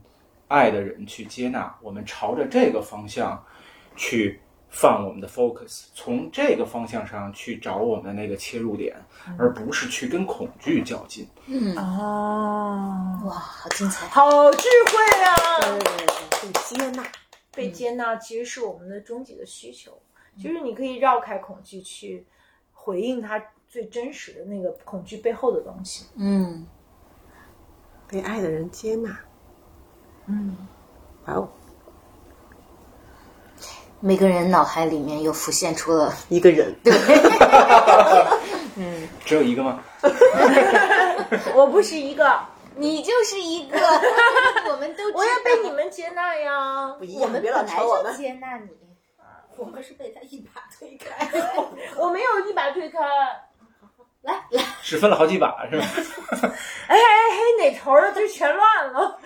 爱的人去接纳，我们朝着这个方向去放我们的 focus， 从这个方向上去找我们的那个切入点，而不是去跟恐惧较劲。 嗯啊， 哇，好精彩！ 好智慧啊！ 对对对，被接纳。 被接纳其实是我们的终极的需求，就是你可以绕开恐惧去回应它最真实的那个恐惧背后的东西。 嗯， 被爱的人接纳。 嗯， 哇哦， 每个人脑海里面又浮现出了一个人。 对， 嗯，只有一个吗？ 我不是一个， 你就是一个，我们都知道我要被你们接纳呀。 不一我样，别老们本来就吵我们。 接纳你，我们是被他一把推开。 我没有一把推开。 来来， 是分了好几把是吧？ 哎哎哎，哪头儿就全乱了。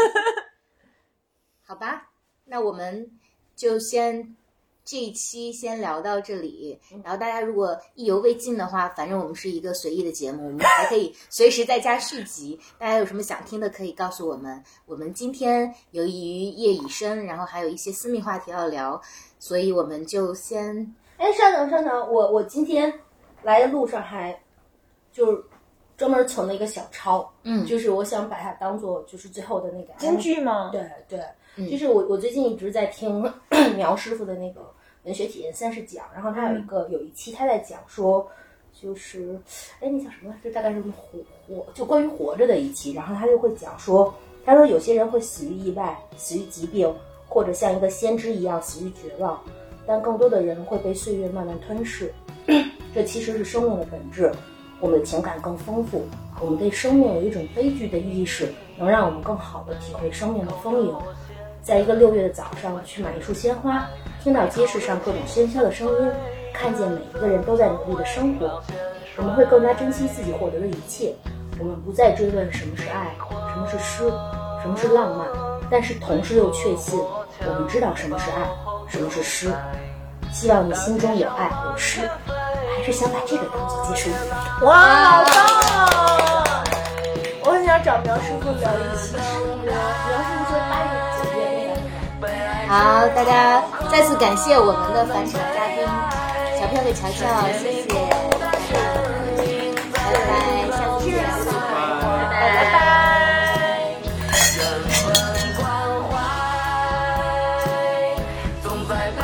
好吧，那我们就先这一期先聊到这里。然后大家如果意犹未尽的话，反正我们是一个随意的节目，我们还可以随时再加续集。大家有什么想听的，可以告诉我们。我们今天由于夜已深，然后还有一些私密话题要聊，所以我们就先哎，稍等稍等，我我今天来的路上还就是专门存了一个小抄， 嗯就是我想把它当做就是最后的那个京剧吗？ 对对， 嗯就是我我最近一直在听苗师傅的那个文学体验三十讲，然后他有一个、有一期他在讲说，就是哎那叫什么？就大概是活活就关于活着的一期，然后他就会讲说，他说有些人会死于意外，死于疾病，或者像一个先知一样死于绝望，但更多的人会被岁月慢慢吞噬。这其实是生命的本质。我们的情感更丰富，我们对生命有一种悲剧的意识，能让我们更好地体会生命的丰盈。在一个六月的早上，去买一束鲜花，听到街市上各种喧嚣的声音，看见每一个人都在努力的生活，我们会更加珍惜自己获得的一切。我们不再追问什么是爱，什么是诗，什么是浪漫，但是同时又确信，我们知道什么是爱，什么是诗。希望你心中有爱有诗，我还是想把这个当做结束语。 哇，好棒啊！我很想找苗师傅聊一期。 苗师傅说八月九月份。 好，大家再次感谢我们的返场嘉宾小票和乔乔，谢谢大家，拜拜，下次见，拜拜，拜拜。 人文关怀总在。